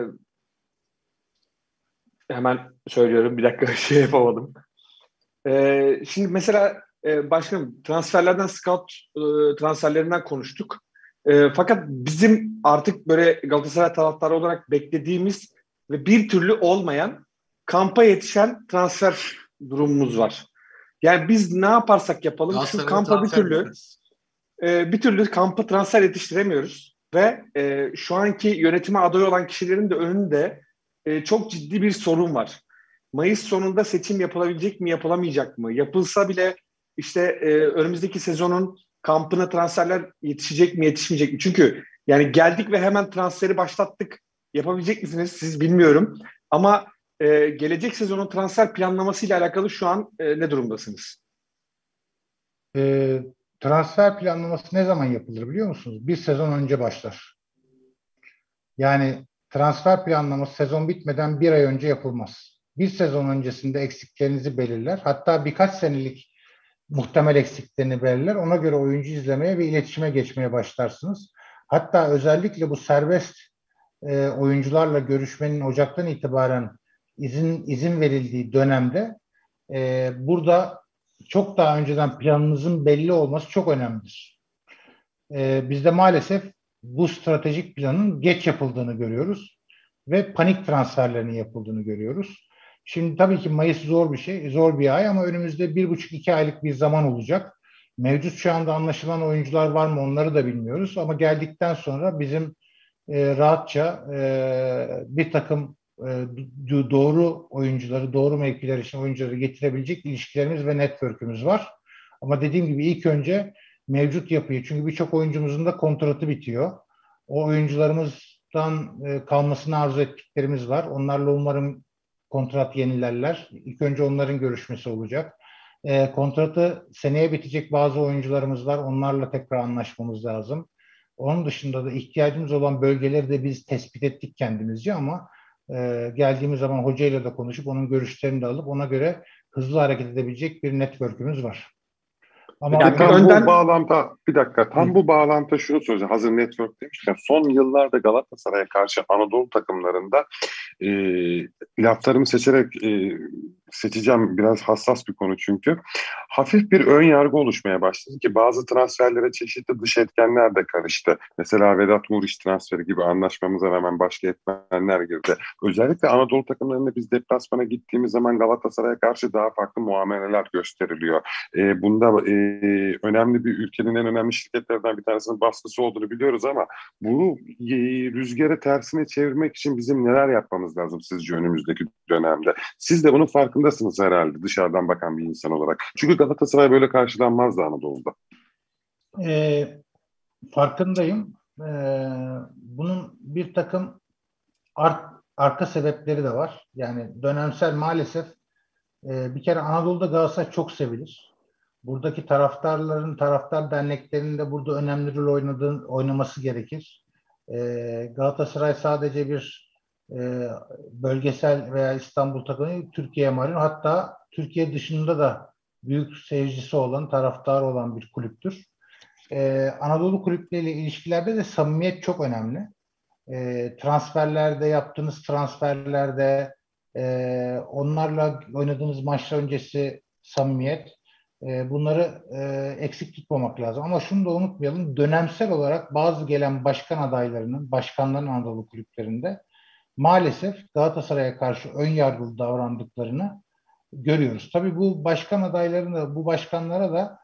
Hemen söylüyorum. Bir dakika şey yapamadım. Şimdi mesela başkanım transferlerden scout transferlerinden konuştuk. Fakat bizim artık böyle Galatasaray taraftarı olarak beklediğimiz ve bir türlü olmayan kampa yetişen transfer durumumuz var. Yani biz ne yaparsak yapalım şu Galatasaray'a kampa transfer bitmez. bir türlü kampa transfer yetiştiremiyoruz. Ve şu anki yönetime aday olan kişilerin de önünde çok ciddi bir sorun var. Mayıs sonunda seçim yapılabilecek mi, yapılamayacak mı? Yapılsa bile işte önümüzdeki sezonun kampına transferler yetişecek mi, yetişmeyecek mi? Çünkü yani geldik ve hemen transferi başlattık. Yapabilecek misiniz? Siz bilmiyorum. Ama gelecek sezonun transfer planlamasıyla alakalı şu an ne durumdasınız? E, Transfer planlaması ne zaman yapılır biliyor musunuz? Bir sezon önce başlar. Yani transfer planlaması sezon bitmeden bir ay önce yapılmaz. Bir sezon öncesinde eksiklerinizi belirler. Hatta birkaç senelik muhtemel eksiklerini belirler. Ona göre oyuncu izlemeye ve iletişime geçmeye başlarsınız. Hatta özellikle bu serbest oyuncularla görüşmenin Ocak'tan itibaren izin verildiği dönemde burada çok daha önceden planınızın belli olması çok önemlidir. Bizde maalesef bu stratejik planın geç yapıldığını görüyoruz ve panik transferlerinin yapıldığını görüyoruz. Şimdi tabii ki Mayıs zor bir şey, zor bir ay ama önümüzde 1,5-2 aylık bir zaman olacak. Mevcut şu anda anlaşılan oyuncular var mı onları da bilmiyoruz ama geldikten sonra bizim rahatça bir takım doğru oyuncuları, doğru mevkiler için oyuncuları getirebilecek ilişkilerimiz ve network'ümüz var. Ama dediğim gibi ilk önce mevcut yapıyı, çünkü birçok oyuncumuzun da kontratı bitiyor. O oyuncularımızdan kalmasını arzu ettiklerimiz var. Onlarla umarım kontrat yenilerler. İlk önce onların görüşmesi olacak. Kontratı seneye bitecek bazı oyuncularımız var. Onlarla tekrar anlaşmamız lazım. Onun dışında da ihtiyacımız olan bölgeleri de biz tespit ettik kendimizce ama geldiğimiz zaman hocayla da konuşup onun görüşlerini de alıp ona göre hızlı hareket edebilecek bir network'ümüz var. Ama Peki Yani bir tam bu önden bağlamda bir dakika tam bu bağlamda şunu soracağım. Hazır network demişken son yıllarda Galatasaray'a karşı Anadolu takımlarında e, laflarımı seçerek seçeceğim, biraz hassas bir konu çünkü. Hafif bir ön yargı oluşmaya başladı ki bazı transferlere çeşitli dış etkenler de karıştı. Mesela Vedat Muriç transferi gibi anlaşmamıza rağmen başka etmenler girdi. Özellikle Anadolu takımlarında biz deplasmana gittiğimiz zaman Galatasaray'a karşı daha farklı muameleler gösteriliyor. Bunda önemli bir ülkenin en önemli şirketlerden bir tanesinin baskısı olduğunu biliyoruz ama bu rüzgarı tersine çevirmek için bizim neler yapmamız lazım sizce önümüzdeki dönemde? Siz de bunun farkındasınız herhalde dışarıdan bakan bir insan olarak. Çünkü Galatasaray böyle karşılanmazdı Anadolu'da. e, farkındayım. Bunun bir takım arka sebepleri de var. Yani dönemsel maalesef bir kere Anadolu'da Galatasaray çok sevilir. Buradaki taraftar derneklerinin de burada önemli rol oynaması gerekir. Galatasaray sadece bir bölgesel veya İstanbul takımı Türkiye'ye malum. Hatta Türkiye dışında da büyük seyircisi olan, taraftarı olan bir kulüptür. Anadolu kulüpleriyle ilişkilerde de samimiyet çok önemli. Transferlerde, yaptığınız transferlerde, onlarla oynadığınız maçlar öncesi samimiyet, bunları eksik tutmamak lazım. Ama şunu da unutmayalım, dönemsel olarak bazı gelen başkan adaylarının, başkanların Anadolu kulüplerinde maalesef Galatasaray'a karşı ön yargılı davrandıklarını görüyoruz. Tabii bu başkan adaylarına, bu başkanlara da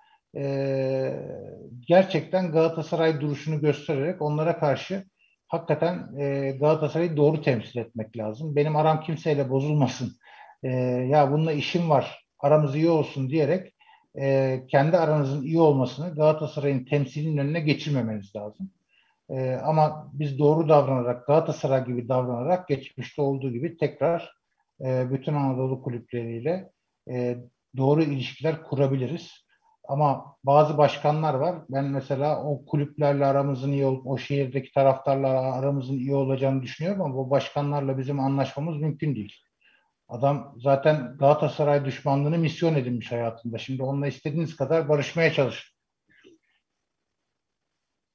gerçekten Galatasaray duruşunu göstererek onlara karşı hakikaten Galatasaray'ı doğru temsil etmek lazım. Benim aram kimseyle bozulmasın. Ya bununla işim var, aramız iyi olsun diyerek kendi aranızın iyi olmasını Galatasaray'ın temsilinin önüne geçirmemeniz lazım. Ama biz doğru davranarak, Galatasaray gibi davranarak geçmişte olduğu gibi tekrar bütün Anadolu kulüpleriyle e, doğru ilişkiler kurabiliriz. Ama bazı başkanlar var. Ben mesela o kulüplerle aramızın iyi olup o şehirdeki taraftarlarla aramızın iyi olacağını düşünüyorum ama bu başkanlarla bizim anlaşmamız mümkün değil. Adam zaten Galatasaray düşmanlığını misyon edinmiş hayatında. Şimdi onunla istediğiniz kadar barışmaya çalışın.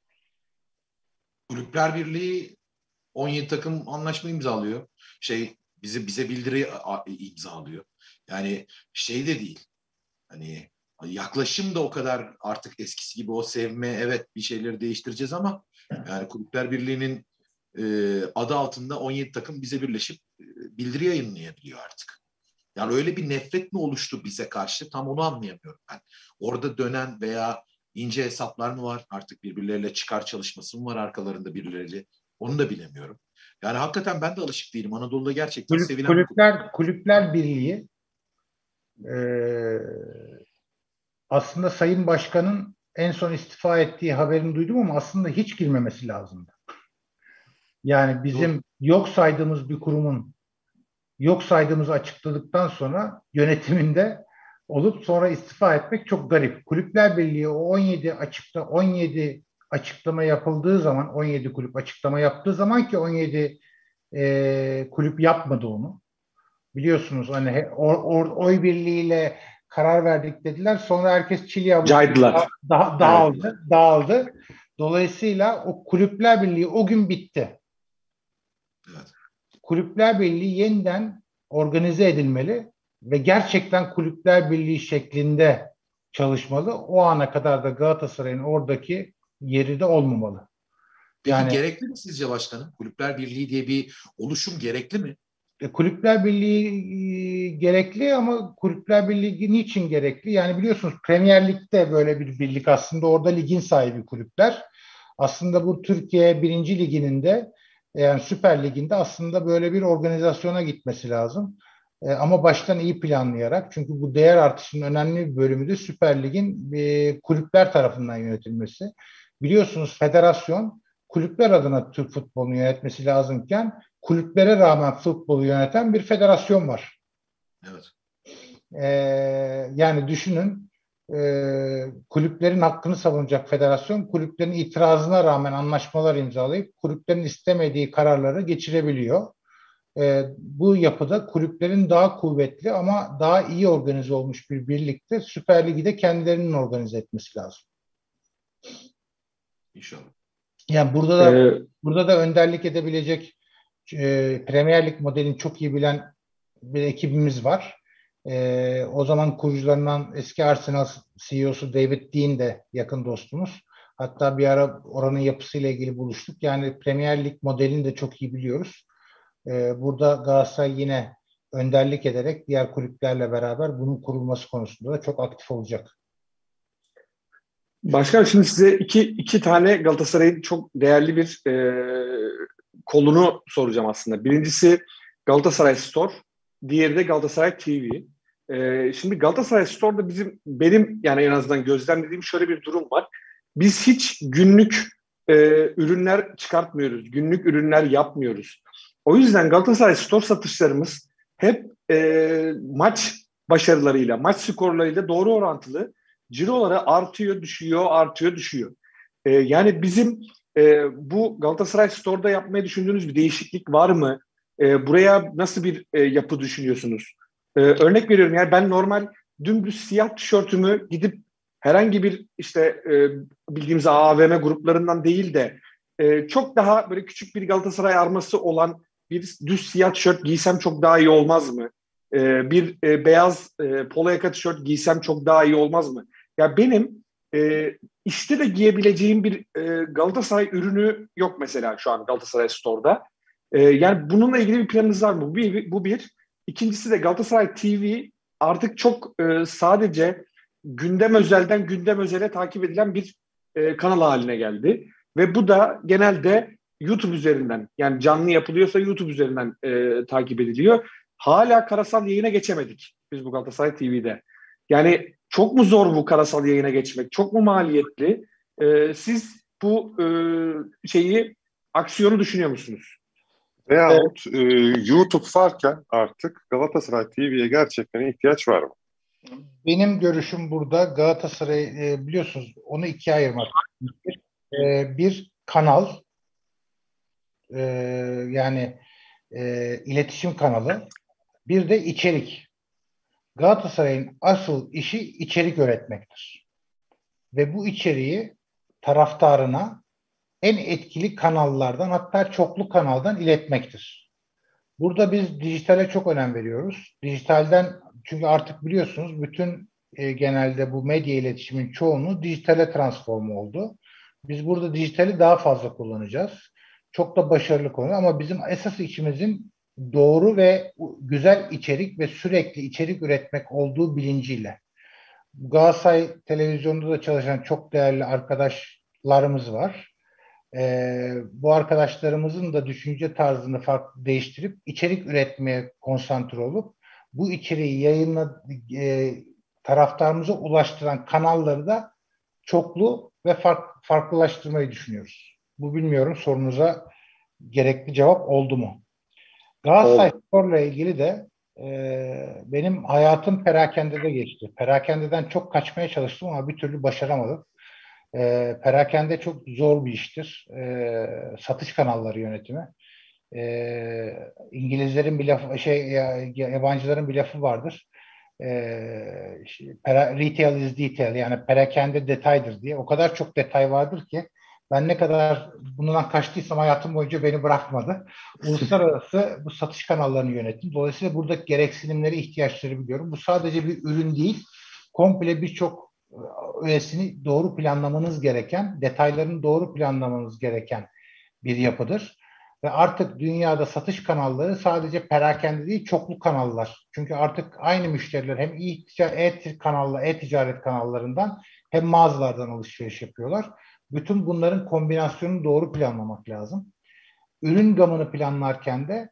Kulüpler Birliği 17 takım anlaşma imzalıyor. Bize bildiri imzalıyor. Yani şey de değil. Hani yaklaşım da o kadar artık eskisi gibi o sevme, evet bir şeyleri değiştireceğiz ama yani Kulüpler Birliği'nin adı altında 17 takım bize birleşip bildiri yayınlayabiliyor artık. Yani öyle bir nefret mi oluştu bize karşı, tam onu anlayamıyorum ben. Orada dönen veya ince hesaplar mı var? Artık birbirleriyle çıkar çalışması mı var arkalarında birbirleriyle? Onu da bilemiyorum. Yani hakikaten ben de alışık değilim. Anadolu'da gerçekten sevilen bir kulüp. Kulüpler Birliği aslında Sayın Başkan'ın en son istifa ettiği haberini duydum ama aslında hiç girmemesi lazımdı. Yani bizim yok saydığımız bir kurumun yok saydığımızı açıkladıktan sonra yönetiminde olup sonra istifa etmek çok garip. Kulüpler Birliği o 17 açıklama yapıldığı zaman 17 kulüp açıklama yaptığı zaman ki 17 kulüp yapmadı onu. Biliyorsunuz hani oy birliğiyle karar verdik dediler. Sonra herkes çil yavrusu Caydılar. dağıldı. Dolayısıyla o Kulüpler Birliği o gün bitti. Evet. Kulüpler Birliği yeniden organize edilmeli ve gerçekten Kulüpler Birliği şeklinde çalışmalı. O ana kadar da Galatasaray'ın oradaki yeri de olmamalı. Peki Yani gerekli mi sizce başkanım? Kulüpler Birliği diye bir oluşum gerekli mi? Kulüpler Birliği gerekli ama Kulüpler Birliği niçin gerekli? Yani biliyorsunuz Premier Lig'de böyle bir birlik aslında orada ligin sahibi kulüpler. Aslında bu Türkiye 1. Ligi'nin de yani Süper Lig'inde aslında böyle bir organizasyona gitmesi lazım. Ama baştan iyi planlayarak çünkü bu değer artışının önemli bir bölümü de Süper Lig'in kulüpler tarafından yönetilmesi. Biliyorsunuz federasyon kulüpler adına Türk futbolunu yönetmesi lazımken kulüplere rağmen futbolu yöneten bir federasyon var. Evet. Yani düşünün kulüplerin hakkını savunacak federasyon kulüplerin itirazına rağmen anlaşmalar imzalayıp kulüplerin istemediği kararları geçirebiliyor. Bu yapıda kulüplerin daha kuvvetli ama daha iyi organize olmuş bir birlikte Süper Lig'i de kendilerinin organize etmesi lazım. İnşallah. Yani burada da önderlik edebilecek Premier Lig modelini çok iyi bilen bir ekibimiz var. O zaman kurucularından eski Arsenal CEO'su David Dean de yakın dostumuz. Hatta bir ara oranın yapısıyla ilgili buluştuk. Yani Premier Lig modelini de çok iyi biliyoruz. Burada Galatasaray yine önderlik ederek diğer kulüplerle beraber bunun kurulması konusunda da çok aktif olacak. Başkanım şimdi size iki tane Galatasaray'ın çok değerli bir kolunu soracağım aslında. Birincisi Galatasaray Store, diğeri de Galatasaray TV. Şimdi Galatasaray Store'da benim yani en azından gözlemlediğim şöyle bir durum var. Biz hiç günlük ürünler çıkartmıyoruz, günlük ürünler yapmıyoruz. O yüzden Galatasaray Store satışlarımız hep maç başarılarıyla, maç skorlarıyla doğru orantılı. Ciroları artıyor, düşüyor, artıyor, düşüyor. Yani bizim bu Galatasaray Store'da yapmayı düşündüğünüz bir değişiklik var mı? Buraya nasıl bir yapı düşünüyorsunuz? Örnek veriyorum yani ben normal dümdüz siyah tişörtümü gidip herhangi bir işte bildiğimiz AVM gruplarından değil de çok daha böyle küçük bir Galatasaray arması olan bir düz siyah tişört giysem çok daha iyi olmaz mı? Bir beyaz polo yaka tişört giysem çok daha iyi olmaz mı? Ya benim işte de giyebileceğim bir Galatasaray ürünü yok mesela şu an Galatasaray Store'da. Yani bununla ilgili bir planınız var mı? Bu bir. İkincisi de Galatasaray TV artık çok sadece gündem özelden gündem özele takip edilen bir kanal haline geldi. Ve bu da genelde YouTube üzerinden yani canlı yapılıyorsa YouTube üzerinden takip ediliyor. Hala karasal yayına geçemedik biz bu Galatasaray TV'de. Yani çok mu zor bu karasal yayına geçmek? Çok mu maliyetli? Siz bu aksiyonu düşünüyor musunuz? Veyahut YouTube varken artık Galatasaray TV'ye gerçekten ihtiyaç var mı? Benim görüşüm burada Galatasaray biliyorsunuz onu ikiye ayırmak. Bir kanal yani iletişim kanalı bir de içerik. Galatasaray'ın asıl işi içerik üretmektir. Ve bu içeriği taraftarına en etkili kanallardan, hatta çoklu kanaldan iletmektir. Burada biz dijitale çok önem veriyoruz. Dijitalden, çünkü artık biliyorsunuz bütün genelde bu medya iletişimin çoğunluğu dijitale transform oldu. Biz burada dijitali daha fazla kullanacağız. Çok da başarılı konu, ama bizim esas işimizin doğru ve güzel içerik ve sürekli içerik üretmek olduğu bilinciyle. Galatasaray televizyonda da çalışan çok değerli arkadaşlarımız var. Bu arkadaşlarımızın da düşünce tarzını farklı değiştirip içerik üretmeye konsantre olup bu içeriği taraftarımıza ulaştıran kanalları da çoklu ve farklılaştırmayı düşünüyoruz. Bu, bilmiyorum, sorunuza gerekli cevap oldu mu? Galatasaray Spor'la ilgili de benim hayatım perakendede geçti. Perakendeden çok kaçmaya çalıştım ama bir türlü başaramadım. Perakende çok zor bir iştir. Satış kanalları yönetimi. İngilizlerin bir lafı, yabancıların bir lafı vardır. Retail is detail, yani perakende detaydır diye. O kadar çok detay vardır ki ben ne kadar bundan kaçtıysam hayatım boyunca beni bırakmadı. Uluslararası bu satış kanallarını yönettim. Dolayısıyla buradaki gereksinimleri, ihtiyaçları biliyorum. Bu sadece bir ürün değil, komple birçok öğesini doğru planlamanız gereken, detaylarını doğru planlamanız gereken bir yapıdır. Ve artık dünyada satış kanalları sadece perakende değil, çoklu kanallar. Çünkü artık aynı müşteriler hem e-ticaret kanallarından hem mağazalardan alışveriş yapıyorlar. Bütün bunların kombinasyonunu doğru planlamak lazım. Ürün gamını planlarken de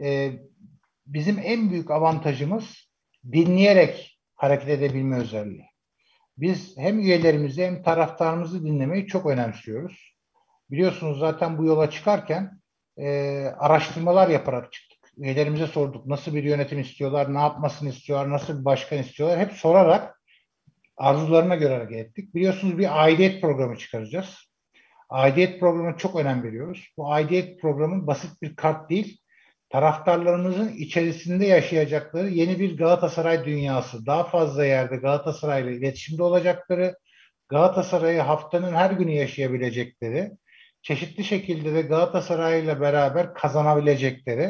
bizim en büyük avantajımız dinleyerek hareket edebilme özelliği. Biz hem üyelerimizi hem taraftarımızı dinlemeyi çok önemsiyoruz. Biliyorsunuz, zaten bu yola çıkarken araştırmalar yaparak çıktık. Üyelerimize sorduk. Nasıl bir yönetim istiyorlar, ne yapmasını istiyorlar, nasıl bir başkan istiyorlar. Hep sorarak arzularına göre hareket ettik. Biliyorsunuz, bir aidiyet programı çıkaracağız. Aidiyet programına çok önem veriyoruz. Bu aidiyet programı basit bir kart değil, taraftarlarımızın içerisinde yaşayacakları yeni bir Galatasaray dünyası. Daha fazla yerde Galatasaray'la iletişimde olacakları, Galatasaray'ı haftanın her günü yaşayabilecekleri, çeşitli şekilde de Galatasaray'la beraber kazanabilecekleri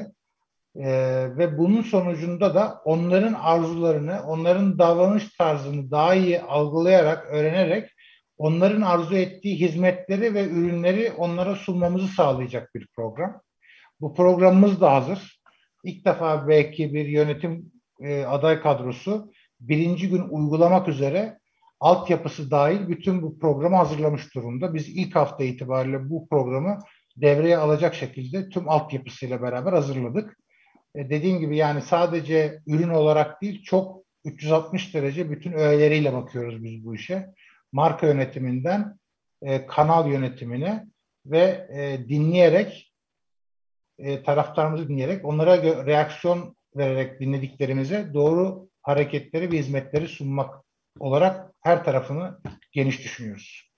ve bunun sonucunda da onların arzularını, onların davranış tarzını daha iyi algılayarak, öğrenerek onların arzu ettiği hizmetleri ve ürünleri onlara sunmamızı sağlayacak bir program. Bu programımız da hazır. İlk defa belki bir yönetim aday kadrosu birinci gün uygulamak üzere altyapısı dahil bütün bu programı hazırlamış durumda. Biz ilk hafta itibariyle bu programı devreye alacak şekilde tüm altyapısıyla beraber hazırladık. Dediğim gibi, yani sadece ürün olarak değil, çok 360 derece bütün öğeleriyle bakıyoruz biz bu işe. Marka yönetiminden kanal yönetimine ve dinleyerek, taraftarımızı dinleyerek, onlara reaksiyon vererek dinlediklerimize doğru hareketleri ve hizmetleri sunmak olarak her tarafını geniş düşünüyoruz.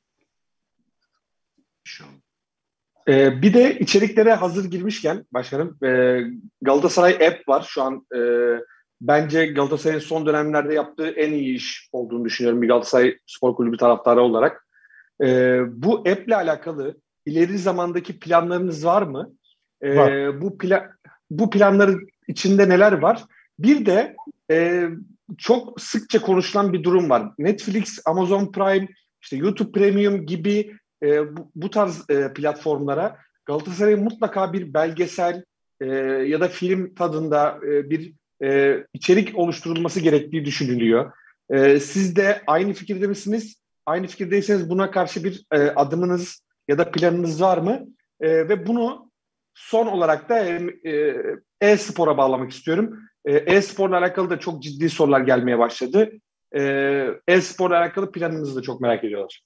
Bir de içeriklere hazır girmişken başkanım, Galatasaray App var şu an. Bence Galatasaray'ın son dönemlerde yaptığı en iyi iş olduğunu düşünüyorum bir Galatasaray Spor Kulübü taraftarı olarak. Bu app ile alakalı ileri zamandaki planlarınız var mı? Var. Bu planların içinde neler var? Bir de çok sıkça konuşulan bir durum var. Netflix, Amazon Prime, işte YouTube Premium gibi bu tarz platformlara Galatasaray'ın mutlaka bir belgesel ya da film tadında bir içerik oluşturulması gerektiği düşünülüyor. Siz de aynı fikirde misiniz? Aynı fikirdeyseniz buna karşı bir adımınız ya da planınız var mı? Ve bunu son olarak da e-spora bağlamak istiyorum. E-sporla alakalı da çok ciddi sorular gelmeye başladı. E-sporla alakalı planınızı da çok merak ediyorlar.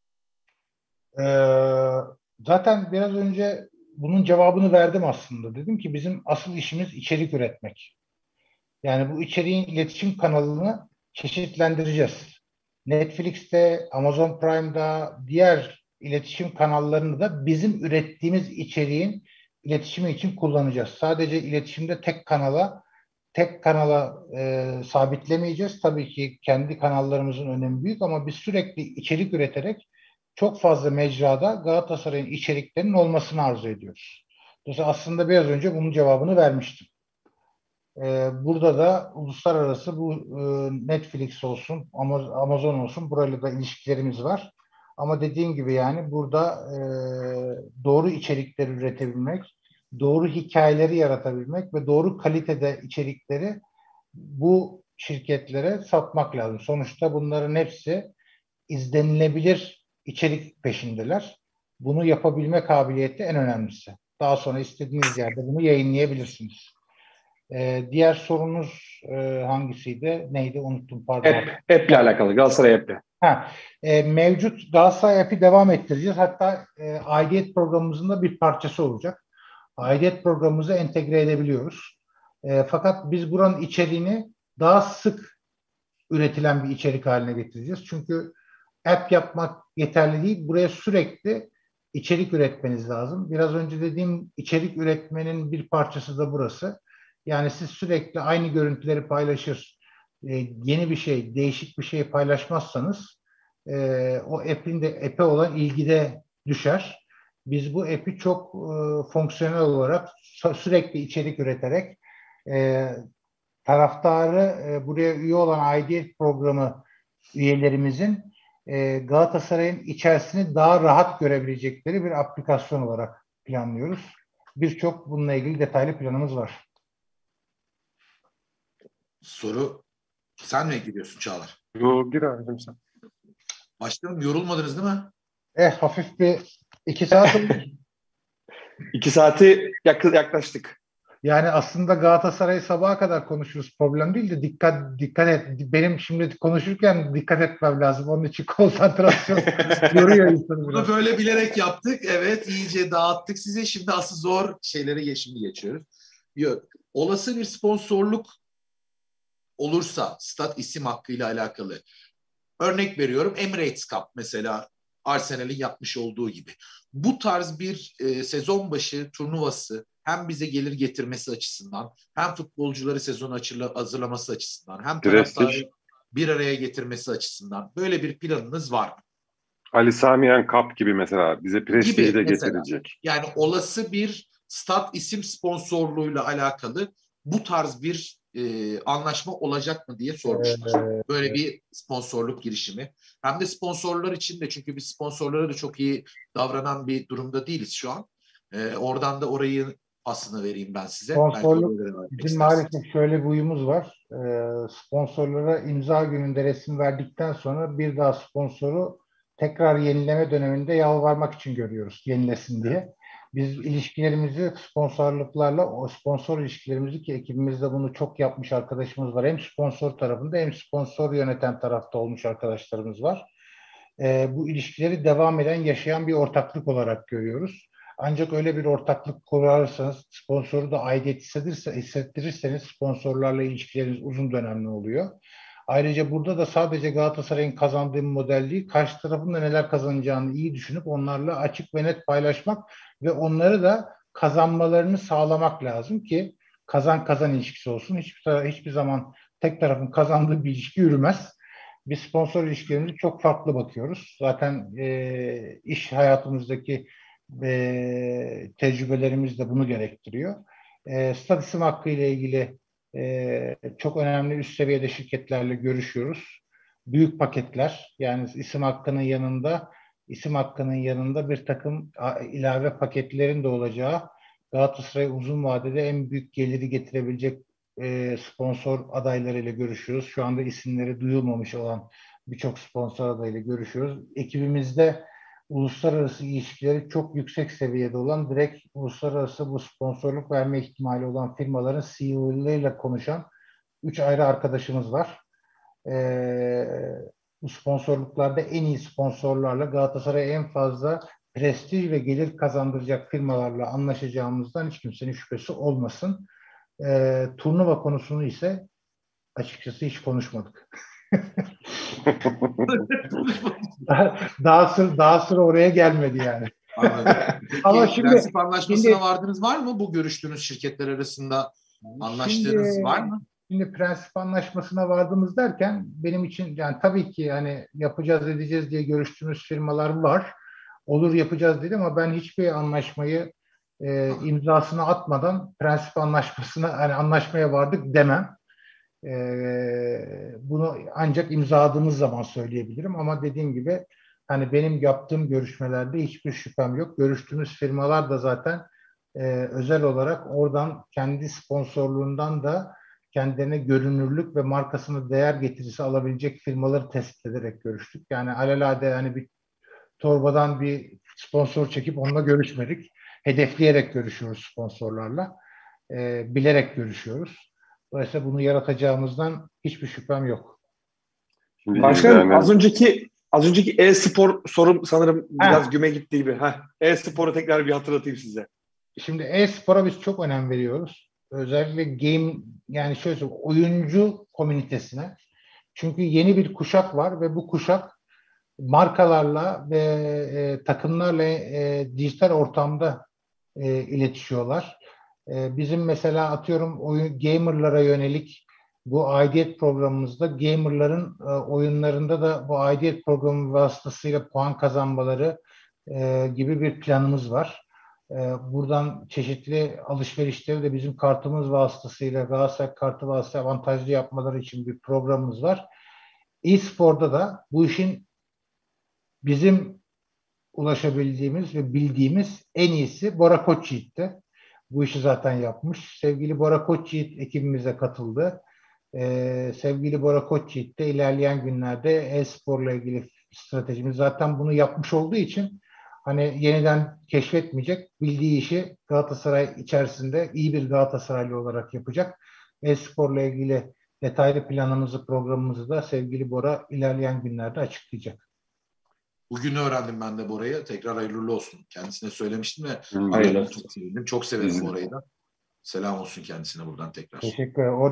Zaten biraz önce bunun cevabını verdim aslında. Dedim ki bizim asıl işimiz içerik üretmek. Yani bu içeriğin iletişim kanalını çeşitlendireceğiz. Netflix'te, Amazon Prime'da, diğer iletişim kanallarını da bizim ürettiğimiz içeriğin iletişimi için kullanacağız. Sadece iletişimde tek kanala sabitlemeyeceğiz. Tabii ki kendi kanallarımızın önemi büyük, ama biz sürekli içerik üreterek çok fazla mecrada Galatasaray'ın içeriklerinin olmasını arzu ediyoruz. Dolayısıyla aslında biraz önce bunun cevabını vermiştim. Burada da uluslararası bu Netflix olsun, Amazon olsun, burayla da ilişkilerimiz var. Ama dediğim gibi yani burada doğru içerikleri üretebilmek, doğru hikayeleri yaratabilmek ve doğru kalitede içerikleri bu şirketlere satmak lazım. Sonuçta bunların hepsi izlenilebilir içerik peşindeler. Bunu yapabilme kabiliyeti en önemlisi. Daha sonra istediğiniz yerde bunu yayınlayabilirsiniz. Diğer sorunuz hangisiydi? Neydi? Unuttum, pardon. App'le alakalı. Galatasaray app'le. Mevcut Galatasaray app'i devam ettireceğiz. Hatta aidiyet programımızın da bir parçası olacak. Aidiyet programımızı entegre edebiliyoruz. Fakat biz buranın içeriğini daha sık üretilen bir içerik haline getireceğiz. Çünkü app yapmak yeterli değil. Buraya sürekli içerik üretmeniz lazım. Biraz önce dediğim içerik üretmenin bir parçası da burası. Yani siz sürekli aynı görüntüleri paylaşır, yeni bir şey, değişik bir şey paylaşmazsanız o app'e olan ilgide düşer. Biz bu app'i çok fonksiyonel olarak sürekli içerik üreterek taraftarı buraya üye olan aidiyet programı üyelerimizin Galatasaray'ın içerisini daha rahat görebilecekleri bir aplikasyon olarak planlıyoruz. Birçok bununla ilgili detaylı planımız var. Soru sen mi gidiyorsun Çağlar? Yo, gir abicim sen. Başlayalım. Yorulmadınız değil mi? Hafif bir 2 saat oldu. 2 saati yaklaştık. Yani aslında Galatasaray sabaha kadar konuşuruz. Problem değil de dikkat et. Benim şimdi konuşurken dikkat etmem lazım. Onun için konsantrasyon yoruyor insanı biraz. Bunu böyle bilerek yaptık. Evet, iyice dağıttık size. Şimdi asıl zor şeyleri şimdi geçiyoruz. Yok. Olası bir sponsorluk olursa stat isim hakkıyla alakalı. Örnek veriyorum, Emirates Cup mesela, Arsenal'in yapmış olduğu gibi. Bu tarz bir sezon başı turnuvası hem bize gelir getirmesi açısından, hem futbolcuları sezon hazırlaması açısından, hem taraftarı bir araya getirmesi açısından böyle bir planınız var mı? Ali Sami Yen Cup gibi mesela bize prestiji de getirecek. Yani olası bir stat isim sponsorluğuyla alakalı bu tarz bir anlaşma olacak mı diye sormuşlar. Böyle bir sponsorluk girişimi. Hem de sponsorlar için de, çünkü biz sponsorlara da çok iyi davranan bir durumda değiliz şu an. Oradan da orayı aslında vereyim ben size. Sponsorluk, bizim maalesef şöyle bir uyumuz var. Sponsorlara imza gününde resim verdikten sonra bir daha sponsoru tekrar yenileme döneminde yalvarmak için görüyoruz, yenilesin diye. Biz ilişkilerimizi sponsorluklarla, o sponsor ilişkilerimizi, ki ekibimizde bunu çok yapmış arkadaşımız var. Hem sponsor tarafında hem sponsor yöneten tarafta olmuş arkadaşlarımız var. Bu ilişkileri devam eden, yaşayan bir ortaklık olarak görüyoruz. Ancak öyle bir ortaklık kurarsanız, sponsoru da aidiyet hissettirirseniz sponsorlarla ilişkileriniz uzun dönemli oluyor. Ayrıca burada da sadece Galatasaray'ın kazandığı model değil, karşı tarafın da neler kazanacağını iyi düşünüp onlarla açık ve net paylaşmak ve onları da kazanmalarını sağlamak lazım ki kazan-kazan ilişkisi olsun. Hiçbir zaman tek tarafın kazandığı bir ilişki yürümez. Biz sponsor ilişkilerimize çok farklı bakıyoruz. Zaten iş hayatımızdaki tecrübelerimiz de bunu gerektiriyor. Stat isim hakkı ile ilgili çok önemli üst seviyede şirketlerle görüşüyoruz. Büyük paketler, yani isim hakkının yanında bir takım ilave paketlerin de olacağı, Galatasaray uzun vadede en büyük geliri getirebilecek sponsor adaylarıyla görüşüyoruz. Şu anda isimleri duyulmamış olan birçok sponsor adayıyla görüşüyoruz. Ekibimizde uluslararası ilişkileri çok yüksek seviyede olan, direkt uluslararası bu sponsorluk verme ihtimali olan firmaların CEO'larıyla konuşan 3 ayrı arkadaşımız var. Bu sponsorluklarda en iyi sponsorlarla, Galatasaray'a en fazla prestij ve gelir kazandıracak firmalarla anlaşacağımızdan hiç kimsenin şüphesi olmasın. Turnuva konusunu ise açıkçası hiç konuşmadık. daha sıra oraya gelmedi yani. Anladım. Ama prensip anlaşmasına vardınız var mı? Bu görüştüğünüz şirketler arasında anlaştığınız var mı? Şimdi prensip anlaşmasına vardığımız derken benim için yani tabii ki yani yapacağız edeceğiz diye görüştüğümüz firmalar var. Olur yapacağız dedi ama ben hiçbir anlaşmayı imzasını atmadan prensip anlaşmasına yani anlaşmaya vardık demem. Bunu ancak imzaladığımız zaman söyleyebilirim ama dediğim gibi hani benim yaptığım görüşmelerde hiçbir şüphem yok. Görüştüğümüz firmalar da zaten özel olarak oradan kendi sponsorluğundan da kendilerine görünürlük ve markasına değer getirisi alabilecek firmaları tespit ederek görüştük. Yani alelade yani bir torbadan bir sponsor çekip onunla görüşmedik. Hedefleyerek görüşüyoruz sponsorlarla. Bilerek görüşüyoruz. Dolayısıyla bunu yaratacağımızdan hiçbir şüphem yok. Başkanım az önceki e-spor sorum sanırım biraz güme gitti gibi. E-sporu tekrar bir hatırlatayım size. Şimdi e-spora biz çok önem veriyoruz. Özellikle game yani şöyle söyleyeyim, oyuncu komünitesine. Çünkü yeni bir kuşak var ve bu kuşak markalarla ve takımlarla dijital ortamda iletişiyorlar. Bizim mesela atıyorum gamerlara yönelik bu aidiyet programımızda gamerların oyunlarında da bu aidiyet programı vasıtasıyla puan kazanmaları gibi bir planımız var. Buradan çeşitli alışverişleri de bizim kartımız vasıtasıyla Galatasaray kartı vasıtasıyla avantajlı yapmaları için bir programımız var. E-spor'da da bu işin bizim ulaşabildiğimiz ve bildiğimiz en iyisi Bora Koçyiğit'ti. Bu işi zaten yapmış. Sevgili Bora Koçyiğit ekibimize katıldı. Sevgili Bora Koçyiğit de ilerleyen günlerde e-sporla ilgili stratejimiz zaten bunu yapmış olduğu için hani yeniden keşfetmeyecek. Bildiği işi Galatasaray içerisinde iyi bir Galatasaraylı olarak yapacak. E-sporla ilgili detaylı planımızı, programımızı da sevgili Bora ilerleyen günlerde açıklayacak. Bugün öğrendim ben de Bora'yı. Tekrar hayırlı olsun. Kendisine söylemiştim ve çok sevindim. Çok severim Bora'yı da. Selam olsun kendisine buradan tekrar. Teşekkür ederim.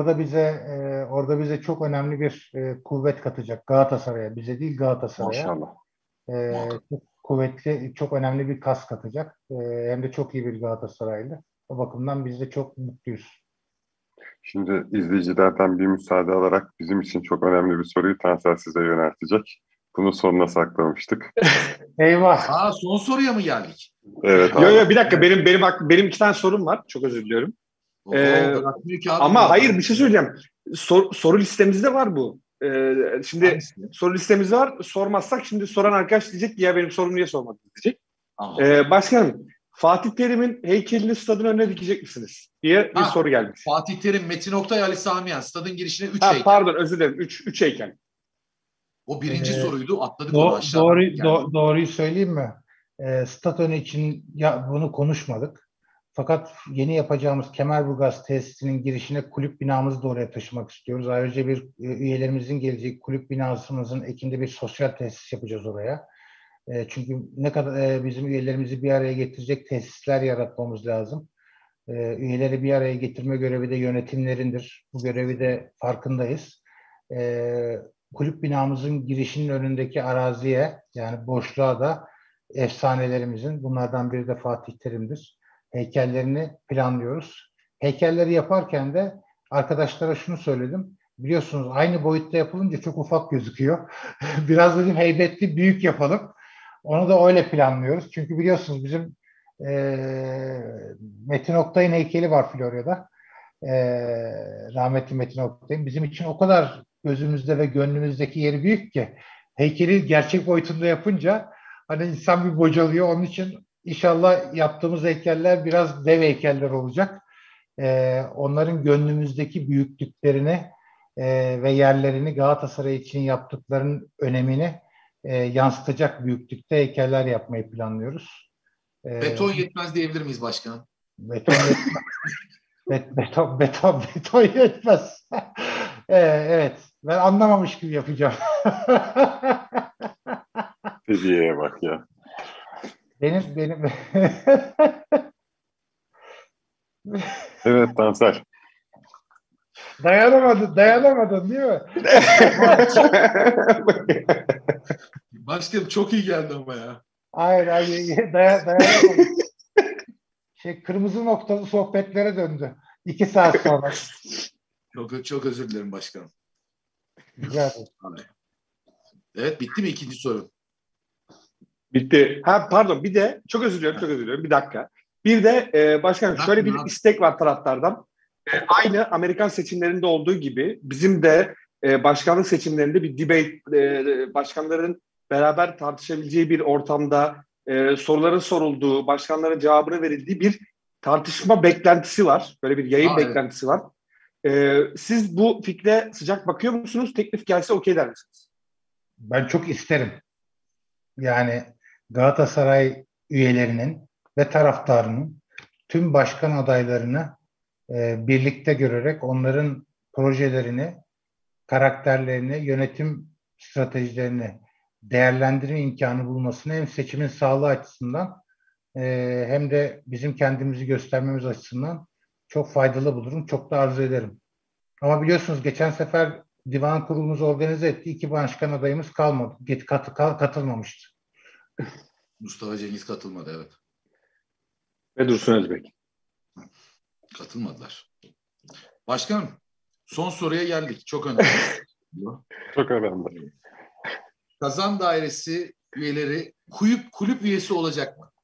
Orada bize çok önemli bir kuvvet katacak Galatasaray'a. Bize değil Galatasaray'a. Maşallah. Çok kuvvetli, çok önemli bir kas katacak. Hem de çok iyi bir Galatasaraylı. O bakımdan biz de çok mutluyuz. Şimdi izleyicilerden bir müsaade alarak bizim için çok önemli bir soruyu Tansel size yöneltecek. Bunu sonuna saklamıştık. Eyvah. Son soruya mı geldik? Evet abi. Yo bir dakika benim 2 tane sorum var. Çok özür diliyorum. Ama hayır bir şey söyleyeceğim. Soru listemizde var bu. Şimdi soru listemiz var. Sormazsak şimdi soran arkadaş diyecek ki ya benim sorumu niye sormadın diyecek. Başkanım Fatih Terim'in heykelini stadın önüne dikecek misiniz diye bir soru gelmiş. Fatih Terim, Metin Oktay, Ali Sami Yen stadın girişine 3 heykel. Pardon özür dilerim 3 heykel. O birinci soruydu. Atladık onu aşağı. Doğruyu söyleyeyim mi? Stat önü için bunu konuşmadık. Fakat yeni yapacağımız Kemerburgaz tesisinin girişine kulüp binamızı da oraya taşımak istiyoruz. Ayrıca üyelerimizin geleceği kulüp binasımızın ekinde bir sosyal tesis yapacağız oraya. Çünkü ne kadar bizim üyelerimizi bir araya getirecek tesisler yaratmamız lazım. Üyeleri bir araya getirme görevi de yönetimlerindir. Bu görevi de farkındayız. Kulüp binamızın girişinin önündeki araziye yani boşluğa da efsanelerimizin bunlardan biri de Fatih Terim'dir. Heykellerini planlıyoruz. Heykelleri yaparken de arkadaşlara şunu söyledim. Biliyorsunuz aynı boyutta yapılınca çok ufak gözüküyor. Biraz dedim heybetli, büyük yapalım. Onu da öyle planlıyoruz. Çünkü biliyorsunuz bizim Metin Oktay'ın heykeli var Florya'da. Rahmetli Metin Oktay'ın. Bizim için o kadar gözümüzde ve gönlümüzdeki yeri büyük ki heykeli gerçek boyutunda yapınca hani insan bir bocalıyor. Onun için İnşallah yaptığımız heykeller biraz dev heykeller olacak. Onların gönlümüzdeki büyüklüklerini ve yerlerini Galatasaray için yaptıklarının önemini yansıtacak büyüklükte heykeller yapmayı planlıyoruz. Beton yetmez diyebilir miyiz başkanım? Beton yetmez. Beton yetmez. Evet. Ben anlamamış gibi yapacağım. Hediyeye bak ya. Benim Evet Tansel. Dayanamadın değil mi? Başkanım çok iyi geldi ama ya. Hayır dayanamadım. Kırmızı noktalı sohbetlere döndü. 2 saat sonra. Çok, çok özür dilerim başkanım. Güzel. Evet, bitti mi ikinci soru? Bitti. Ha pardon, bir de çok özür diliyorum. Bir dakika. Bir de başkanım şöyle bir istek var taraftardan. Aynı Amerikan seçimlerinde olduğu gibi bizim de başkanlık seçimlerinde bir debate, başkanların beraber tartışabileceği bir ortamda soruların sorulduğu, başkanların cevabını verildiği bir tartışma beklentisi var. Böyle bir yayın beklentisi var. Siz bu fikre sıcak bakıyor musunuz? Teklif gelse okey der misiniz? Ben çok isterim. Yani Galatasaray üyelerinin ve taraftarının tüm başkan adaylarını birlikte görerek onların projelerini, karakterlerini, yönetim stratejilerini değerlendirme imkanı bulmasını hem seçimin sağlığı açısından hem de bizim kendimizi göstermemiz açısından çok faydalı bulurum. Çok da arzu ederim. Ama biliyorsunuz geçen sefer divan kurulumuz organize etti. 2 başkan adayımız kalmadı. Katılmamıştı. Mustafa Cengiz katılmadı, evet. Ve Dursun Özbek. Katılmadılar. Başkanım, son soruya geldik. Çok önemli. Çok önemli. Kazan Dairesi üyeleri kulüp üyesi olacak mı?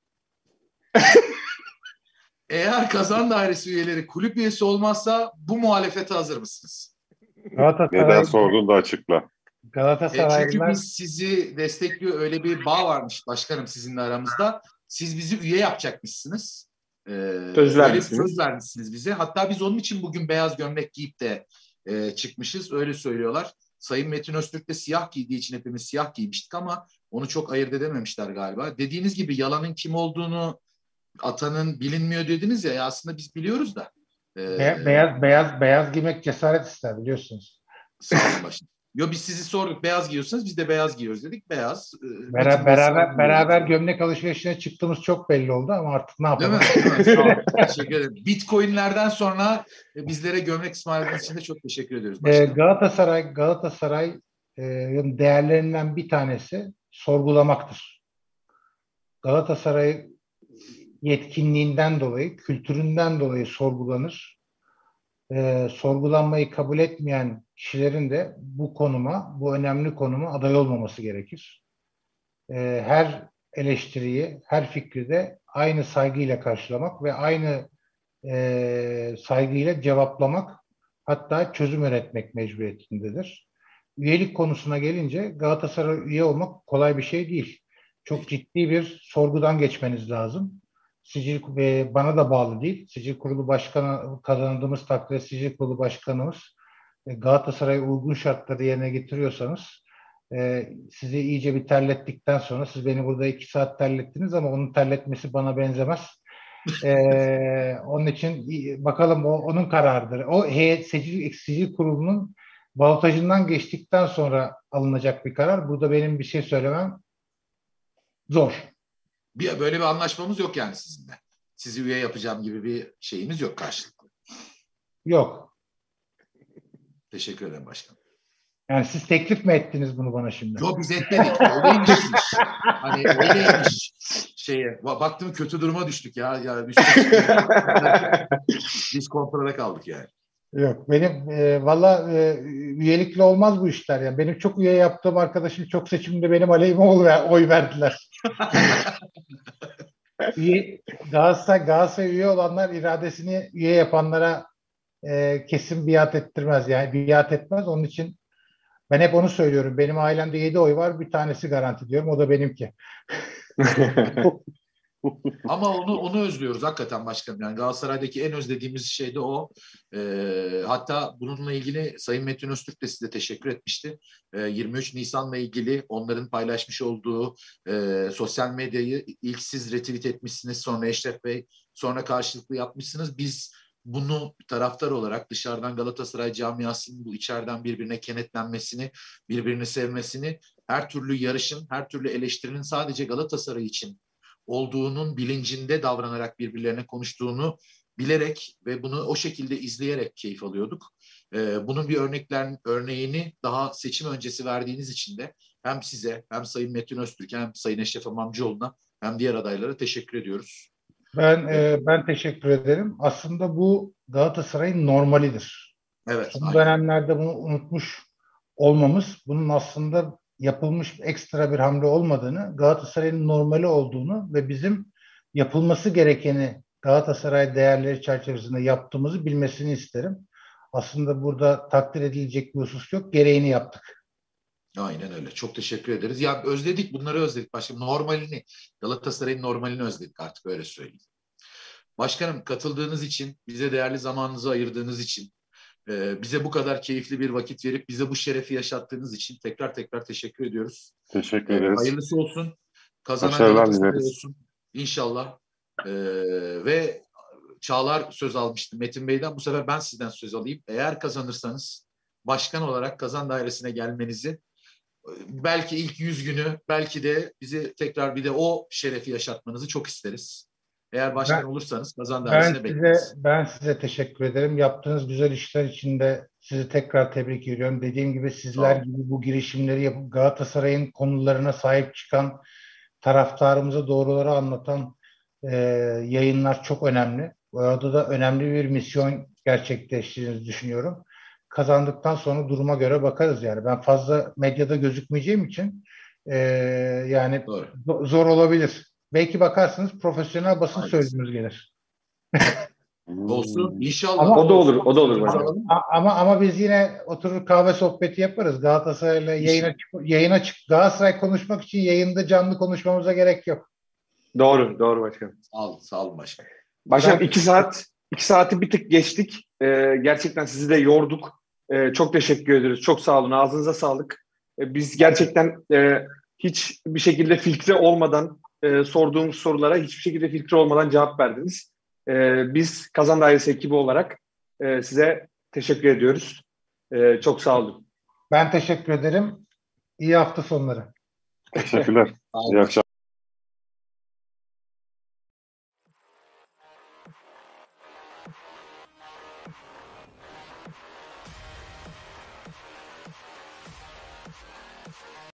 Eğer Kazan Dairesi üyeleri kulüp üyesi olmazsa bu muhalefete hazır mısınız? Neden sorduğunu da açıkla. Çünkü biz sizi destekliyor, öyle bir bağ varmış başkanım sizinle aramızda. Siz bizi üye yapacakmışsınız. Öyle bir söz vermişsiniz bize. Hatta biz onun için bugün beyaz gömlek giyip de çıkmışız. Öyle söylüyorlar. Sayın Metin Öztürk de siyah giydiği için hepimiz siyah giymiştik ama onu çok ayırt edememişler galiba. Dediğiniz gibi yalanın kim olduğunu, atanın bilinmiyor dediniz ya, aslında biz biliyoruz da. Beyaz giymek cesaret ister biliyorsunuz. Sağ olun başkanım. Yo, biz sizi sorduk, beyaz giyiyorsanız biz de beyaz giyiyoruz dedik. Beyaz. Beraber gömlek alışverişine çıktığımız çok belli oldu ama artık ne yapalım? Değil mi? Sağ olun. Teşekkür ederim. Bitcoin'lerden sonra bizlere gömlek ısmarladığınız için de çok teşekkür ediyoruz başkanım. Galatasaray'ın değerlerinden bir tanesi sorgulamaktır. Galatasaray yetkinliğinden dolayı, kültüründen dolayı sorgulanır. Sorgulanmayı kabul etmeyen kişilerin de bu önemli konuma aday olmaması gerekir. Her eleştiriyi, her fikri de aynı saygıyla karşılamak ve aynı saygıyla cevaplamak, hatta çözüm üretmek mecburiyetindedir. Üyelik konusuna gelince Galatasaray üye olmak kolay bir şey değil. Çok ciddi bir sorgudan geçmeniz lazım. Sicil ve bana da bağlı değil. Sicil Kurulu Başkanı kazandığımız takdirde Sicil Kurulu Başkanımız Galatasaray'a uygun şartları yerine getiriyorsanız sizi iyice bir terlettikten sonra siz beni burada 2 saat terlettiniz ama onun terletmesi bana benzemez. Onun için bakalım onun kararıdır. O heyet Sicil Kurulu'nun balotajından geçtikten sonra alınacak bir karar. Burada benim bir şey söylemem zor. Böyle bir anlaşmamız yok yani sizinle. Sizi üye yapacağım gibi bir şeyimiz yok karşılıklı. Yok. Teşekkür ederim başkanım. Yani siz teklif mi ettiniz bunu bana şimdi? Yok, biz etmedik. Öyleymiş. Hani öyleymiş şeye. Baktım kötü duruma düştük ya. Biz kontrole kaldık yani. Yok, benim valla üyelikle olmaz bu işler ya. Benim çok üye yaptığım arkadaşım çok seçimde benim aleyhime oy verdiler. Galatasaray üye olanlar iradesini üye yapanlara kesin biat ettirmez. Yani biat etmez. Onun için ben hep onu söylüyorum. Benim ailemde 7 oy var. Bir tanesi garanti diyorum. O da benimki. Ama onu özlüyoruz hakikaten başkanım. Yani Galatasaray'daki en özlediğimiz şey de o. Hatta bununla ilgili Sayın Metin Öztürk de size teşekkür etmişti. 23 Nisan'la ilgili onların paylaşmış olduğu sosyal medyayı ilk siz retweet etmişsiniz. Sonra Eşref Bey, sonra karşılıklı yapmışsınız. Biz bunu taraftar olarak dışarıdan Galatasaray camiasının bu içeriden birbirine kenetlenmesini, birbirini sevmesini, her türlü yarışın, her türlü eleştirinin sadece Galatasaray için olduğunun bilincinde davranarak birbirlerine konuştuğunu bilerek ve bunu o şekilde izleyerek keyif alıyorduk. Bunun bir örneğini daha seçim öncesi verdiğiniz için de hem size hem Sayın Metin Öztürk'e hem Sayın Eşref Amamcıoğlu'na hem diğer adaylara teşekkür ediyoruz. Ben teşekkür ederim. Aslında bu Galatasaray'ın normalidir. Evet. Son Aynen. dönemlerde bunu unutmuş olmamız, bunun aslında yapılmış ekstra bir hamle olmadığını, Galatasaray'ın normali olduğunu ve bizim yapılması gerekeni Galatasaray değerleri çerçevesinde yaptığımızı bilmesini isterim. Aslında burada takdir edilecek bir husus yok. Gereğini yaptık. Aynen öyle. Çok teşekkür ederiz. Ya özledik, bunları özledik. Başka normalini, Galatasaray'ın normalini özledik artık, öyle söyleyeyim. Başkanım, katıldığınız için, bize değerli zamanınızı ayırdığınız için, bize bu kadar keyifli bir vakit verip bize bu şerefi yaşattığınız için tekrar tekrar teşekkür ediyoruz. Teşekkür ederiz. Hayırlısı olsun. Kazanan Başarılar Galatasaray dileriz. olsun. İnşallah. Ve Çağlar söz almıştı Metin Bey'den. Bu sefer ben sizden söz alayım. Eğer kazanırsanız başkan olarak Kazan Dairesi'ne gelmenizi, belki ilk 100 günü, belki de bizi tekrar bir de o şerefi yaşatmanızı çok isteriz. Eğer başkan olursanız Kazan Dairesi'ne bekleriz. Ben size teşekkür ederim. Yaptığınız güzel işler için de sizi tekrar tebrik ediyorum. Dediğim gibi sizler gibi bu girişimleri yapıp Galatasaray'ın konularına sahip çıkan, taraftarımıza doğruları anlatan yayınlar çok önemli. Bu arada da önemli bir misyon gerçekleştirdiğinizi düşünüyorum. Kazandıktan sonra duruma göre bakarız yani. Ben fazla medyada gözükmeyeceğim için yani zor olabilir. Belki bakarsınız profesyonel basın sözcüğümüz gelir. Olsun. İnşallah. Ama, o da olur. O da olur başkanım. Ama biz yine oturur kahve sohbeti yaparız. Galatasaray'la yayına çık. Galatasaray konuşmak için yayında canlı konuşmamıza gerek yok. Doğru başkanım. Sağ olun başkanım. Başkanım 2 saati bir tık geçtik. Gerçekten sizi de yorduk. Çok teşekkür ederiz. Çok sağ olun. Ağzınıza sağlık. Biz gerçekten hiçbir şekilde filtre olmadan sorduğumuz sorulara hiçbir şekilde filtre olmadan cevap verdiniz. Biz Kazan Dairesi ekibi olarak size teşekkür ediyoruz. Çok sağ olun. Ben teşekkür ederim. İyi hafta sonları. Teşekkürler. İyi akşamlar.